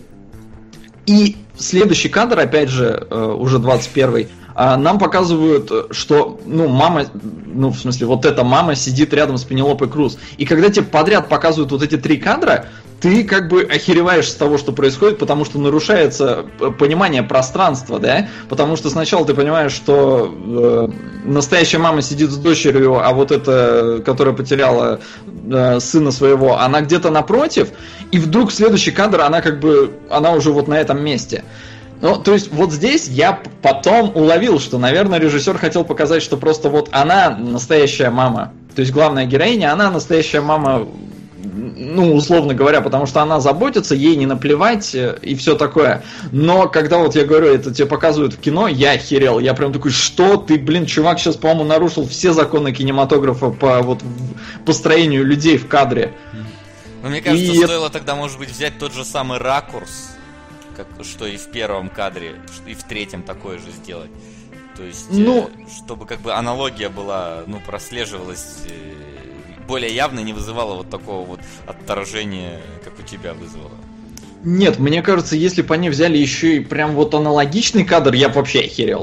И следующий кадр, опять же, э, уже двадцать первый, а, нам показывают, что, ну, мама, ну, в смысле, вот эта мама сидит рядом с Пенелопой Круз. И когда тебе подряд показывают вот эти три кадра, ты как бы охереваешь с того, что происходит, потому что нарушается п- понимание пространства, да? Потому что сначала ты понимаешь, что э, настоящая мама сидит с дочерью, а вот эта, которая потеряла э, сына своего, она где-то напротив, и вдруг следующий кадр, она как бы, она уже вот на этом месте. Ну, то есть вот здесь я потом уловил, что, наверное, режиссер хотел показать, что просто вот она настоящая мама. То есть главная героиня, она настоящая мама, ну, условно говоря, потому что она заботится, ей не наплевать и все такое. Но когда вот я говорю, это тебе показывают в кино, я охерел. Я прям такой, что ты, блин, чувак сейчас, по-моему, нарушил все законы кинематографа по вот построению людей в кадре. Но мне кажется, И- стоило тогда, может быть, взять тот же самый ракурс, как, что и в первом кадре, что и в третьем такое же сделать. То есть, Ну- э, чтобы как бы аналогия была, ну, прослеживалась э, более явно, не вызывала вот такого вот отторжения, как у тебя вызвало. Нет, мне кажется, если бы они взяли еще и прям вот аналогичный кадр, я бы вообще охерел.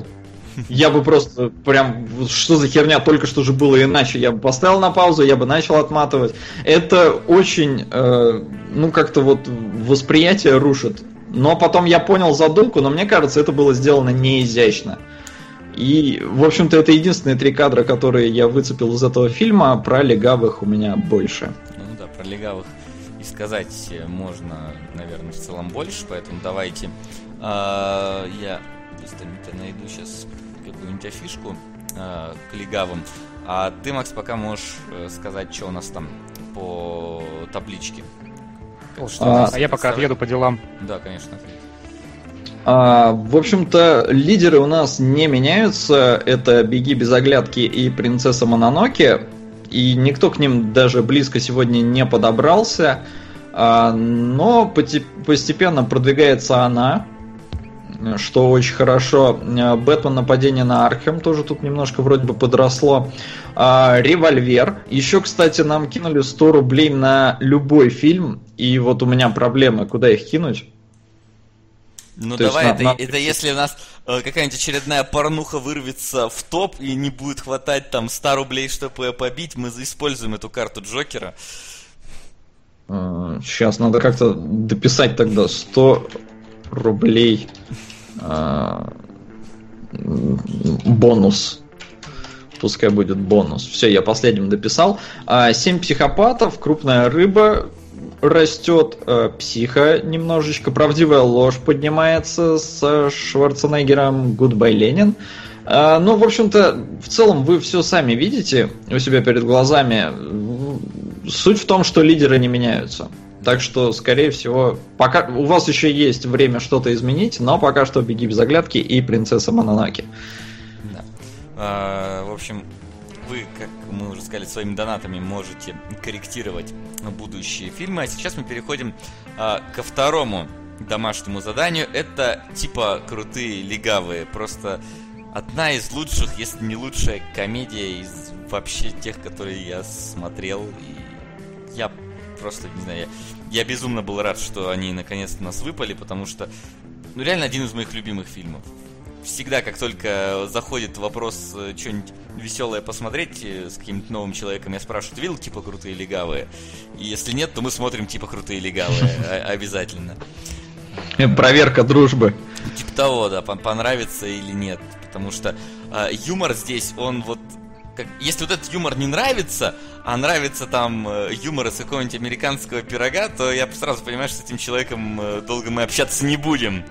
Я бы просто прям, что за херня, только что же было иначе. Я бы поставил на паузу, я бы начал отматывать. Это очень, э, ну как-то вот восприятие рушит. Но потом я понял задумку, но мне кажется, это было сделано не изящно. И, в общем-то, это единственные три кадра, которые я выцепил из этого фильма. Про легавых у меня больше. Ну да, про легавых и сказать можно, наверное, в целом больше, поэтому давайте э, я быстренько найду сейчас какую-нибудь афишку э, к легавым. А ты, Макс, пока можешь сказать, что у нас там по табличке. О, что а, а я пока отъеду по делам. Да, конечно. А, в общем-то, лидеры у нас не меняются. Это «Беги без оглядки» и «Принцесса Мононоке». И никто к ним даже близко сегодня не подобрался. А, но постепенно продвигается она, что очень хорошо. «Бэтмен. Нападение на Аркхэм» тоже тут немножко вроде бы подросло. А, «Револьвер». Еще, кстати, нам кинули сто рублей на любой фильм. И вот у меня проблемы, куда их кинуть? Ну То давай, это, на... это если у нас э, какая-нибудь очередная порнуха вырвется в топ и не будет хватать там ста рублей, чтобы ее побить, мы используем эту карту Джокера. Сейчас надо как-то дописать тогда сто рублей э, бонус. Пускай будет бонус. Все, я последним дописал. Семь психопатов, «Крупная рыба» растет, «Психо» немножечко, «Правдивая ложь» поднимается с Шварценеггером, «Гудбай, Ленин». Ну, в общем-то, в целом вы все сами видите у себя перед глазами. Суть в том, что лидеры не меняются. Так что, скорее всего, пока у вас еще есть время что-то изменить, но пока что «Беги без оглядки» и «Принцесса Мононоке». Да. А, в общем, вы, как мы уже сказали, своими донатами можете корректировать будущие фильмы. А сейчас мы переходим а, ко второму домашнему заданию. Это типа крутые легавые. Просто одна из лучших, если не лучшая комедия из вообще тех, которые я смотрел. И я просто, не знаю, я, я безумно был рад, что они наконец-то нас выпали, потому что, ну, реально один из моих любимых фильмов. Всегда, как только заходит вопрос что-нибудь веселое посмотреть с каким-нибудь новым человеком, я спрашиваю: ты видел типа крутые легавые? И если нет, то мы смотрим типа крутые легавые обязательно. Проверка дружбы. Типа того, да, понравится или нет. Потому что э, юмор здесь, он вот... Как, если вот этот юмор не нравится, а нравится там э, юмор из какого-нибудь американского пирога, то я сразу понимаю, что с этим человеком э, долго мы общаться не будем.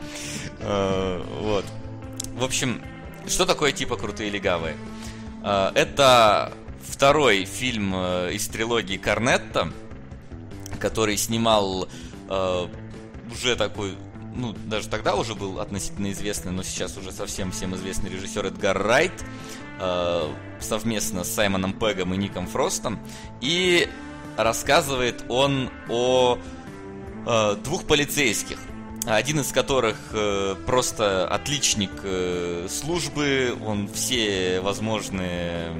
Э, вот. В общем, что такое типа крутые легавые? Э, это второй фильм э, из трилогии Корнетто, который снимал э, уже такой... Ну, даже тогда уже был относительно известный, но сейчас уже совсем всем известный режиссер Эдгар Райт, э, совместно с Саймоном Пеггом и Ником Фростом. И рассказывает он о э, двух полицейских, один из которых э, просто отличник э, службы, он все возможные,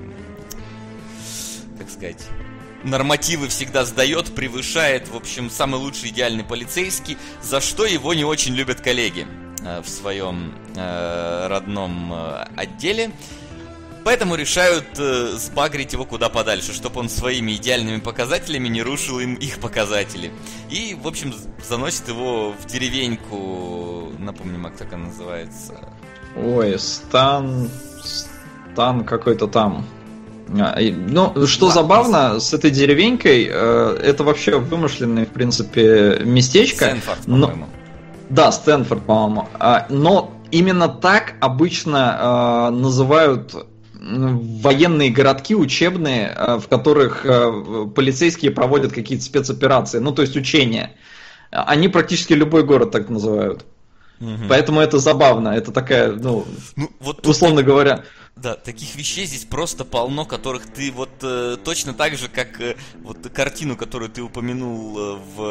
как сказать... нормативы всегда сдает, превышает, в общем, самый лучший идеальный полицейский, за что его не очень любят коллеги э, в своем э, родном э, отделе. Поэтому решают э, сбагрить его куда подальше, чтобы он своими идеальными показателями не рушил им их показатели. И, в общем, заносит его в деревеньку, напомним, как она называется. Ой, Стан... Стан какой-то там... Ну, что да, забавно с этой деревенькой, э, это вообще вымышленное, в принципе, местечко. Стэнфорд, по-моему. Но... Да, Стэнфорд, по-моему. А, но именно так обычно э, называют военные городки, учебные, э, в которых э, полицейские проводят какие-то спецоперации, ну, то есть учения. Они практически любой город так называют. Угу. Поэтому это забавно. Это такая, ну, ну вот условно тут... говоря... Да, таких вещей здесь просто полно, которых ты вот э, точно так же, как э, вот картину, которую ты упомянул э, в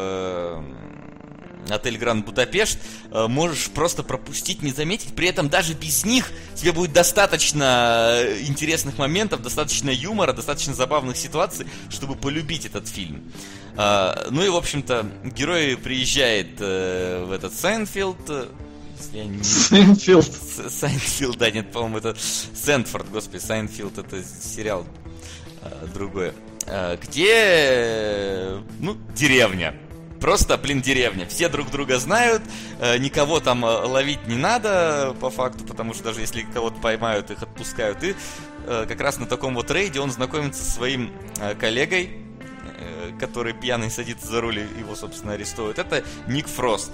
э, отель Гранд Будапешт, э, можешь просто пропустить, не заметить. При этом даже без них тебе будет достаточно интересных моментов, достаточно юмора, достаточно забавных ситуаций, чтобы полюбить этот фильм. Э, ну и, в общем-то, герой приезжает э, в этот Сейнфилд, Я не... Сайнфилд. Сайнфилд, да, нет, по-моему, это Сэндфорд, господи, Сайнфилд, это сериал а, другой. А, где, ну, деревня. Просто, блин, деревня. Все друг друга знают, а, никого там ловить не надо, по факту, потому что даже если кого-то поймают, их отпускают. И а, как раз на таком вот рейде он знакомится со своим а, коллегой, а, который пьяный садится за руль, и его, собственно, арестуют. Это Ник Фрост.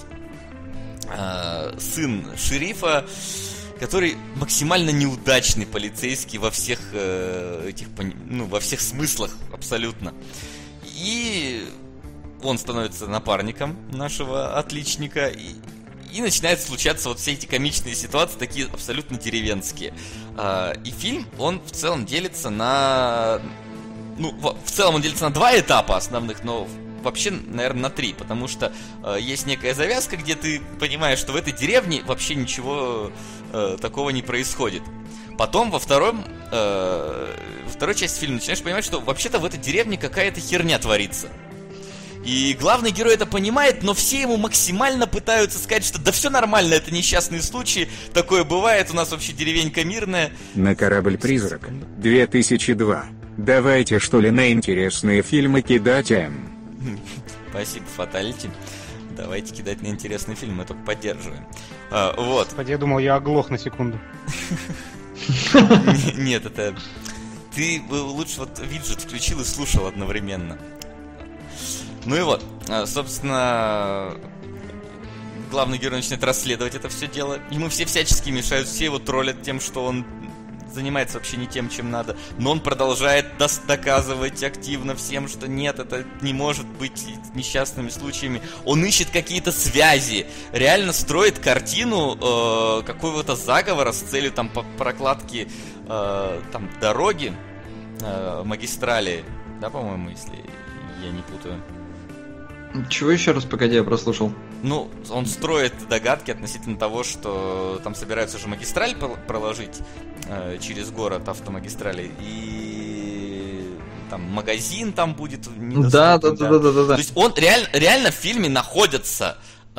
Сын шерифа, который максимально неудачный полицейский во всех э, этих, ну, во всех смыслах абсолютно. И он становится напарником нашего отличника, и, и начинают случаться вот все эти комичные ситуации, такие абсолютно деревенские. Э, и фильм, он в целом делится на... Ну, в, в целом он делится на два этапа основных, но... Вообще, наверное, на три, потому что э, есть некая завязка, где ты понимаешь, что в этой деревне вообще ничего э, такого не происходит. Потом во втором, э, во второй части фильма начинаешь понимать, что вообще-то в этой деревне какая-то херня творится. И главный герой это понимает, но все ему максимально пытаются сказать, что да все нормально, это несчастный случай, такое бывает, у нас вообще деревенька мирная. На корабль-призрак, две тысячи два. Давайте, что ли, на интересные фильмы кидать, М. Спасибо, Фаталити. Давайте кидать на интересный фильм, мы только поддерживаем. А, вот. Господи, я думал, я оглох на секунду. Нет, это... Ты лучше вот виджет включил и слушал одновременно. Ну и вот, собственно... Главный герой начинает расследовать это все дело. Ему все всячески мешают, все его троллят тем, что он... занимается вообще не тем, чем надо. Но он продолжает доказывать активно всем, что нет, это не может быть несчастными случаями. Он ищет какие-то связи. Реально строит картину э, какого-то заговора с целью там прокладки э, там, дороги, э, магистрали. Да, по-моему, если я не путаю. Чего еще раз, погоди, я прослушал? Ну, он строит догадки относительно того, что там собираются же магистраль проложить э, через город, автомагистрали, и там магазин там будет недоступен. Да, да, да, да, да, да. То есть он реально, реально в фильме находятся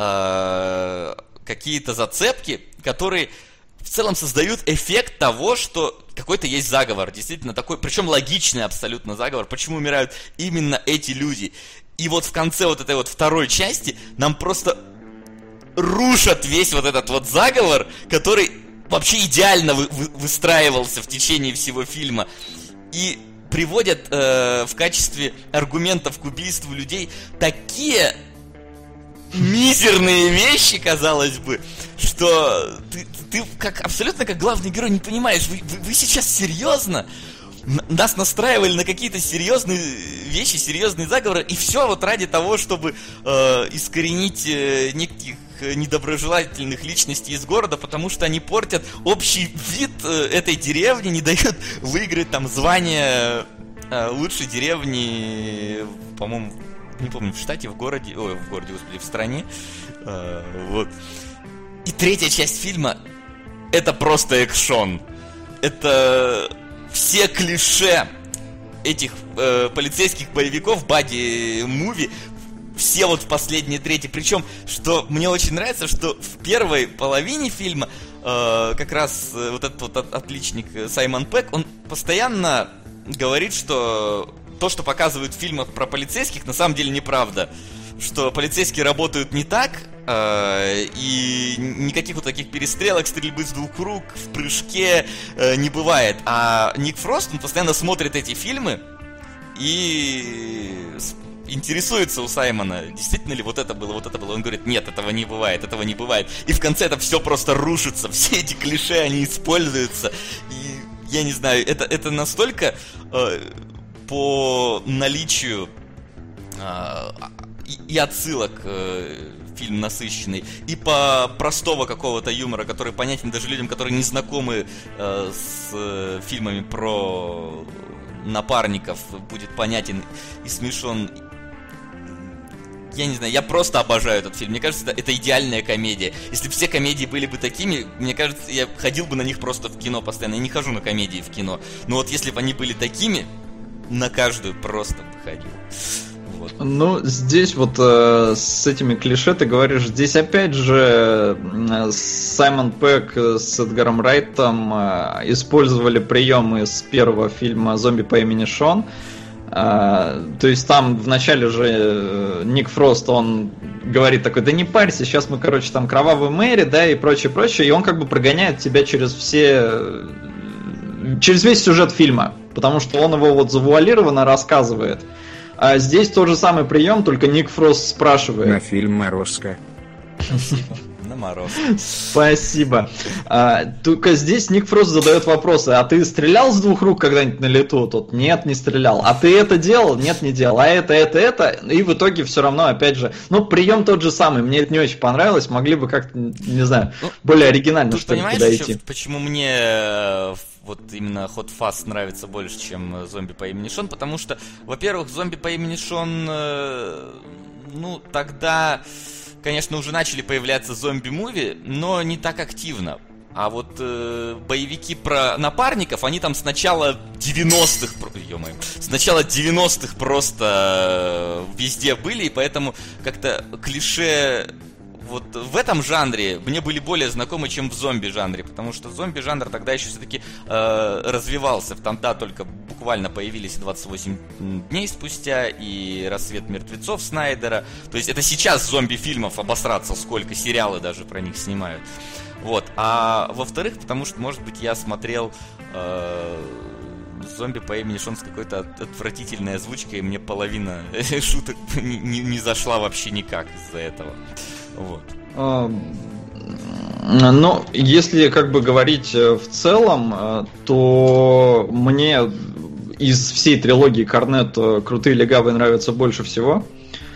э, какие-то зацепки, которые в целом создают эффект того, что какой-то есть заговор, действительно такой, причем логичный абсолютно заговор, почему умирают именно эти люди. И вот в конце вот этой вот второй части нам просто рушат весь вот этот вот заговор, который вообще идеально вы, вы, выстраивался в течение всего фильма. И приводят э, в качестве аргументов к убийству людей такие мизерные вещи, казалось бы, что ты, ты как, абсолютно как главный герой не понимаешь, вы, вы, вы сейчас серьезно? Нас настраивали на какие-то серьезные вещи, серьезные заговоры, и все вот ради того, чтобы э, искоренить э, неких недоброжелательных личностей из города, потому что они портят общий вид э, этой деревни, не дают выиграть там звание э, лучшей деревни, по-моему, не помню, в штате, в городе, ой, в городе, господи, в стране. Э, вот. И третья часть фильма — это просто экшон. Это... Все клише этих э, полицейских боевиков, бади-муви, все вот в последней трети. Причем, что мне очень нравится, что в первой половине фильма э, как раз э, вот этот вот от, отличник Саймон Пегг, он постоянно говорит, что то, что показывают в фильмах про полицейских, на самом деле неправда. Что полицейские работают не так, э, и никаких вот таких перестрелок, стрельбы с двух рук, в прыжке э, не бывает. А Ник Фрост, он постоянно смотрит эти фильмы и интересуется у Саймона, действительно ли вот это было, вот это было. Он говорит, нет, этого не бывает, этого не бывает. И в конце это все просто рушится, все эти клише, они используются. И я не знаю, это, это настолько э, по наличию... Э, и отсылок э, фильм насыщенный, и по простого какого-то юмора, который понятен даже людям, которые не знакомы э, с э, фильмами про напарников, будет понятен и смешон. Я не знаю, я просто обожаю этот фильм. Мне кажется, это, это идеальная комедия. Если бы все комедии были бы такими, мне кажется, я ходил бы на них просто в кино постоянно. Я не хожу на комедии в кино. Но вот если бы они были такими, на каждую просто бы ходил. Вот. Ну, здесь вот э, с этими клише ты говоришь, здесь опять же э, Саймон Пегг с Эдгаром Райтом э, использовали приемы с первого фильма «Зомби по имени Шон». Э, то есть там вначале же э, Ник Фрост, он говорит такой: да не парься, сейчас мы, короче, там кровавую Мэри, да, и прочее, прочее, и он как бы прогоняет тебя через все... через весь сюжет фильма, потому что он его вот завуалированно рассказывает. А здесь тот же самый прием, только Ник Фрост спрашивает. На фильм «Морозко». Спасибо. На мороз. Спасибо. А, только здесь Ник Фрост задает вопросы. А ты стрелял с двух рук когда-нибудь на лету? Тот: нет, не стрелял. А ты это делал? Нет, не делал. А это, это, это. И в итоге все равно, опять же, ну, прием тот же самый. Мне это не очень понравилось. Могли бы как-то, не знаю, ну, более оригинально, тут, что ли, понимаешь, подойти. еще, почему мне вот именно Hot Fuzz нравится больше, чем «Зомби по имени Шон», потому что, во-первых, «Зомби по имени Шон», э, ну, тогда, конечно, уже начали появляться зомби-муви, но не так активно. А вот э, боевики про напарников, они там с начала девяностых, ё-моё, с начала девяностых просто э, везде были, и поэтому как-то клише... Вот в этом жанре мне были более знакомы, чем в зомби-жанре, потому что зомби-жанр тогда еще все-таки э, развивался. Там, да, только буквально появились двадцать восемь дней спустя и «Рассвет мертвецов» Снайдера. То есть это сейчас зомби-фильмов обосраться, сколько сериалы даже про них снимают. Вот. А во-вторых, потому что, может быть, я смотрел... Э, «Зомби по имени Шон» с какой-то отвратительной озвучкой, и мне половина шуток не, не, не зашла вообще никак из-за этого. Вот. Но если как бы говорить в целом, то мне из всей трилогии Корнетто «Крутые легавые» нравятся больше всего.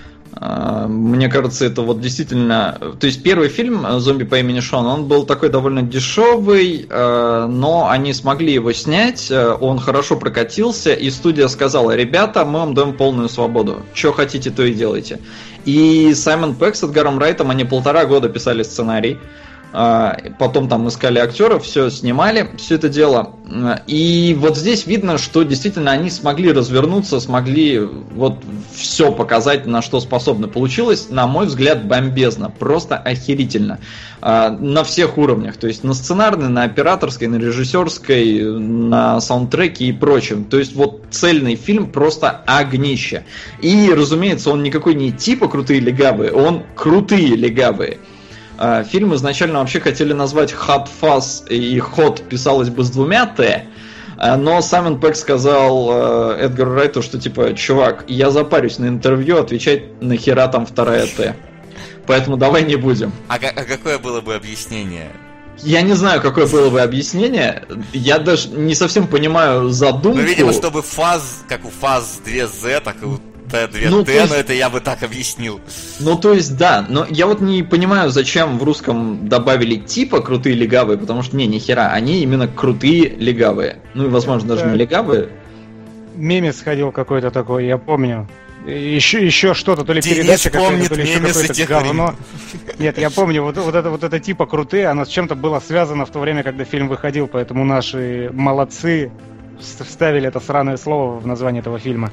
Мне кажется, это вот действительно... То есть первый фильм «Зомби по имени Шон», он был такой довольно дешевый, но они смогли его снять, он хорошо прокатился, и студия сказала: ребята, мы вам даем полную свободу, что хотите, то и делайте. И Саймон Пегг с Эдгаром Райтом, они полтора года писали сценарий, потом там искали актеров, все снимали, все это дело. И вот здесь видно, что действительно они смогли развернуться, смогли вот все показать, на что способны. Получилось, на мой взгляд, бомбезно, просто охерительно. На всех уровнях, то есть на сценарной, на операторской, на режиссерской, на саундтреке и прочем. То есть вот цельный фильм просто огнище. И, разумеется, он никакой не типа «Крутые легавые», он «Крутые легавые». Фильм изначально вообще хотели назвать Hot Fuzz, и Hot писалось бы с двумя Т, но Саймон Пегг сказал Эдгару Райту, что типа: чувак, я запарюсь на интервью отвечать, нахера там вторая Т. Поэтому давай не будем. А, а какое было бы объяснение? Я не знаю, какое было бы объяснение. Я даже не совсем понимаю задумку. Ну, видимо, чтобы фаз, как у фаз два зет, так и у Т два Т, ну, но есть... это я бы так объяснил. Ну, то есть, да, но я вот не понимаю, зачем в русском добавили типа «Крутые легавые», потому что, не, нихера, они именно крутые легавые. Ну, и, возможно, даже да. не легавые. Мемес ходил какой-то такой, я помню. Еще, еще что-то, то ли Денис передача какая-то, то ли еще какое-то говно. Нет, я помню, вот, вот, это, вот это типа «Крутые», оно с чем-то было связано в то время, когда фильм выходил, поэтому наши молодцы вставили это сраное слово в название этого фильма.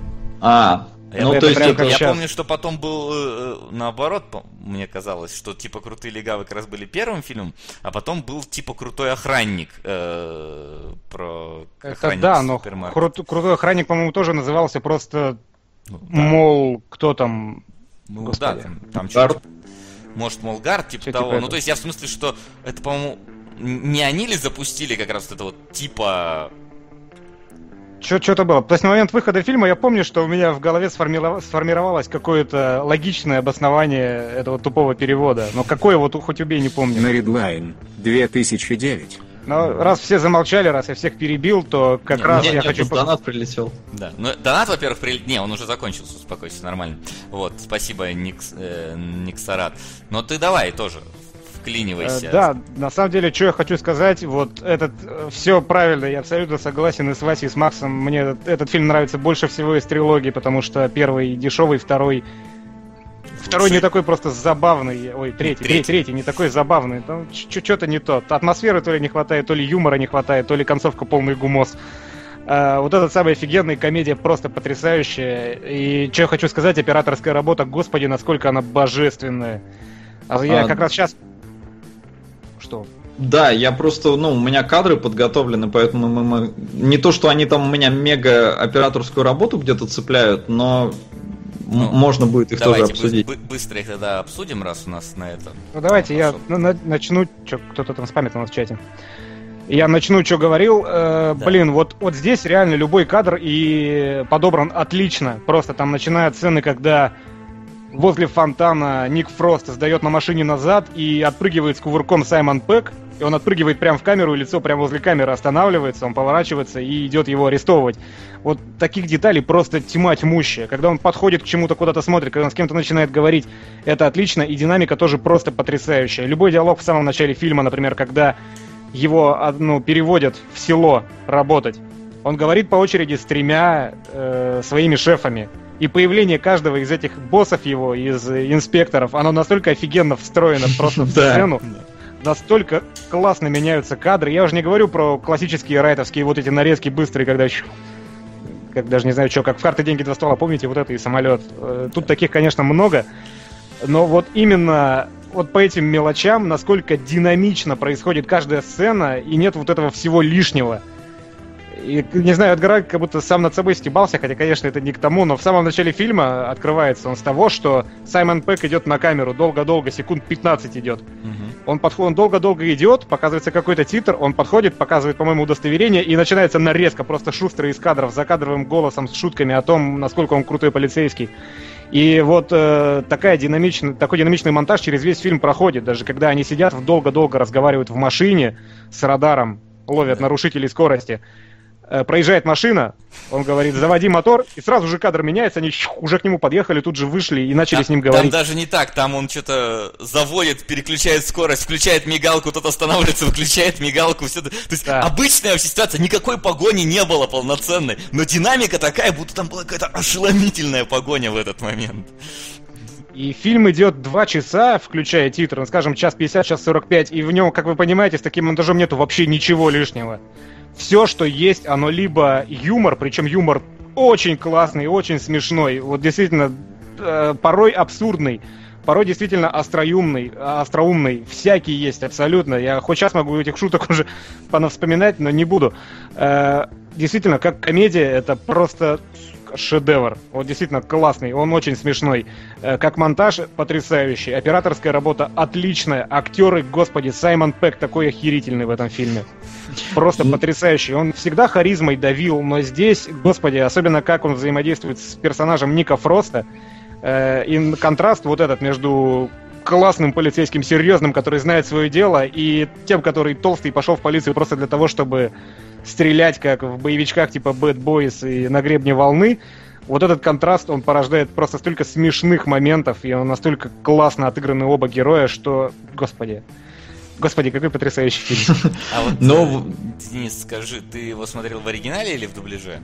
А, я, ну, то есть прям, это... я помню, что потом был э, наоборот, мне казалось, что типа «Крутые легавые» как раз были первым фильмом, а потом был типа «Крутой охранник» э, про это да, но кру- «Крутой охранник», по-моему, тоже назывался просто, ну, да. Мол, кто там... Ну Господи. да, там, там что-то... Может, мол, Гард, типа что того. Типа ну, то есть я в смысле, что это, по-моему, не они ли запустили как раз вот это вот типа... Что-то было. То есть на момент выхода фильма я помню, что у меня в голове сформировалось какое-то логичное обоснование этого тупого перевода. Но какое, вот хоть убей, не помню. На Redline две тысячи девять. Но раз все замолчали, раз я всех перебил, то как не, раз не, я нет, хочу... Донат прилетел. Да, ну донат, во-первых, прилетел... Не, он уже закончился, успокойся, нормально. Вот, спасибо, Никс, э, Никсарат. Но ты давай тоже... Вклинивайся. Да, на самом деле, что я хочу сказать, вот этот, все правильно, я абсолютно согласен и с Васей, и с Максом. Мне этот, этот фильм нравится больше всего из трилогии, потому что первый дешевый, второй... Второй не такой просто забавный, ой, третий, третий, третий не такой забавный, там что-то не то. Атмосферы то ли не хватает, то ли юмора не хватает, то ли концовка полный гумос. А, вот этот самый офигенный, комедия просто потрясающая. И что я хочу сказать, операторская работа, господи, насколько она божественная. А я а... как раз сейчас... Что? Да, я просто, ну, у меня кадры подготовлены, поэтому мы, мы... не то, что они там у меня мега операторскую работу где-то цепляют, но ну, можно будет их тоже обсудить. Давайте быстро их тогда обсудим, раз у нас на это. Ну давайте я на- начну, что кто-то там спамит у нас в чате. Я начну, что говорил. Э, да. Блин, вот, вот здесь реально любой кадр и подобран отлично. Просто там начинают сцены, когда возле фонтана Ник Фрост сдает на машине назад и отпрыгивает с кувырком Саймон Пегг. И он отпрыгивает прямо в камеру, и лицо прямо возле камеры останавливается, он поворачивается и идет его арестовывать. Вот таких деталей просто тьма тьмущая. Когда он подходит к чему-то, куда-то смотрит, когда он с кем-то начинает говорить, это отлично, и динамика тоже просто потрясающая. Любой диалог в самом начале фильма, например, когда его ну, переводят в село работать, он говорит по очереди с тремя э, своими шефами. И появление каждого из этих боссов его, из инспекторов, оно настолько офигенно встроено просто в сцену. Настолько классно меняются кадры. Я уже не говорю про классические райтовские вот эти нарезки быстрые, когда еще... Как даже не знаю, что, как в «Карты, деньги, два ствола», помните, вот это и самолет. Тут таких, конечно, много. Но вот именно вот по этим мелочам, насколько динамично происходит каждая сцена, и нет вот этого всего лишнего. И, не знаю, Эдгар Райт как будто сам над собой стебался, хотя, конечно, это не к тому, но в самом начале фильма открывается он с того, что Саймон Пегг идет на камеру, долго-долго, секунд пятнадцать идет. Угу. Он, подход, он долго-долго идет, показывается какой-то титр, он подходит, показывает, по-моему, удостоверение, и начинается нарезка, просто шустрый из кадров, за кадровым голосом, с шутками о том, насколько он крутой полицейский. И вот э, такая динамичный, такой динамичный монтаж через весь фильм проходит, даже когда они сидят, долго-долго разговаривают в машине с радаром, ловят нарушителей скорости. Проезжает машина, он говорит, заводи мотор, и сразу же кадр меняется, они уже к нему подъехали, тут же вышли и начали там, с ним говорить. Там даже не так, там он что-то заводит, переключает скорость, включает мигалку, тот останавливается, выключает мигалку, все. То есть да. Обычная вообще ситуация, никакой погони не было полноценной, но динамика такая, будто там была какая-то ошеломительная погоня в этот момент. И фильм идет два часа, включая титры, ну, скажем, час пятьдесят, час сорок пять, и в нем, как вы понимаете, с таким монтажом нету вообще ничего лишнего. Все, что есть, оно либо юмор, причем юмор очень классный, очень смешной, вот действительно э, порой абсурдный, порой действительно остроумный, остроумный, всякий есть абсолютно. Я хоть сейчас могу этих шуток уже понавспоминать, но не буду. Э, действительно, как комедия, это просто шедевр. Вот действительно классный, он очень смешной. Э, как монтаж потрясающий, операторская работа отличная, актеры, господи, Саймон Пегг такой охерительный в этом фильме. Просто потрясающий. Он всегда харизмой давил, но здесь, господи, особенно как он взаимодействует с персонажем Ника Фроста, э, и контраст вот этот между классным полицейским, серьезным, который знает свое дело, и тем, который толстый пошел в полицию просто для того, чтобы стрелять, как в боевичках типа Bad Boys и На гребне волны. Вот этот контраст, он порождает просто столько смешных моментов, и он настолько классно отыграны оба героя, что, господи... Господи, какой потрясающий фильм. А вот, Но... Денис, скажи, ты его смотрел в оригинале или в дубляже?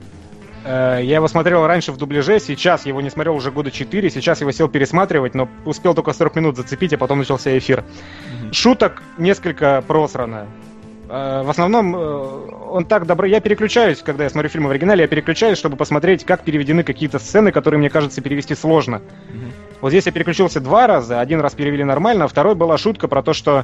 Я его смотрел раньше в дубляже, сейчас его не смотрел уже года четыре, сейчас его сел пересматривать, но успел только сорок минут зацепить, а потом начался эфир. Mm-hmm. Шуток несколько просрано. В основном он так добрый. Я переключаюсь, когда я смотрю фильмы в оригинале, я переключаюсь, чтобы посмотреть, как переведены какие-то сцены, которые, мне кажется, перевести сложно. Mm-hmm. Вот здесь я переключился два раза, один раз перевели нормально, а второй была шутка про то, что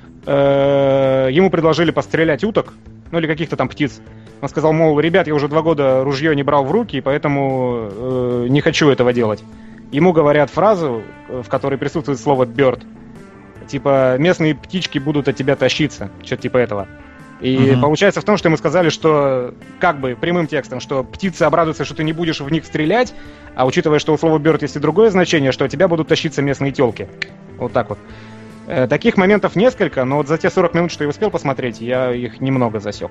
ему предложили пострелять уток, ну или каких-то там птиц. Он сказал, мол, ребят, я уже два года ружье не брал в руки, поэтому э, не хочу этого делать. Ему говорят фразу, в которой присутствует слово «bird». Типа, местные птички будут от тебя тащиться. Что-то типа этого. И uh-huh. получается в том, что ему сказали, что, как бы, прямым текстом, что птицы обрадуются, что ты не будешь в них стрелять, а учитывая, что у слова «bird» есть и другое значение, что от тебя будут тащиться местные тёлки. Вот так вот. Таких моментов несколько, но вот за те сорок минут, что я успел посмотреть, я их немного засек.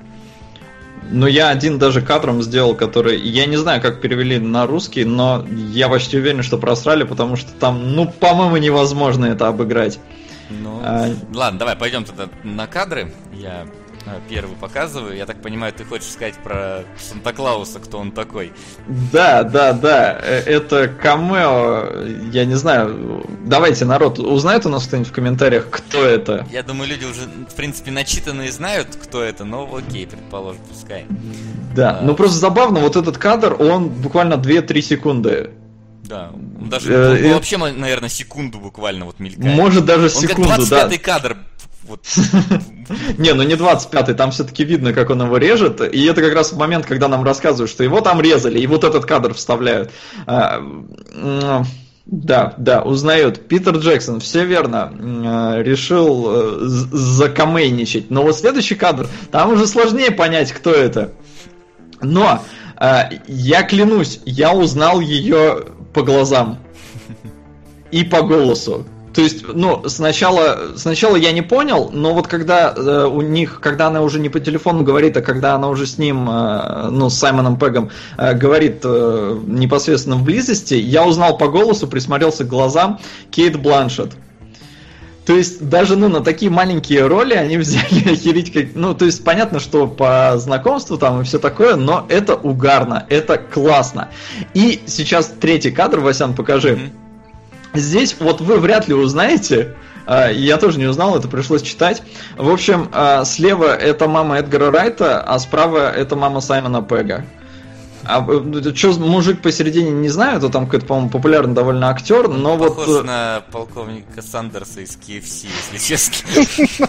Ну, я один даже кадром сделал, который... Я не знаю, как перевели на русский, но я почти уверен, что просрали, потому что там, ну, по-моему, невозможно это обыграть. Ну, а... ладно, давай пойдем тогда на кадры. Я первый показываю. Я так понимаю, ты хочешь сказать про Санта-Клауса, кто он такой. Да, да, да. Это камео. Я не знаю. Давайте, народ, узнает у нас кто-нибудь в комментариях, кто это? Я думаю, люди уже, в принципе, начитанные знают, кто это, но окей, предположим, пускай. Да, а... ну просто забавно, вот этот кадр, он буквально две-три секунды. Да, даже э, ну, э... вообще, наверное, секунду буквально вот мелькает. Может даже секунду, да. Он как двадцать пятый кадр. Вот. Не, ну не двадцать пятый, там все-таки видно, как он его режет. И это как раз момент, когда нам рассказывают, что его там резали, и вот этот кадр вставляют. Да, да, узнают. Питер Джексон, все верно, решил закамейничать. Но вот следующий кадр, там уже сложнее понять, кто это. Но я клянусь, я узнал ее по глазам и по голосу. То есть, ну, сначала, сначала я не понял, но вот когда э, у них, когда она уже не по телефону говорит, а когда она уже с ним, э, ну, с Саймоном Пеггом э, говорит э, непосредственно в близости, я узнал по голосу, присмотрелся к глазам Кейт Бланшетт. То есть, даже, ну, на такие маленькие роли они взяли охереть как... Ну, то есть, понятно, что по знакомству там и все такое, но это угарно, это классно. И сейчас третий кадр, Васян, покажи. Mm-hmm. Здесь вот вы вряд ли узнаете, я тоже не узнал, это пришлось читать. В общем, слева это мама Эдгара Райта, а справа это мама Саймона Пегга. А что мужик посередине, не знаю, это там какой-то, по-моему, популярный довольно актер, но похож вот... Похож на полковника Сандерса из кей эф си, если честно.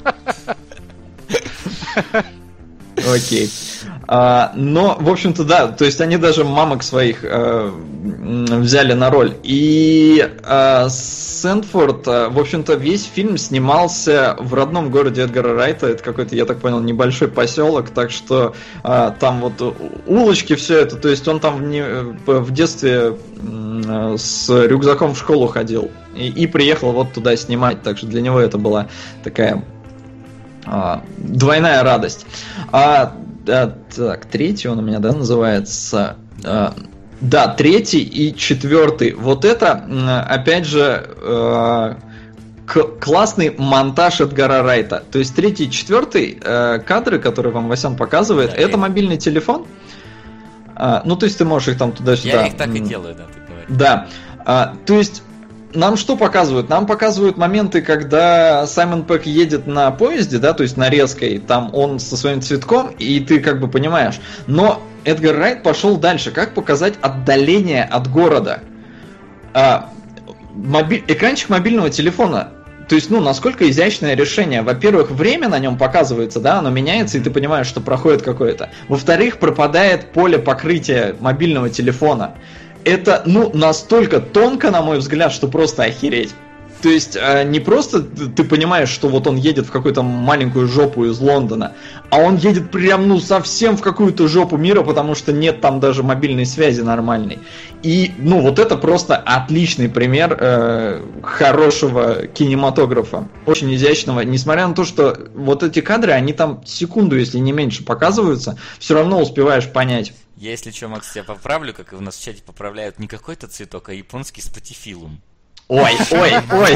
Окей. А, но, в общем-то, да, то есть они даже мамок своих а, взяли на роль. И а, Сэндфорд, а, в общем-то, весь фильм снимался в родном городе Эдгара Райта. Это какой-то, я так понял, небольшой поселок, так что а, там вот улочки, все это. То есть он там в, не, в детстве а, с рюкзаком в школу ходил и, и приехал вот туда снимать. Так что для него это была такая а, двойная радость. А Да, так, третий он у меня, да, называется. А, да, третий и четвертый. Вот это, опять же, э, к- классный монтаж Эдгара Райта. То есть третий и четвертый э, кадры, которые вам Васян показывает, да, это я... мобильный телефон. А, ну, то есть ты можешь их там туда-сюда... Я их так и делаю, да, ты говоришь. Да. А, то есть... Нам что показывают? Нам показывают моменты, когда Саймон Пегг едет на поезде, да, то есть на резкой, там он со своим цветком, и ты как бы понимаешь. Но Эдгар Райт пошел дальше. Как показать отдаление от города? А, моби... Экранчик мобильного телефона. То есть, ну, насколько изящное решение. Во-первых, время на нем показывается, да, оно меняется, и ты понимаешь, что проходит какое-то. Во-вторых, пропадает поле покрытия мобильного телефона. Это, ну, настолько тонко, на мой взгляд, что просто охереть. То есть, э, не просто ты понимаешь, что вот он едет в какую-то маленькую жопу из Лондона, а он едет прям, ну, совсем в какую-то жопу мира, потому что нет там даже мобильной связи нормальной. И, ну, вот это просто отличный пример э, хорошего кинематографа. Очень изящного. Несмотря на то, что вот эти кадры, они там секунду, если не меньше, показываются, все равно успеваешь понять. Я, если что, Макс, тебя поправлю, как и у нас в чате поправляют, не какой-то цветок, а японский спатифилум. Ой, ой, ой.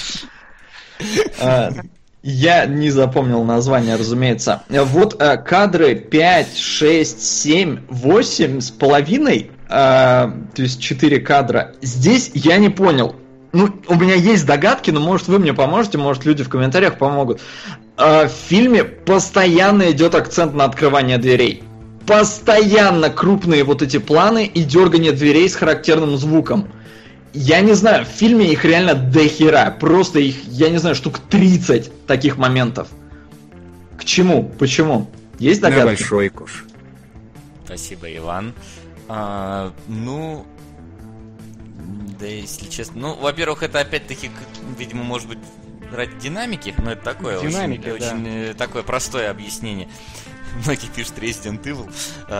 Я не запомнил название, разумеется. Вот кадры пять, шесть, семь, восемь с половиной, то есть четыре кадра. Здесь я не понял. Ну, у меня есть догадки, но может вы мне поможете, может люди в комментариях помогут. В фильме постоянно идет акцент на открывание дверей. Постоянно крупные вот эти планы и дергание дверей с характерным звуком. Я не знаю, в фильме их реально дохера. Просто их, я не знаю, штук тридцать таких моментов. К чему? Почему? Есть догадки? На большой куш. Спасибо, Иван. А, ну, да, если честно. Ну, во-первых, это опять-таки, видимо, может быть, ради динамики, но это такое Динамики, очень, да. очень такое простое объяснение. Многие пишут Resident Evil.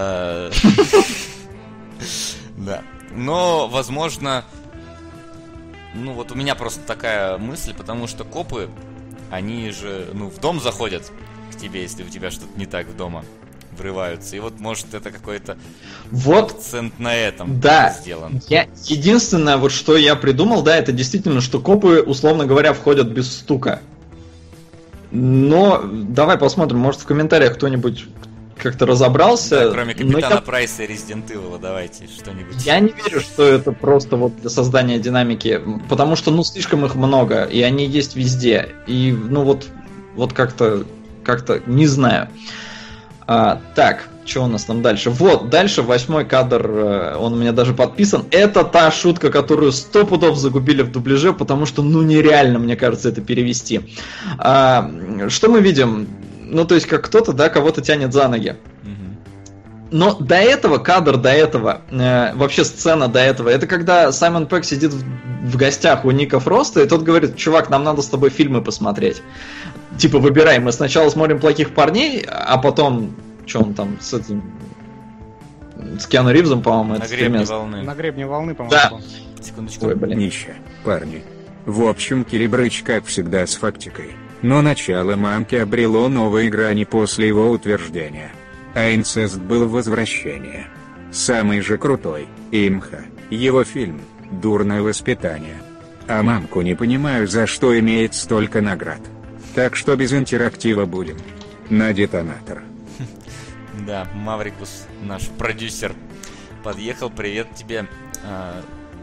Да. Но, возможно, ну вот у меня просто такая мысль, потому что копы, они же, ну, в дом заходят к тебе, если у тебя что-то не так в дома, врываются. И вот, может, это какой-то вот, акцент на этом да, сделан. Я, единственное, вот что я придумал, да, это действительно, что копы, условно говоря, входят без стука. Но давай посмотрим, может в комментариях кто-нибудь как-то разобрался. Да, кроме Капитана я... Прайса и Resident Evil, давайте что-нибудь. Я не верю, что это просто вот для создания динамики, потому что, ну, слишком их много, и они есть везде. И, ну, вот, вот как-то, как-то, не знаю. А, так, что у нас там дальше? Вот, дальше восьмой кадр, он у меня даже подписан. Это та шутка, которую сто пудов загубили в дубляже, потому что, ну, нереально, мне кажется, это перевести. А, что мы видим? Ну, то есть, как кто-то, да, кого-то тянет за ноги. Но до этого, кадр до этого, э, вообще сцена до этого, это когда Саймон Пегг сидит в, в гостях у Ника Фроста, и тот говорит: чувак, нам надо с тобой фильмы посмотреть. Типа, выбирай, мы сначала смотрим «Плохих парней», а потом, что он там с этим, с Киану Ривзом, по-моему, на это гребне место. волны. На гребне волны, по-моему. Да. Секундочку. Ой, блин. Нище, парни. В общем, Кирибрыч, как всегда, с фактикой. Но начало мамки обрело новые грани после его утверждения. А инцест был возвращение. Самый же крутой, имха, его фильм «Дурное воспитание». А мамку не понимаю, за что имеет столько наград. Так что без интерактива будем. На детонатор. Да, Маврикус, наш продюсер, подъехал. Привет тебе. А...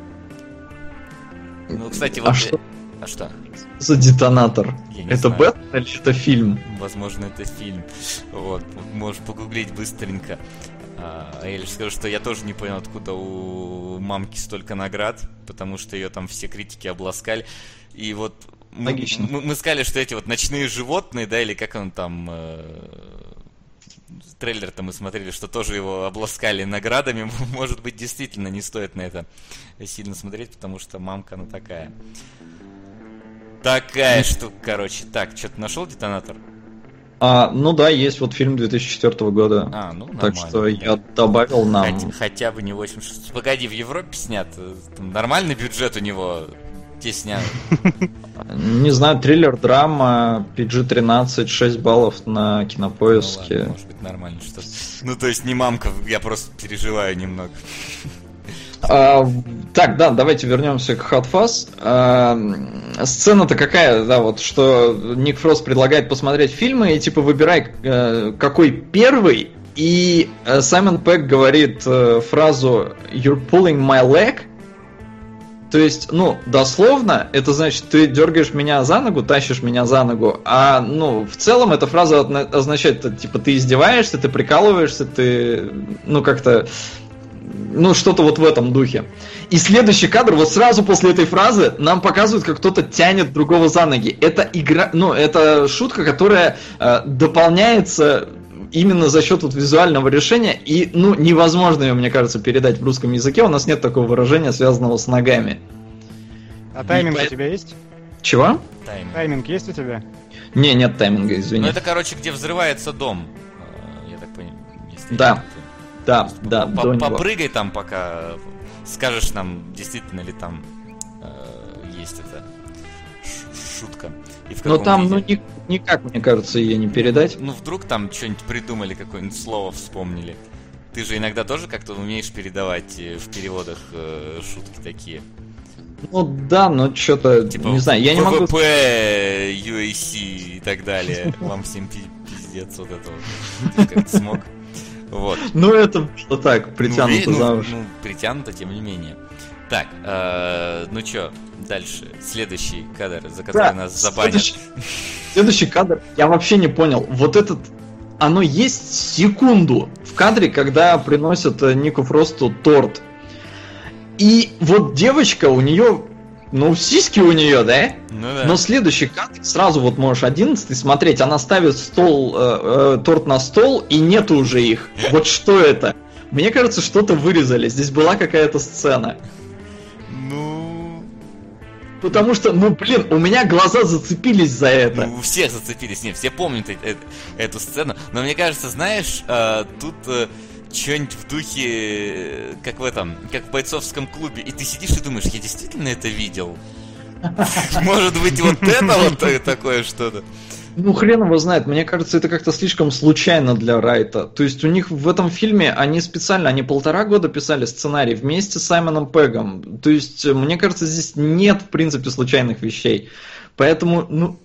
Ну, кстати, вот... А что? А что? За детонатор. Это знаю. Бэтмен или это фильм? Возможно, это фильм. Вот, можешь погуглить быстренько. А я лишь скажу, что я тоже не понял, откуда у мамки столько наград, потому что ее там все критики обласкали. И вот мы, мы, мы сказали, что эти вот ночные животные, да, или как он там... Э, трейлер-то мы смотрели, что тоже его обласкали наградами. Может быть, действительно не стоит на это сильно смотреть, потому что мамка, она такая... Такая штука, короче. Так, что-то нашел детонатор? А, ну да, есть вот фильм две тысячи четвёртого года. А, ну нормально. Так что я добавил нам. Хотя, хотя бы не восемьдесят шесть. Погоди, в Европе снят. Там нормальный бюджет у него. Те сняли. Не знаю, триллер, драма, пи джи тринадцать, шесть баллов на Кинопоиске. Ну, ладно, может быть нормально что-то. Ну то есть не мамка, я просто переживаю немного. А, так, да, давайте вернемся к Hot Fuzz. А, сцена-то какая, да, вот, что Ник Фрост предлагает посмотреть фильмы, и типа выбирай, какой первый, и Саймон Пегг говорит фразу «You're pulling my leg». То есть, ну, дословно, это значит, ты дергаешь меня за ногу, тащишь меня за ногу, а, ну, в целом эта фраза означает, типа, ты издеваешься, ты прикалываешься, ты, ну, как-то... Ну, что-то вот в этом духе. И следующий кадр, вот сразу после этой фразы, нам показывают, как кто-то тянет другого за ноги. Это игра, ну, это шутка, которая э, дополняется именно за счет вот визуального решения. И, ну, невозможно ее, мне кажется, передать в русском языке. У нас нет такого выражения, связанного с ногами. А тайминг И... у тебя есть? Чего? Тайминг. Тайминг есть у тебя? Не, нет тайминга, извини. Ну, это, короче, где взрывается дом. Я так понимаю. Да. Да, да, до него. Попрыгай там, пока скажешь нам, действительно ли там э, есть эта шутка. Но там, виде. ну, ни, никак, мне кажется, ее не передать. Ну, вдруг там что-нибудь придумали, какое-нибудь слово вспомнили. Ты же иногда тоже как-то умеешь передавать в переводах э, шутки такие. Ну да, но что-то, типа, не знаю, я не могу... ВВП, ю эй си и так далее. Вам всем пиздец вот это вот. Ты как-то смог... Вот. Ну, это было так, притянуто ну, за уши. Ну, притянуто, тем не менее. Так, э, ну чё, дальше. Следующий кадр, за который да, нас забанят. Следующий, следующий кадр, я вообще не понял. Вот этот, оно есть секунду в кадре, когда приносят Нику Фросту торт. И вот девочка, у нее, ну, сиськи у нее, да? Ну да. Но следующий кадр, сразу вот можешь одиннадцатый смотреть, она ставит стол, э, э, торт на стол, и нету уже их. Вот что это? Мне кажется, что-то вырезали. Здесь была какая-то сцена. Ну... Потому что, ну, блин, у меня глаза зацепились за это. Ну, у всех зацепились, нет, все помнят э- э- эту сцену. Но мне кажется, знаешь, э, тут... Э- что-нибудь в духе, как в этом, как в бойцовском клубе, и ты сидишь и думаешь, я действительно это видел? Может быть, вот это вот такое что-то? Ну, хрен его знает. Мне кажется, это как-то слишком случайно для Райта. То есть у них в этом фильме, они специально, они полтора года писали сценарий вместе с Саймоном Пеггом. То есть, мне кажется, здесь нет, в принципе, случайных вещей. Поэтому, ну,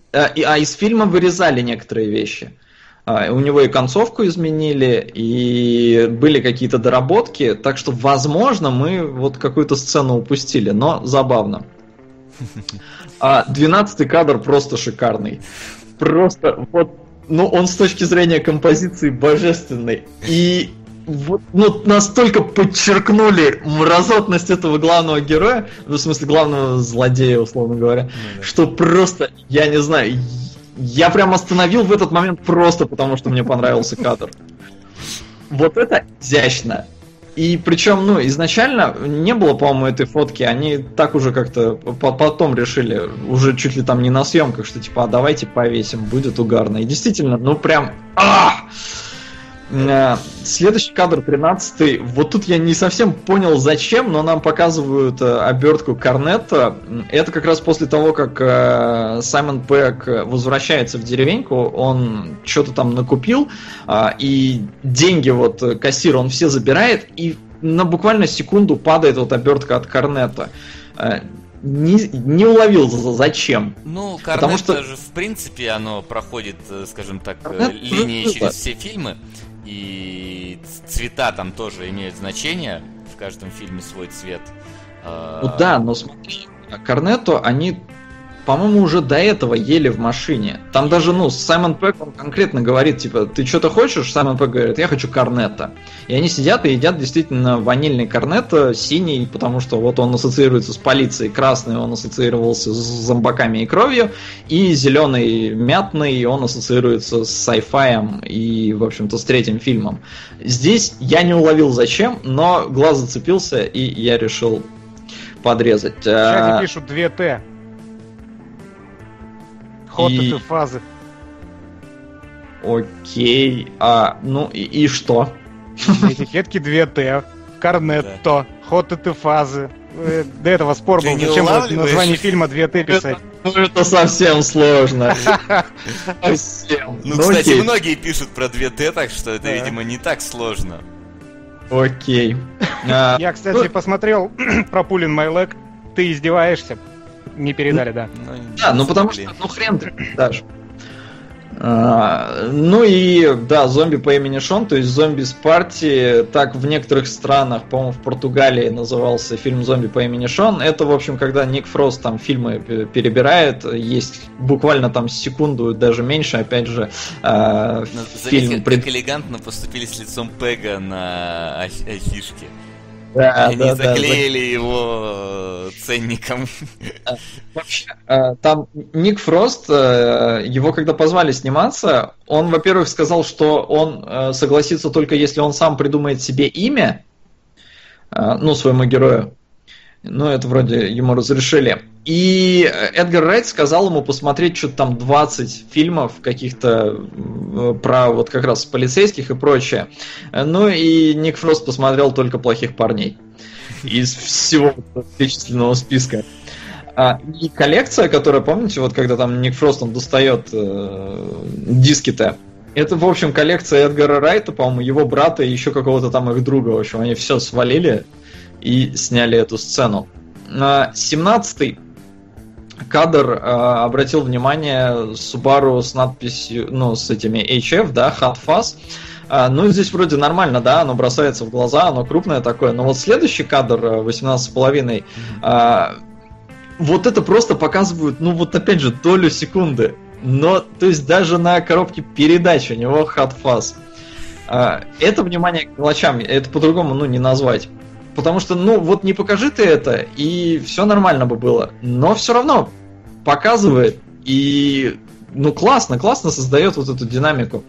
А, и, а из фильма вырезали некоторые вещи. А, у него и концовку изменили, и были какие-то доработки, так что, возможно, мы вот какую-то сцену упустили, но забавно. А двенадцатый кадр просто шикарный. Просто вот, ну, он с точки зрения композиции божественный. И вот, ну, настолько подчеркнули мразотность этого главного героя, в смысле главного злодея, условно говоря, ну, да. Что просто, я не знаю, я прям остановил в этот момент просто потому, что мне понравился кадр. Вот это изящно. И причем, ну, изначально не было, по-моему, этой фотки, они так уже как-то потом решили, уже чуть ли там не на съемках, что типа, а давайте повесим, будет угарно. И действительно, ну прям... А! Следующий кадр, тринадцатый. Вот тут я не совсем понял, зачем, но нам показывают обертку Корнетто. Это как раз после того, как Саймон Пегг возвращается в деревеньку, он что-то там накупил, и деньги вот кассир, он все забирает, и на буквально секунду падает вот обертка от Корнетто. Не, не уловил зачем. Ну, Корнетто что... же, в принципе, оно проходит, скажем так, Корнетто линией через было. Все фильмы. И цвета там тоже имеют значение. В каждом фильме свой цвет. Ну да, но смотри, Корнетто, они, по-моему, уже до этого ели в машине. Там даже, ну, Саймон Пегг, он конкретно говорит, типа, ты что-то хочешь? Саймон Пегг говорит, я хочу Корнетто. И они сидят и едят действительно ванильный Корнетто, синий, потому что вот он ассоциируется с полицией, красный он ассоциировался с зомбаками и кровью, и зеленый мятный он ассоциируется с сайфаем и, в общем-то, с третьим фильмом. Здесь я не уловил зачем, но глаз зацепился, и я решил подрезать. В чате пишут две Т. Ход и... это фазы. Окей. А, ну и, и что? Этикетки две Т. Корнетто. Ход это фазы. До этого спор был, зачем название фильма две Т писать. Ну это совсем сложно. Совсем. Ну, кстати, многие пишут про две Т, так что это, видимо, не так сложно. Окей. Я, кстати, посмотрел про Pull in My Leg. Ты издеваешься? Не передали, да. Да, ну потому что, ну хрен ты дашь. А, ну и, да, зомби по имени Шон, то есть зомби с партии, так в некоторых странах, по-моему, в Португалии назывался фильм «Зомби по имени Шон». Это, в общем, когда Ник Фрост там фильмы перебирает, есть буквально там секунду, даже меньше, опять же, а, фильм... Заметьте, как элегантно поступили с лицом Пега на афишке. Да, Они да, заклеили да, его ценником. Вообще, там Ник Фрост, его когда позвали сниматься, он, во-первых, сказал, что он согласится только если он сам придумает себе имя, ну, своему герою. Ну, это вроде ему разрешили. И Эдгар Райт сказал ему посмотреть что-то там двадцать фильмов каких-то про вот как раз полицейских и прочее. Ну и Ник Фрост посмотрел только «Плохих парней» из всего перечисленного списка. И коллекция, которая, помните, вот когда там Ник Фрост, он достает э, диски-то, это, в общем, коллекция Эдгара Райта, по-моему, его брата и еще какого-то там их друга. В общем, они все свалили и сняли эту сцену. семнадцатый кадр, э, обратил внимание, Subaru с надписью, ну, с этими эйч эф, да, Hot Fuzz. Э, ну, здесь вроде нормально, да, оно бросается в глаза, оно крупное такое. Но вот следующий кадр, восемнадцать с половиной, э, вот это просто показывают, ну, вот опять же, долю секунды. Но, то есть, даже на коробке передач у него Hot Fuzz. Э, это внимание к мелочам, это по-другому, ну, не назвать. Потому что, ну, вот не покажи ты это, и все нормально бы было. Но все равно показывает, и, ну, классно, классно создает вот эту динамику.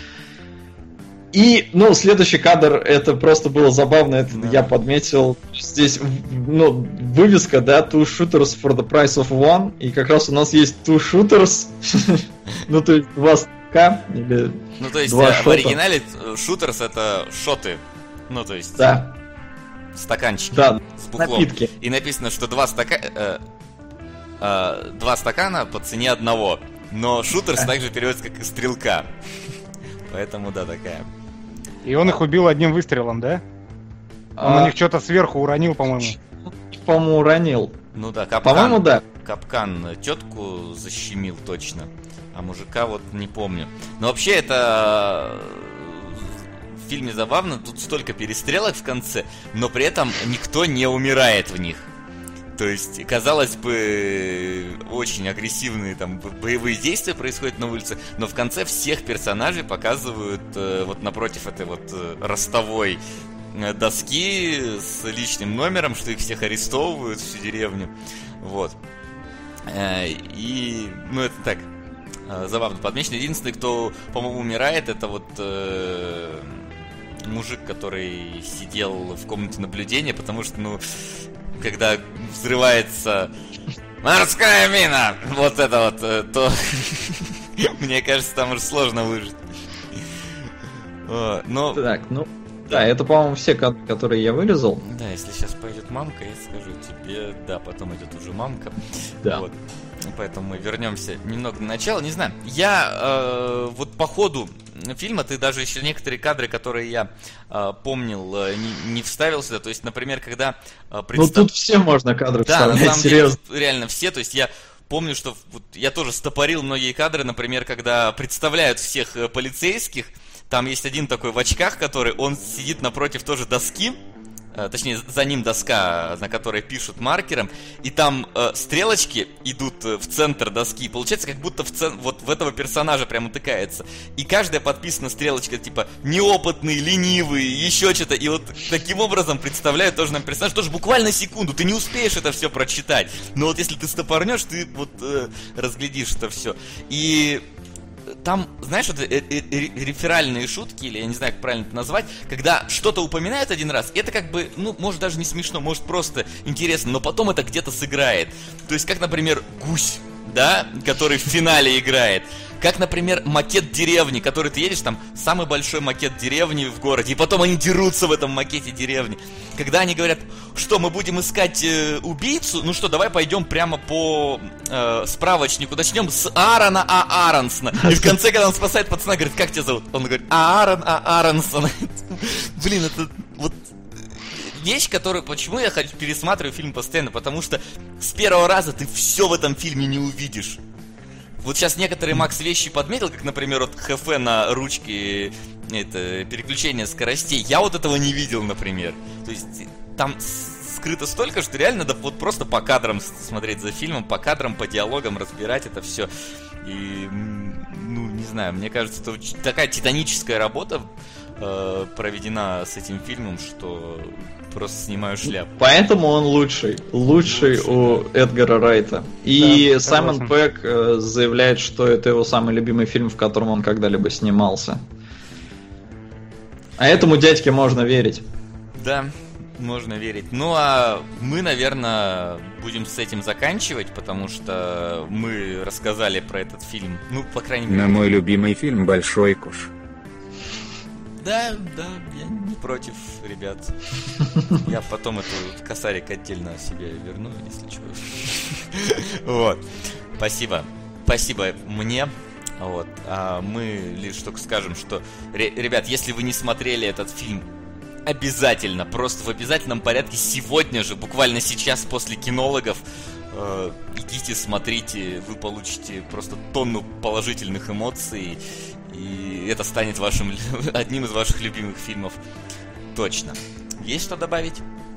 И, ну, следующий кадр, это просто было забавно, это да. Я подметил. Здесь, ну, вывеска, да, two shooters for the price of one, и как раз у нас есть two shooters, ну, то есть два ска, или ну, то есть в оригинале shooters это шоты, ну, то есть... Да. Стаканчики, да, с буклом. Напитки. И написано, что два, стака... э, э, два стакана по цене одного. Но шутерс также переводится как из стрелка. Поэтому, да, такая. И он их убил одним выстрелом, да? Он а... на них что-то сверху уронил, по-моему. По-моему, уронил. Ну да, капкан, По-моему, да. Капкан тетку защемил точно, а мужика вот не помню. Но вообще это в фильме забавно, тут столько перестрелок в конце, но при этом никто не умирает в них. То есть, казалось бы, очень агрессивные там боевые действия происходят на улице, но в конце всех персонажей показывают э, вот напротив этой вот э, ростовой э, доски с личным номером, что их всех арестовывают, всю деревню. Вот. Э, и, ну, это так, э, забавно подмечено. Единственный, кто, по-моему, умирает, это вот... Э, мужик, который сидел в комнате наблюдения, потому что, ну, когда взрывается морская мина, вот это вот, то мне кажется, там уже сложно выжить. Но... Так, ну, да, это, по-моему, все кадры, которые я вырезал. Да, если сейчас пойдет мамка, я скажу тебе, да, потом идет уже мамка. Да. Вот. Поэтому мы вернемся немного на начало. Не знаю, я э, вот по ходу фильма, ты даже еще некоторые кадры, которые я э, помнил, э, не, не вставил сюда. То есть, например, когда э, представ... Ну тут все можно кадры да, вставлять, на самом серьезно. деле, реально все. То есть я помню, что вот, я тоже стопорил многие кадры, например, когда представляют всех э, полицейских. Там есть один такой в очках, который, он сидит напротив тоже доски, э, точнее, за ним доска, на которой пишут маркером, и там э, стрелочки идут в центр доски, и получается, как будто в цен... вот в этого персонажа прям утыкается. И каждая подписана стрелочка, типа, неопытный, ленивый, еще что-то, и вот таким образом представляют тоже нам персонаж, тоже буквально секунду, ты не успеешь это все прочитать, но вот если ты стопорнешь, ты вот э, разглядишь это все. И... там, знаешь, вот реферальные шутки, или я не знаю, как правильно это назвать, когда что-то упоминают один раз, это как бы, ну, может даже не смешно, может просто интересно, но потом это где-то сыграет. То есть, как, например, гусь, да, который в финале играет. Как, например, макет деревни, который ты едешь, там самый большой макет деревни в городе, и потом они дерутся в этом макете деревни. Когда они говорят, что мы будем искать э, убийцу, ну что, давай пойдем прямо по э, справочнику, начнем с Аарона А. Аронсона. И в конце, когда он спасает пацана, говорит, как тебя зовут? Он говорит, Аарон А. Аронсон. Блин, это вот... вещь, которую, почему я пересматриваю фильм постоянно, потому что с первого раза ты все в этом фильме не увидишь. Вот сейчас некоторые Макс вещи подметил, как, например, вот ХФ на ручке, это, переключение скоростей. Я вот этого не видел, например. То есть там скрыто столько, что реально надо вот просто по кадрам смотреть за фильмом, по кадрам, по диалогам разбирать это все. И, ну, не знаю, мне кажется, это такая титаническая работа э, проведена с этим фильмом, что... просто снимаю шляпу. Поэтому он лучший. Лучший у Эдгара Райта. И да, Саймон Пегг э, заявляет, что это его самый любимый фильм, в котором он когда-либо снимался. А этому дядьке можно верить. Да, можно верить. Ну а мы, наверное, будем с этим заканчивать, потому что мы рассказали про этот фильм. Ну, по крайней мере... На мой любимый фильм «Большой куш». Да, да, я не против, ребят. Я потом эту косарик отдельно себе верну, если чего. Вот. Спасибо. Спасибо мне. Вот. А мы лишь только скажем, что, ребят, если вы не смотрели этот фильм, обязательно, просто в обязательном порядке сегодня же, буквально сейчас после кинологов, э, идите, смотрите, вы получите просто тонну положительных эмоций. И это станет вашим одним из ваших любимых фильмов. Точно. Есть что добавить?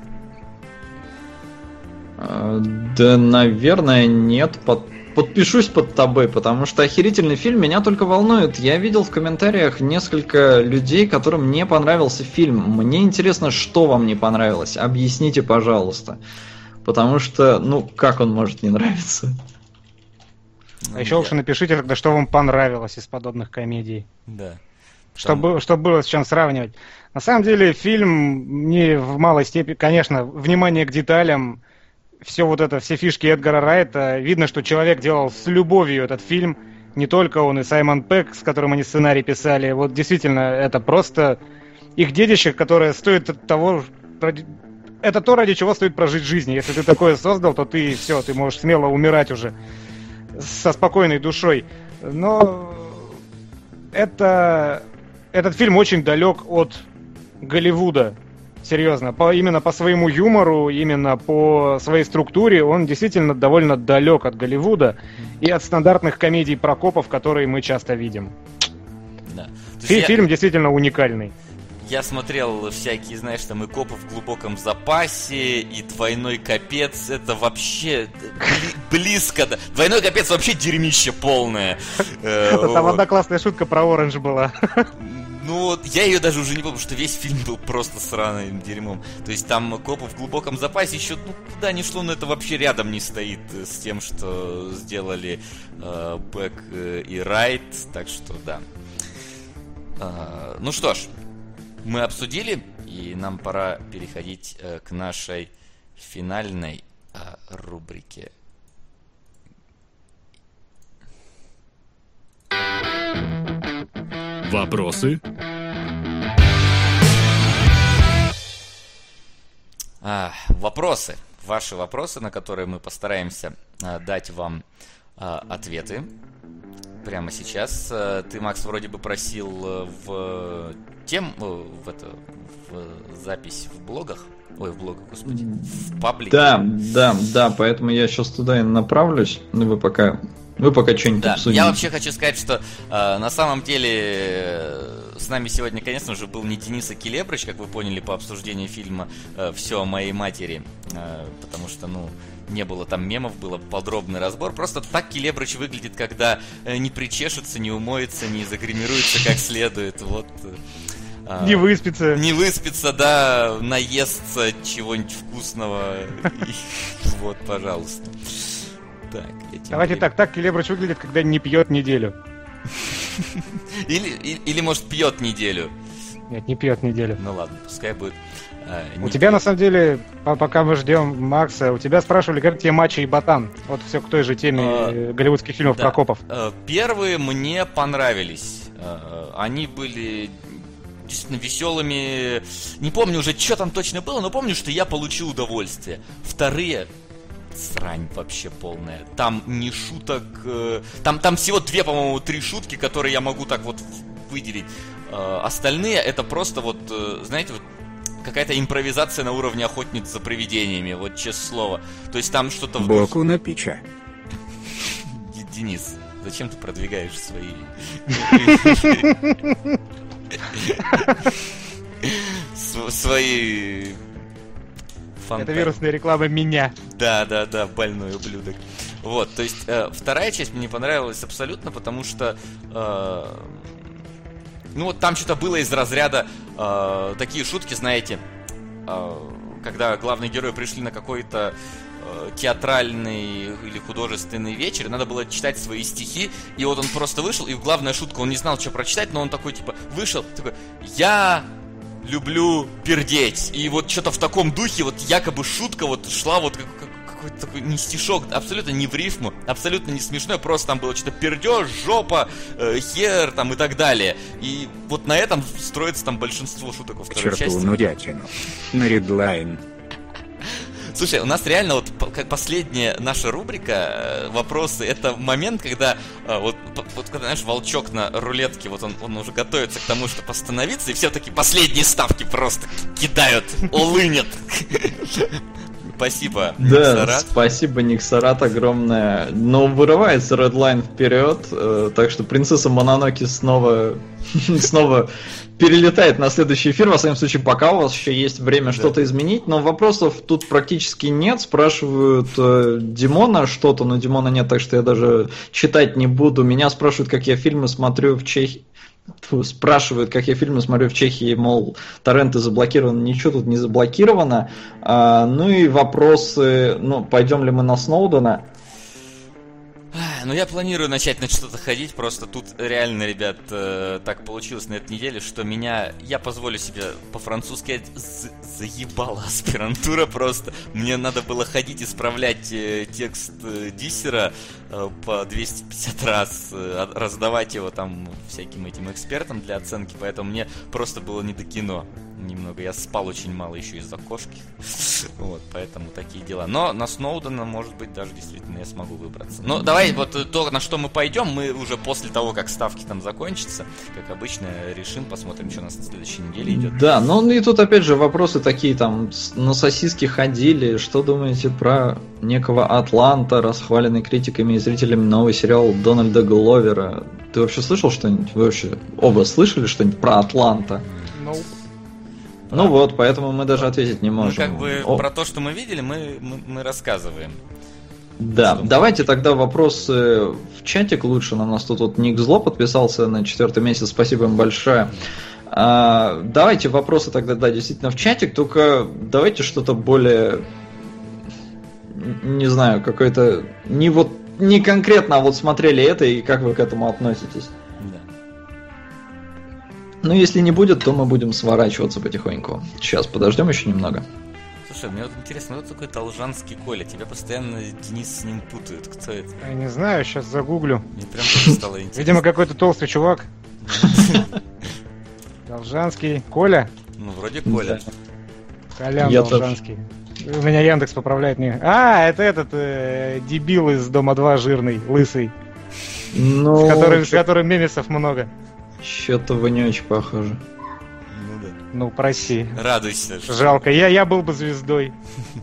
Да, наверное, нет. Под... Подпишусь под тобой, потому что охерительный фильм меня только волнует. Я видел в комментариях несколько людей, которым не понравился фильм. Мне интересно, что вам не понравилось. Объясните, пожалуйста. Потому что, ну, как он может не нравиться? А еще лучше напишите тогда, что вам понравилось из подобных комедий. Да. Чтобы, чтобы было с чем сравнивать. На самом деле фильм не в малой степени, конечно, внимание к деталям, все вот это, все фишки Эдгара Райта. Видно, что человек делал с любовью этот фильм. Не только он, и Саймон Пегг, с которым они сценарий писали. Вот действительно, это просто их детище, которое стоит того... Это то, ради чего стоит прожить жизнь. Если ты такое создал, то ты все, ты можешь смело умирать уже со спокойной душой. Но это... этот фильм очень далек от Голливуда. Серьезно, по, именно по своему юмору, именно по своей структуре он действительно довольно далек от Голливуда и от стандартных комедий про копов, которые мы часто видим. Да. Фи- я... Фильм действительно уникальный. Я смотрел всякие, знаешь, там и «Копы в глубоком запасе», и «Двойной капец». Это вообще бли- близко. Да. «Двойной капец» вообще дерьмище полное. Там одна классная шутка про Оранж была. Ну вот, я ее даже уже не помню, потому что весь фильм был просто сраным дерьмом. То есть там «Копы в глубоком запасе» еще ну, куда ни шло, но это вообще рядом не стоит с тем, что сделали э, Бек и Райт. Так что да. Э, ну что ж. Мы обсудили, и нам пора переходить э, к нашей финальной э, рубрике. Вопросы? А, вопросы. Ваши вопросы, на которые мы постараемся э, дать вам э, ответы. Прямо сейчас. Ты, Макс, вроде бы просил в тем, в это, в запись в блогах, ой, в блогах, господи, в паблике. Да, да, да, поэтому я сейчас туда и направлюсь. Ну вы пока, вы пока что-нибудь да, обсудите. Я вообще хочу сказать, что э, на самом деле э, с нами сегодня, конечно же, был не Денис Келебрыч, как вы поняли по обсуждению фильма э, «Все о моей матери», э, потому что, ну, не было там мемов, был подробный разбор. Просто так Келебрыч выглядит, когда э, не причешется, не умоется, не загримируется как следует. Вот. Э, не выспится. Не выспится, да, наестся чего-нибудь вкусного. Вот, пожалуйста. Так, давайте так, так Келебрыч выглядит, когда не пьет неделю. Или, или, или, может, пьет неделю. Нет, не пьет неделю. Ну ладно, пускай будет. А, у тебя, пьет. На самом деле, пока мы ждем Макса, у тебя спрашивали, как тебе «Мачо и Ботан». Вот все к той же теме а, голливудских фильмов да. про копов. Первые мне понравились. Они были действительно веселыми. Не помню уже, что там точно было, но помню, что я получил удовольствие. Вторые... Срань вообще полная. Там не шуток... Там, там всего две, по-моему, три шутки, которые я могу так вот выделить. Остальные это просто вот, знаете, вот какая-то импровизация на уровне «Охотниц за привидениями», вот честное слово. То есть там что-то... Боку на печа. Денис, зачем ты продвигаешь свои... Свои... Фантазия. Это вирусная реклама меня. Да, да, да, больной ублюдок. Вот, то есть э, вторая часть мне понравилась абсолютно, потому что э, ну вот там что-то было из разряда э, такие шутки, знаете, э, когда главные герои пришли на какой-то э, театральный или художественный вечер, надо было читать свои стихи, и вот он просто вышел, и главная шутка, он не знал, что прочитать, но он такой, типа, вышел, такой, я... люблю пердеть. И вот что-то в таком духе, вот якобы шутка вот шла вот как, как, какой-то такой не стишок, абсолютно не в рифму, абсолютно не смешной, просто там было что-то пердеж, жопа, э, хер там и так далее. И вот на этом строится там большинство шуток во второй части. Черту нудятину. На редлайн. Слушай, у нас реально вот как последняя наша рубрика вопросы, это момент, когда вот, вот когда, знаешь, волчок на рулетке, вот он, он уже готовится к тому, чтобы остановиться, и все такие последние ставки просто кидают, улынят. Спасибо, да, Никсарат. Спасибо, Никсарат, огромное. Но вырывается Redline вперед, э, так что принцесса Мононоке снова, снова перелетает на следующий эфир. Во всяком случае, пока у вас еще есть время да. что-то изменить. Но вопросов тут практически нет. Спрашивают э, Димона что-то, но Димона нет, так что я даже читать не буду. Меня спрашивают, как я фильмы смотрю в Чехии. Спрашивают, как я фильмы смотрю в Чехии, мол, торренты заблокированы, ничего тут не заблокировано. А, ну и вопросы, ну, пойдем ли мы на Сноудена? Ну, я планирую начать на что-то ходить, просто тут реально, ребят, э, так получилось на этой неделе, что меня, я позволю себе по-французски за- заебала аспирантура просто. Мне надо было ходить исправлять э, текст э, диссера э, по двести пятьдесят раз, э, раздавать его там всяким этим экспертам для оценки, поэтому мне просто было не до кино. немного. Я спал очень мало еще из-за кошки. Вот, поэтому такие дела. Но на Сноудена, может быть, даже действительно я смогу выбраться. Но давай вот то, на что мы пойдем, мы уже после того, как ставки там закончатся, как обычно, решим, посмотрим, что у нас на следующей неделе идет. Да, ну и тут опять же вопросы такие, там, на сосиски ходили. Что думаете про некого Атланта, расхваленный критиками и зрителями новый сериал Дональда Гловера? Ты вообще слышал что-нибудь? Вы вообще оба слышали что-нибудь про Атланта? Ну, Ну вот, поэтому мы даже ответить не Мы можем. как бы О, про то, что мы видели, мы, мы, мы рассказываем. да, что давайте тогда вопросы в чатик лучше. На нас тут вот Ник Зло подписался на четвертый месяц, спасибо им большое. А, давайте вопросы тогда, да, действительно в чатик, только давайте что-то более, не знаю, какое-то, не вот, не конкретно, а вот смотрели это и как вы к этому относитесь. Да. Ну, если не будет, то мы будем сворачиваться потихоньку. Сейчас, подождем еще немного. Слушай, мне вот интересно, вот такой Должанский Коля, тебя постоянно Денис с ним путают. Кто это? я не знаю, сейчас загуглю. Мне прям тоже стало интересно. Видимо, какой-то толстый чувак. Должанский. Коля? Ну, вроде Коля. Колян Я Должанский. У меня Яндекс поправляет мне. А, это этот э, дебил из Дома два, жирный, лысый. Ну, С которым, с которым мемесов много. что-то вы не очень похожи. Ну да. Ну, прости. Радуйся. Жалко. Я, я был бы звездой.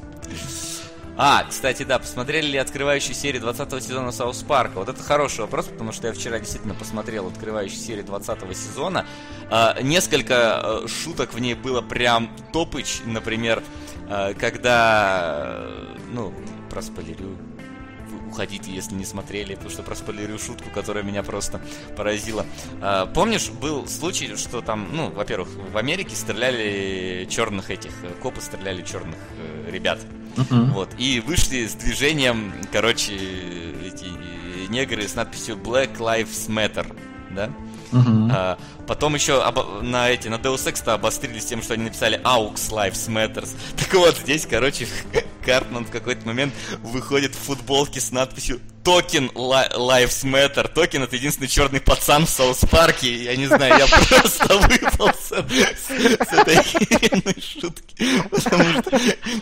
А, кстати, да, посмотрели ли открывающую серию двадцатого сезона Саус Парка? Вот это хороший вопрос, потому что я вчера действительно посмотрел открывающую серию двадцатого сезона. А, несколько а, шуток в ней было прям топыч. Например, а, когда, ну, проспойлерю, уходите, если не смотрели, потому что проспойлерю шутку, которая меня просто поразила. А, помнишь, был случай, что там, ну, во-первых, в Америке стреляли черных этих, копы стреляли черных э, ребят. Uh-huh. Вот, и вышли с движением, короче, эти негры с надписью Black Lives Matter, да? Uh-huh. А, потом еще обо- на эти на Deus Ex-то обострились тем, что они написали Aux Lives Matters. Так вот, здесь, короче, Картман в какой-то момент выходит в футболке с надписью Токен Lives Matter. Токен — это единственный черный пацан в Саус Парке. Я не знаю, я просто выпался с, с этой охеренной шутки. Потому что...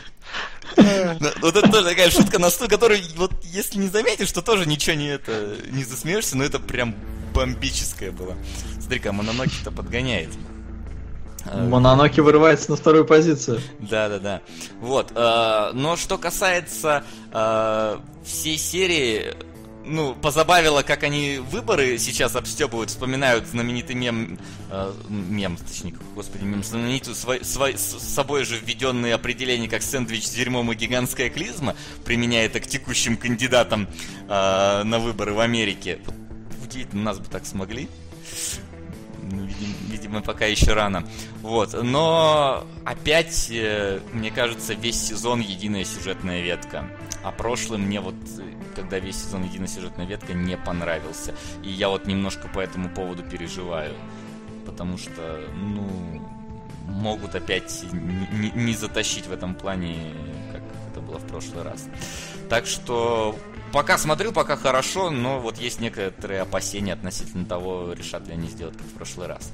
Вот это тоже такая шутка на стул, которую, вот, если не заметишь, то тоже ничего не, это, не засмеешься, но это прям бомбическая была. Смотри-ка, Мононоки-то подгоняет. Мононоки вырывается на вторую позицию. Да-да-да. Вот. Э, но что касается э, всей серии, ну, позабавило, как они выборы сейчас обстебывают, вспоминают знаменитый мем, э, мем, точнее, господи, мем, знаменитую свой, свой, с собой же введенное определение, как сэндвич с дерьмом и гигантская клизма, применяя это к текущим кандидатам э, на выборы в Америке. Удивительно, нас бы так смогли. Видимо, видимо, пока еще рано. Вот. Но опять, э, мне кажется, весь сезон единая сюжетная ветка. А прошлый мне вот, когда весь сезон единая сюжетная ветка, не понравился. И я вот немножко по этому поводу переживаю. Потому что, ну, могут опять не, не затащить в этом плане, как это было в прошлый раз. Так что... Пока смотрю, пока хорошо, но вот есть некоторые опасения относительно того, решат ли они сделать, как в прошлый раз.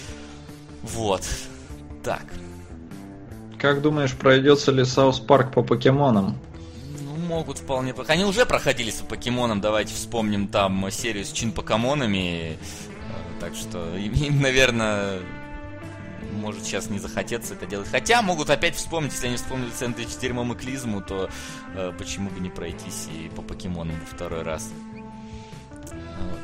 Вот. Так. Как думаешь, пройдется ли Саус Парк по покемонам? Ну, могут вполне... Они уже проходились по покемонам, давайте вспомним там серию с чин-покемонами. Так что им, наверное... Может сейчас не захотеться это делать. Хотя могут опять вспомнить, если они вспомнили сэндвич с дерьмом и клизму, то э, почему бы не пройтись и по покемонам во второй раз. Вот.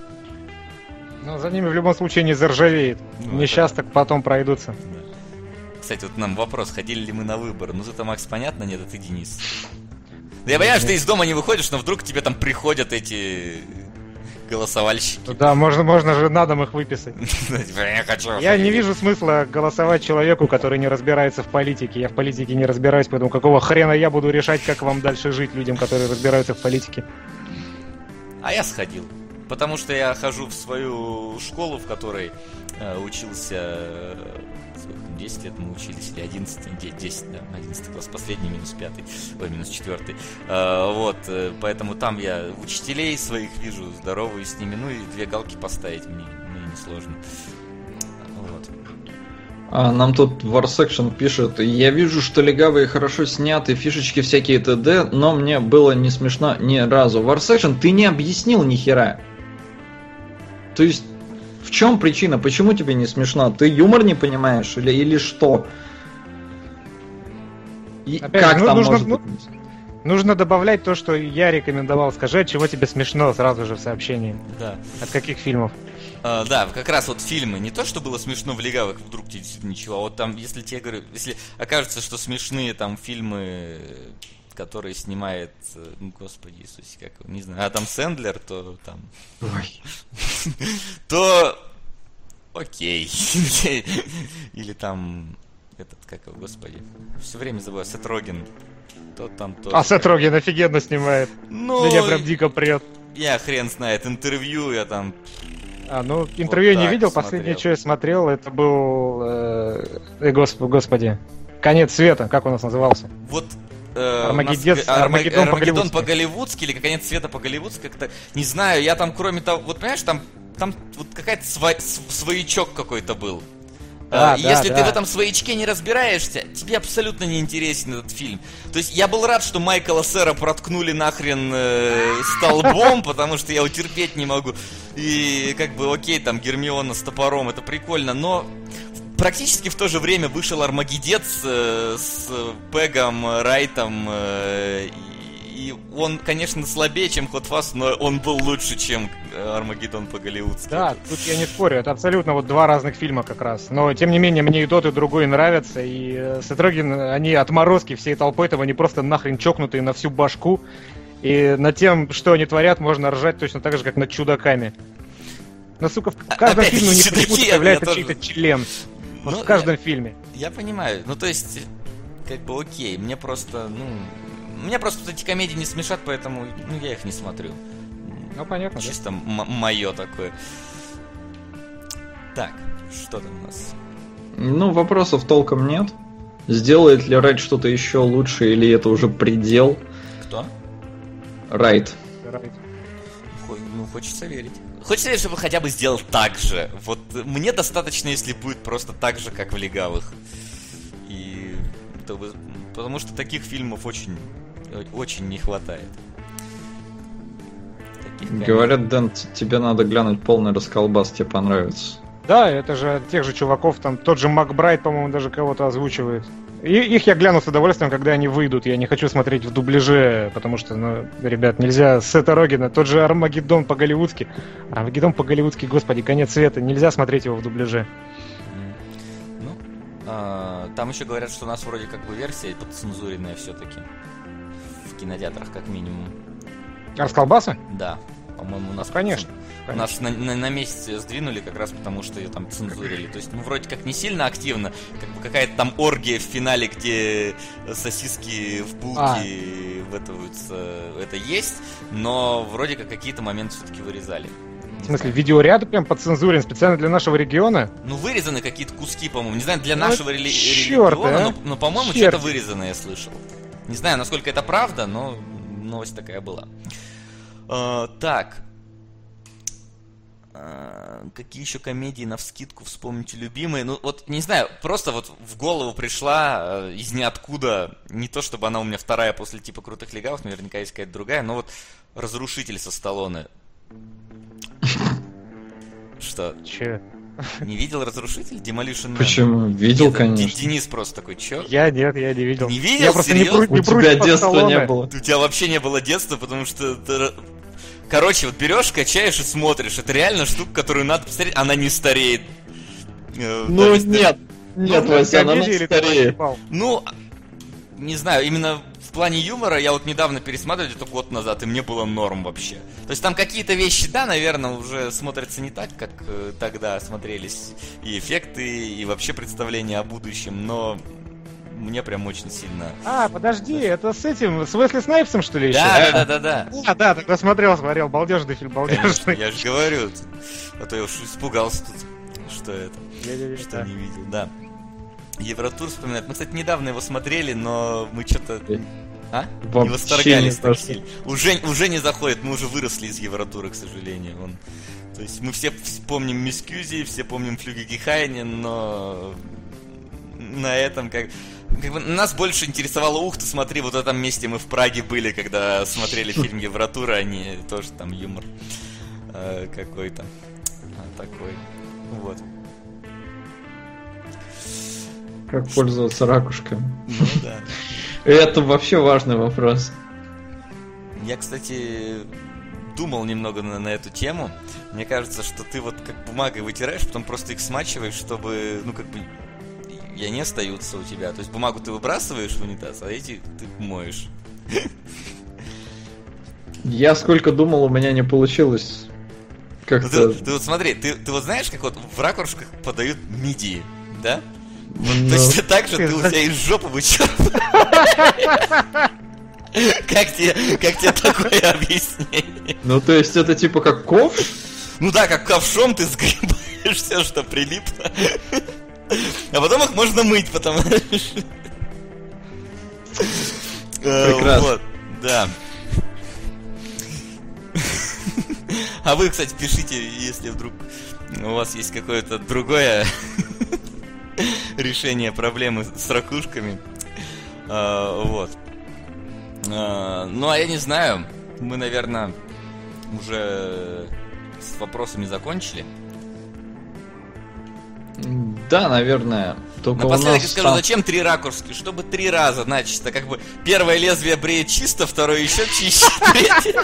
Но за ними в любом случае не заржавеет. Ну, не это... сейчас, так потом пройдутся. Да. Кстати, вот нам вопрос, ходили ли мы на выборы? Ну, ты-то, Макс, понятно, нет, а ты, Денис. Да я понимаю, что ты из дома не выходишь, но вдруг к тебе там приходят эти... голосовальщики. Да, можно, можно же на дом их выписать. Я хочу. Я не вижу смысла голосовать человеку, который не разбирается в политике. Я в политике не разбираюсь, поэтому какого хрена я буду решать, как вам дальше жить, людям, которые разбираются в политике. А я сходил. Потому что я хожу в свою школу, в которой э, учился... Э, десять лет мы учились, или одиннадцать, десять, да, одиннадцатый класс, последний, минус пятый, ой, минус четвертый. А, вот, поэтому там я учителей своих вижу, здороваюсь с ними, ну и две галки поставить мне, мне несложно. Вот. А нам тут Warsection пишет: я вижу, что легавые хорошо сняты, фишечки всякие т.д., но мне было не смешно ни разу. Warsection, ты не объяснил ни хера. То есть, в чем причина? Почему тебе не смешно? Ты юмор не понимаешь или, или что? И Опять как же, там нужно, может ну, быть? нужно добавлять то, что я рекомендовал. Скажи, от чего тебе смешно сразу же в сообщении. Да. От каких фильмов? А, да, как раз вот фильмы. Не то, что было смешно в легавых, вдруг тебе действительно ничего, а вот там, если тебе говорю, если окажется, что смешные там фильмы, которые снимает, ну, господи Иисусе, как его, не знаю, Адам Сэндлер, то там... Ой. То... Окей. Или там... Этот, как его, господи. Все время забываю, Сет Роген. То там, то... А Сет Роген офигенно снимает. Ну, Меня прям дико прет. я хрен знает, интервью, я там... А, ну, интервью Вот не так видел, смотрел. последнее, что я смотрел, это был... Э, э, госп- господи. «Конец света», как он у нас назывался? Вот... э, Армагеддец- у нас Арма- Армагеддон Армагеддон по-голливудски. по-голливудски или «Конец света по-голливудски», как-то... Не знаю, я там, кроме того... Вот, понимаешь, там, там вот какая-то сва- св- своячок какой-то был. Да, А, да, Если да. ты в этом своячке не разбираешься, тебе абсолютно не интересен этот фильм. То есть я был рад, что Майкла Сера проткнули нахрен э, столбом, потому что я его терпеть не могу. И как бы окей, там Гермиона с топором, это прикольно, но практически в то же время вышел Армагеддец э, с Пегом Райтом, э, и он, конечно, слабее, чем Hot Fuzz, но он был лучше, чем Армагеддон по-голливудски. Да, тут я не спорю, это абсолютно вот два разных фильма как раз. Но, тем не менее, мне и тот, и другой нравятся, и э, Сет Роген, они отморозки всей толпой, там они просто нахрен чокнутые на всю башку, и над тем, что они творят, можно ржать точно так же, как над чудаками. Но, сука, в каждом Опять фильме у них чудаки, почему-то я появляется тоже- чей-то член. Вот Ну, в каждом я- фильме. Я понимаю, ну то есть, как бы окей, мне просто, ну... Меня просто вот эти комедии не смешат, поэтому ну, я их не смотрю. Ну, понятно, да. Чисто м- мое такое. Так, что там у нас? Ну, вопросов толком нет. Сделает ли Райт что-то еще лучше, или это уже предел? Кто? Райт. Хо- Ну, хочется верить. Хочется верить, чтобы хотя бы сделал так же. Вот мне достаточно, если будет просто так же, как в «Легавых». И... то бы- Потому что таких фильмов очень, очень не хватает. Таких комедий. Говорят, Дэн, т- тебе надо глянуть полный расколбас, тебе понравится. Да, это же от тех же чуваков, там тот же Макбрайт, по-моему, даже кого-то озвучивает. И их я гляну с удовольствием, когда они выйдут. Я не хочу смотреть в дубляже, потому что, ну, ребят, нельзя Сета Рогена, тот же Армагеддон по-голливудски. Армагеддон по-голливудски, господи, конец света, нельзя смотреть его в дубляже. М. Ну, а, там еще говорят, что у нас вроде как бы версия подцензуренная все-таки. В кинотеатрах, как минимум. Расколбаса? Да, по-моему, у нас... Конечно. У нас на, на, на месяц ее сдвинули как раз потому, что ее там цензурили. То есть, ну, вроде как не сильно активно. Как бы какая-то там оргия в финале, где сосиски в булке вытываются, это есть. Но вроде как какие-то моменты все-таки вырезали. В смысле, видеоряд прям подцензурен специально для нашего региона? Ну, вырезаны какие-то куски, по-моему. Не знаю, для Ну, нашего рели- чёрт, региона, а. но, но, по-моему, Черт. что-то вырезано, я слышал. Не знаю, насколько это правда, но новость такая была. А, так. А, какие еще комедии навскидку вспомните любимые? Ну, вот, не знаю, просто вот в голову пришла э, из ниоткуда, не то чтобы она у меня вторая после типа «Крутых легавых», наверняка есть какая-то другая, но вот «Разрушитель» со Сталлоне. Что, Че? не видел «Разрушитель»? Demolition Man? Почему? Видел, Нет, конечно. Денис просто такой, чё? Я нет, я не видел. Не видел? Я просто не, Серьезно? бру- не У тебя брусь по детства Сталлоне. не было. У тебя вообще не было детства, потому что... ты- Короче, вот берешь, качаешь и смотришь. Это реально штука, которую надо посмотреть. Она не стареет. Э, Ну даже- нет, нет, Ну, Вася, она комедия или ты старее. ебал? Ну, не знаю, именно в плане юмора я вот недавно пересматривал, где-то год назад, и мне было норм вообще. То есть там какие-то вещи, да, наверное, уже смотрятся не так, как э, тогда смотрелись и эффекты, и вообще представление о будущем, но мне прям очень сильно... А, подожди, это с этим, с Уэсли Снайпсом, что ли, еще? Да, да, да, да, да. А, да, тогда смотрел, смотрел, балдежный фильм, Конечно, балдежный. я же говорю, а то я уж испугался тут, что это, Не-не-не, что да. не видел, да. Евротур вспоминает. Мы, кстати, недавно его смотрели, но мы что-то... А? Вообще не восторгались не так зашло. сильно. Уже, уже не заходит, мы уже выросли из Евротура, к сожалению. Он... То есть мы все помним Мискюзи, все помним Флюги Гехайнен, но на этом, как... Как бы нас больше интересовало, ух ты, смотри, вот в этом месте мы в Праге были, когда смотрели фильм Евротура, а не тоже там юмор э, какой-то а, такой. Вот. Как пользоваться ракушками? Ну да. Это вообще важный вопрос. Я, кстати, думал немного на, на эту тему. Мне кажется, что ты вот как бумагой вытираешь, потом просто их смачиваешь, чтобы, ну как бы... И они остаются у тебя. То есть бумагу ты выбрасываешь в унитаз, а эти ты моешь. Я сколько думал, у меня не получилось. Как-то... Ты, ты вот смотри, ты, ты вот знаешь, как вот в ракушках подают мидии, да? Ну... Точно так же ты у тебя из жопы вычерпываешь. Как тебе, как тебе такое объяснение? Ну, то есть это типа как ковш? Ну да, как ковшом ты сгребаешь все, что прилипло. А потом их можно мыть, потому что... Прекрасно. Вот, да. А вы, кстати, пишите, если вдруг у вас есть какое-то другое решение проблемы с ракушками. Вот. Ну, а я не знаю, мы, наверное, уже с вопросами закончили. Да, наверное. Только Напоследок у нас скажу, там... зачем три ракушки? Чтобы три раза, значит, это как бы первое лезвие бреет чисто, второе еще чище, третье...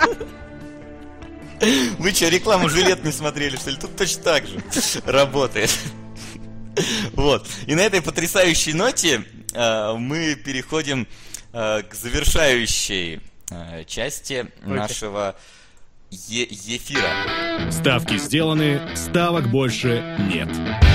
Вы что, рекламу жилет не смотрели, что ли? Тут точно так же работает. Вот. И на этой потрясающей ноте э, мы переходим э, к завершающей э, части нашего е- эфира. Ставки сделаны, ставок больше нет.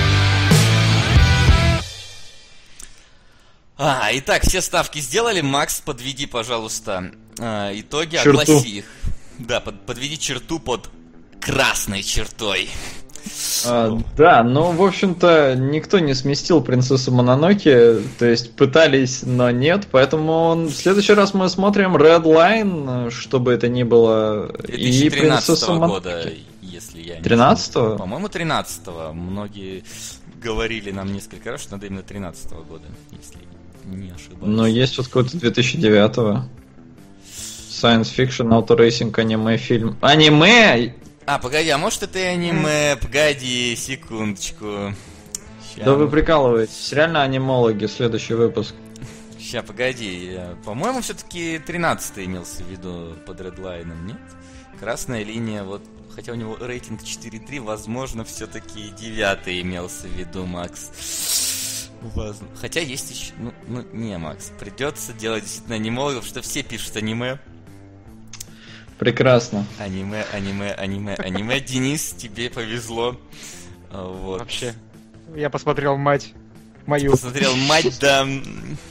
А, итак, все ставки сделали. Макс, подведи, пожалуйста, э, итоги, Черту. огласи их. Да, под, подведи черту под красной чертой. А, да, ну, в общем-то, никто не сместил принцессу Мононоке, то есть пытались, но нет, поэтому он... в следующий раз мы смотрим Red Line, что бы это ни было, и принцессу года, если я не тринадцатого? По-моему, тринадцатого. Многие говорили нам несколько раз, что надо именно тринадцатого года, если не ошибаюсь. Но есть вот какой-то две тысячи девятого. Science Fiction, Auto Racing, аниме, фильм. Аниме! А, погоди, а может это и аниме? Погоди, секундочку. Ща. Да вы прикалываетесь. Реально анимологи, следующий выпуск. Ща, погоди. По-моему, все-таки тринадцатый имелся в виду под редлайном, нет? Красная линия, вот, хотя у него рейтинг четыре три, возможно, все-таки девятый имелся в виду, Макс. Возможно. Хотя есть еще... Ну, ну, не, Макс, придется делать действительно анимологов, что все пишут аниме. Прекрасно. Аниме, аниме, аниме, аниме. Денис, тебе повезло. Вот. Вообще. Я посмотрел мать мою. Посмотрел мать, да. Ну,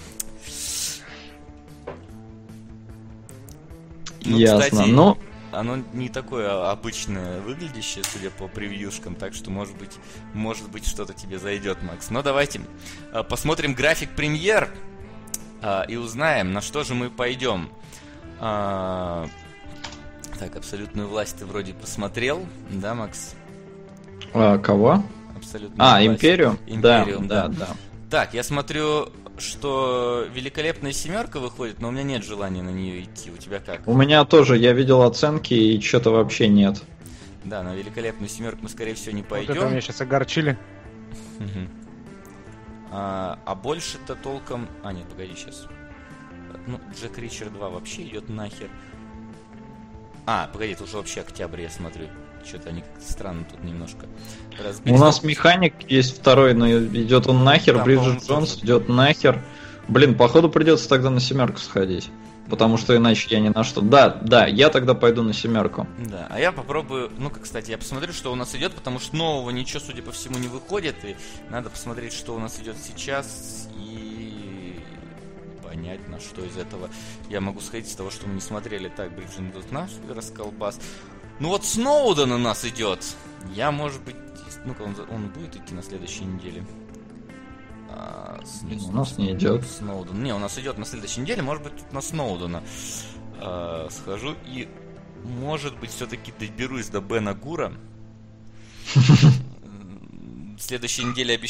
Ясно. Кстати, ну, оно не такое обычное выглядящее, судя по превьюшкам, так что, может быть, может быть, что-то тебе зайдет, Макс. Но давайте посмотрим график премьер и узнаем, на что же мы пойдем. Так, «Абсолютную власть» ты вроде посмотрел, да, Макс? а, кого? Абсолютную А, власть. Империум? Империум, да, да. да, да. Так, я смотрю, что «Великолепная семерка» выходит, но у меня нет желания на нее идти. У тебя как? У меня тоже, я видел оценки и что-то вообще нет. Да, на «Великолепную семерку» мы, скорее всего, не Вот пойдем. это меня сейчас огорчили. Угу. А, а больше-то толком... А, нет, погоди, сейчас. Ну, Джек Ричер два вообще идет нахер. А, погоди, это уже вообще октябрь, я смотрю. Что-то они как-то странно тут немножко разбили. У нас механик есть второй, но идет он нахер. Да, Бриджит по-моему, Джонс тоже. идет нахер. Блин, походу придется тогда на семерку сходить. Потому что иначе я ни на что. Да, да, я тогда пойду на семерку. Да, а я попробую, ну-ка, кстати, я посмотрю, что у нас идет, потому что нового ничего, судя по всему, не выходит, и надо посмотреть, что у нас идет сейчас, и понять, на что из этого я могу сходить, с того, что мы не смотрели. Так, Бриджит тут наш расколбас. Ну вот Сноуден у нас идет. Я, может быть, ну-ка, он, он будет идти на следующей неделе. А, У нас не идет. Сноуден. Не, у нас идет на следующей неделе, может быть, тут на Сноудена а, схожу и, может быть, все-таки доберусь до Бена Гура. Следующей неделе обещает быть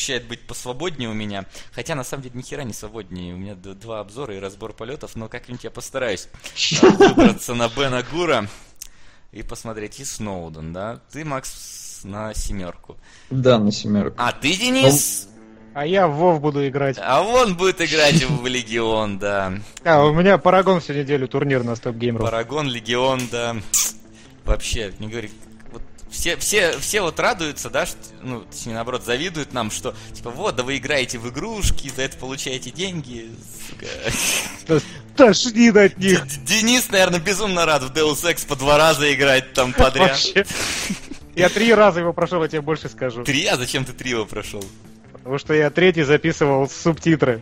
посвободнее у меня. Хотя, на самом деле, ни хера не свободнее. У меня два обзора и разбор полетов, но как-нибудь я постараюсь выбраться на Бена Гура и посмотреть. И Сноуден, да? Ты, Макс, на семерку. Да, на семерку. А ты, Денис? А я в Вов буду играть. А он будет играть в Легион, да. А, у меня Парагон всю неделю турнир на Стоп Геймеров. Парагон, Легион, да. Вообще, не говори. Вот все, все, все вот радуются, да, что, ну, точнее, наоборот, завидуют нам, что, типа, вот, да вы играете в игрушки, за это получаете деньги, сука. Тошнит от них. Денис, наверное, безумно рад в Deus Ex по два раза играть там подряд. Вообще. Я три раза его прошел, я тебе больше скажу. Три? А зачем ты три его прошел? Потому что я третий записывал субтитры.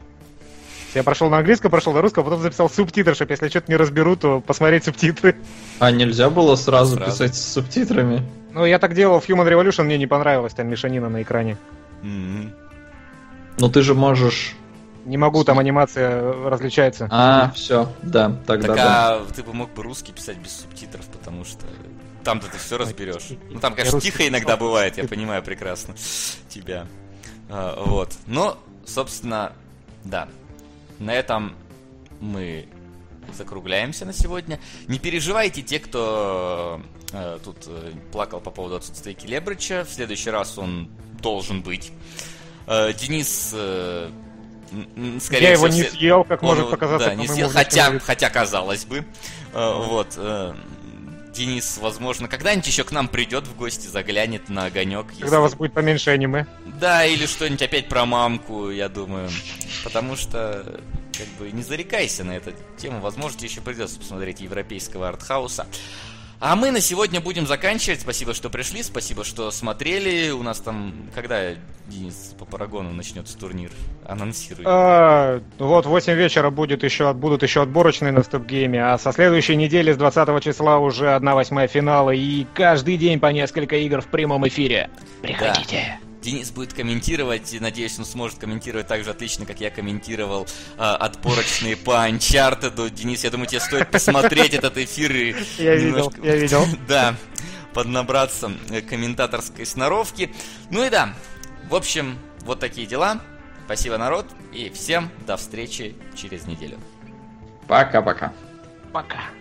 Я прошел на английском, прошел на русском, а потом записал субтитры, чтобы если что-то не разберу, то посмотреть субтитры. А нельзя было сразу, Сразу. писать с субтитрами? Ну, я так делал в Human Revolution, мне не понравилось, там мешанина на экране. М-м. Но ты же можешь... Не могу, там анимация различается. А, все, да, тогда Так, да. а ты бы мог бы русский писать без субтитров, потому что там-то ты все разберешь. Ну, там, Я конечно, русский тихо иногда писал. бывает, я понимаю прекрасно тебя. А, вот. Но, собственно, да. На этом мы закругляемся на сегодня. Не переживайте, те, кто э, тут э, плакал по поводу отсутствия Келебрыча. В следующий раз он должен быть. Э, Денис, э, м, скорее Я его всего, не все- съел, как он может его, показаться. да, по не моему съел, внешнему хотя, виду. хотя казалось бы. Э, вот. э, Денис, возможно, когда-нибудь еще к нам придет в гости, заглянет на огонек. Когда если- у вас будет поменьше аниме. Да, или что-нибудь опять про мамку, я думаю. Потому что, как бы, не зарекайся на эту тему. Возможно, тебе еще придется посмотреть европейского артхауса. А мы на сегодня будем заканчивать. Спасибо, что пришли, спасибо, что смотрели. У нас там, когда, Денис, по Парагону начнется турнир? Анонсируй. А, вот в восемь вечера будет еще, будут еще отборочные на стоп-гейме, а со следующей недели, с двадцатого числа, уже одна восьмая финала, и каждый день по несколько игр в прямом эфире. Приходите. Денис будет комментировать, и надеюсь, он сможет комментировать так же отлично, как я комментировал э, отборочные по Uncharted. Денис, я думаю, тебе стоит посмотреть этот эфир и Я немножко... видел, я видел. Да, поднабраться э, комментаторской сноровки. Ну и да, в общем, вот такие дела. Спасибо, народ, и всем до встречи через неделю. Пока-пока. Пока.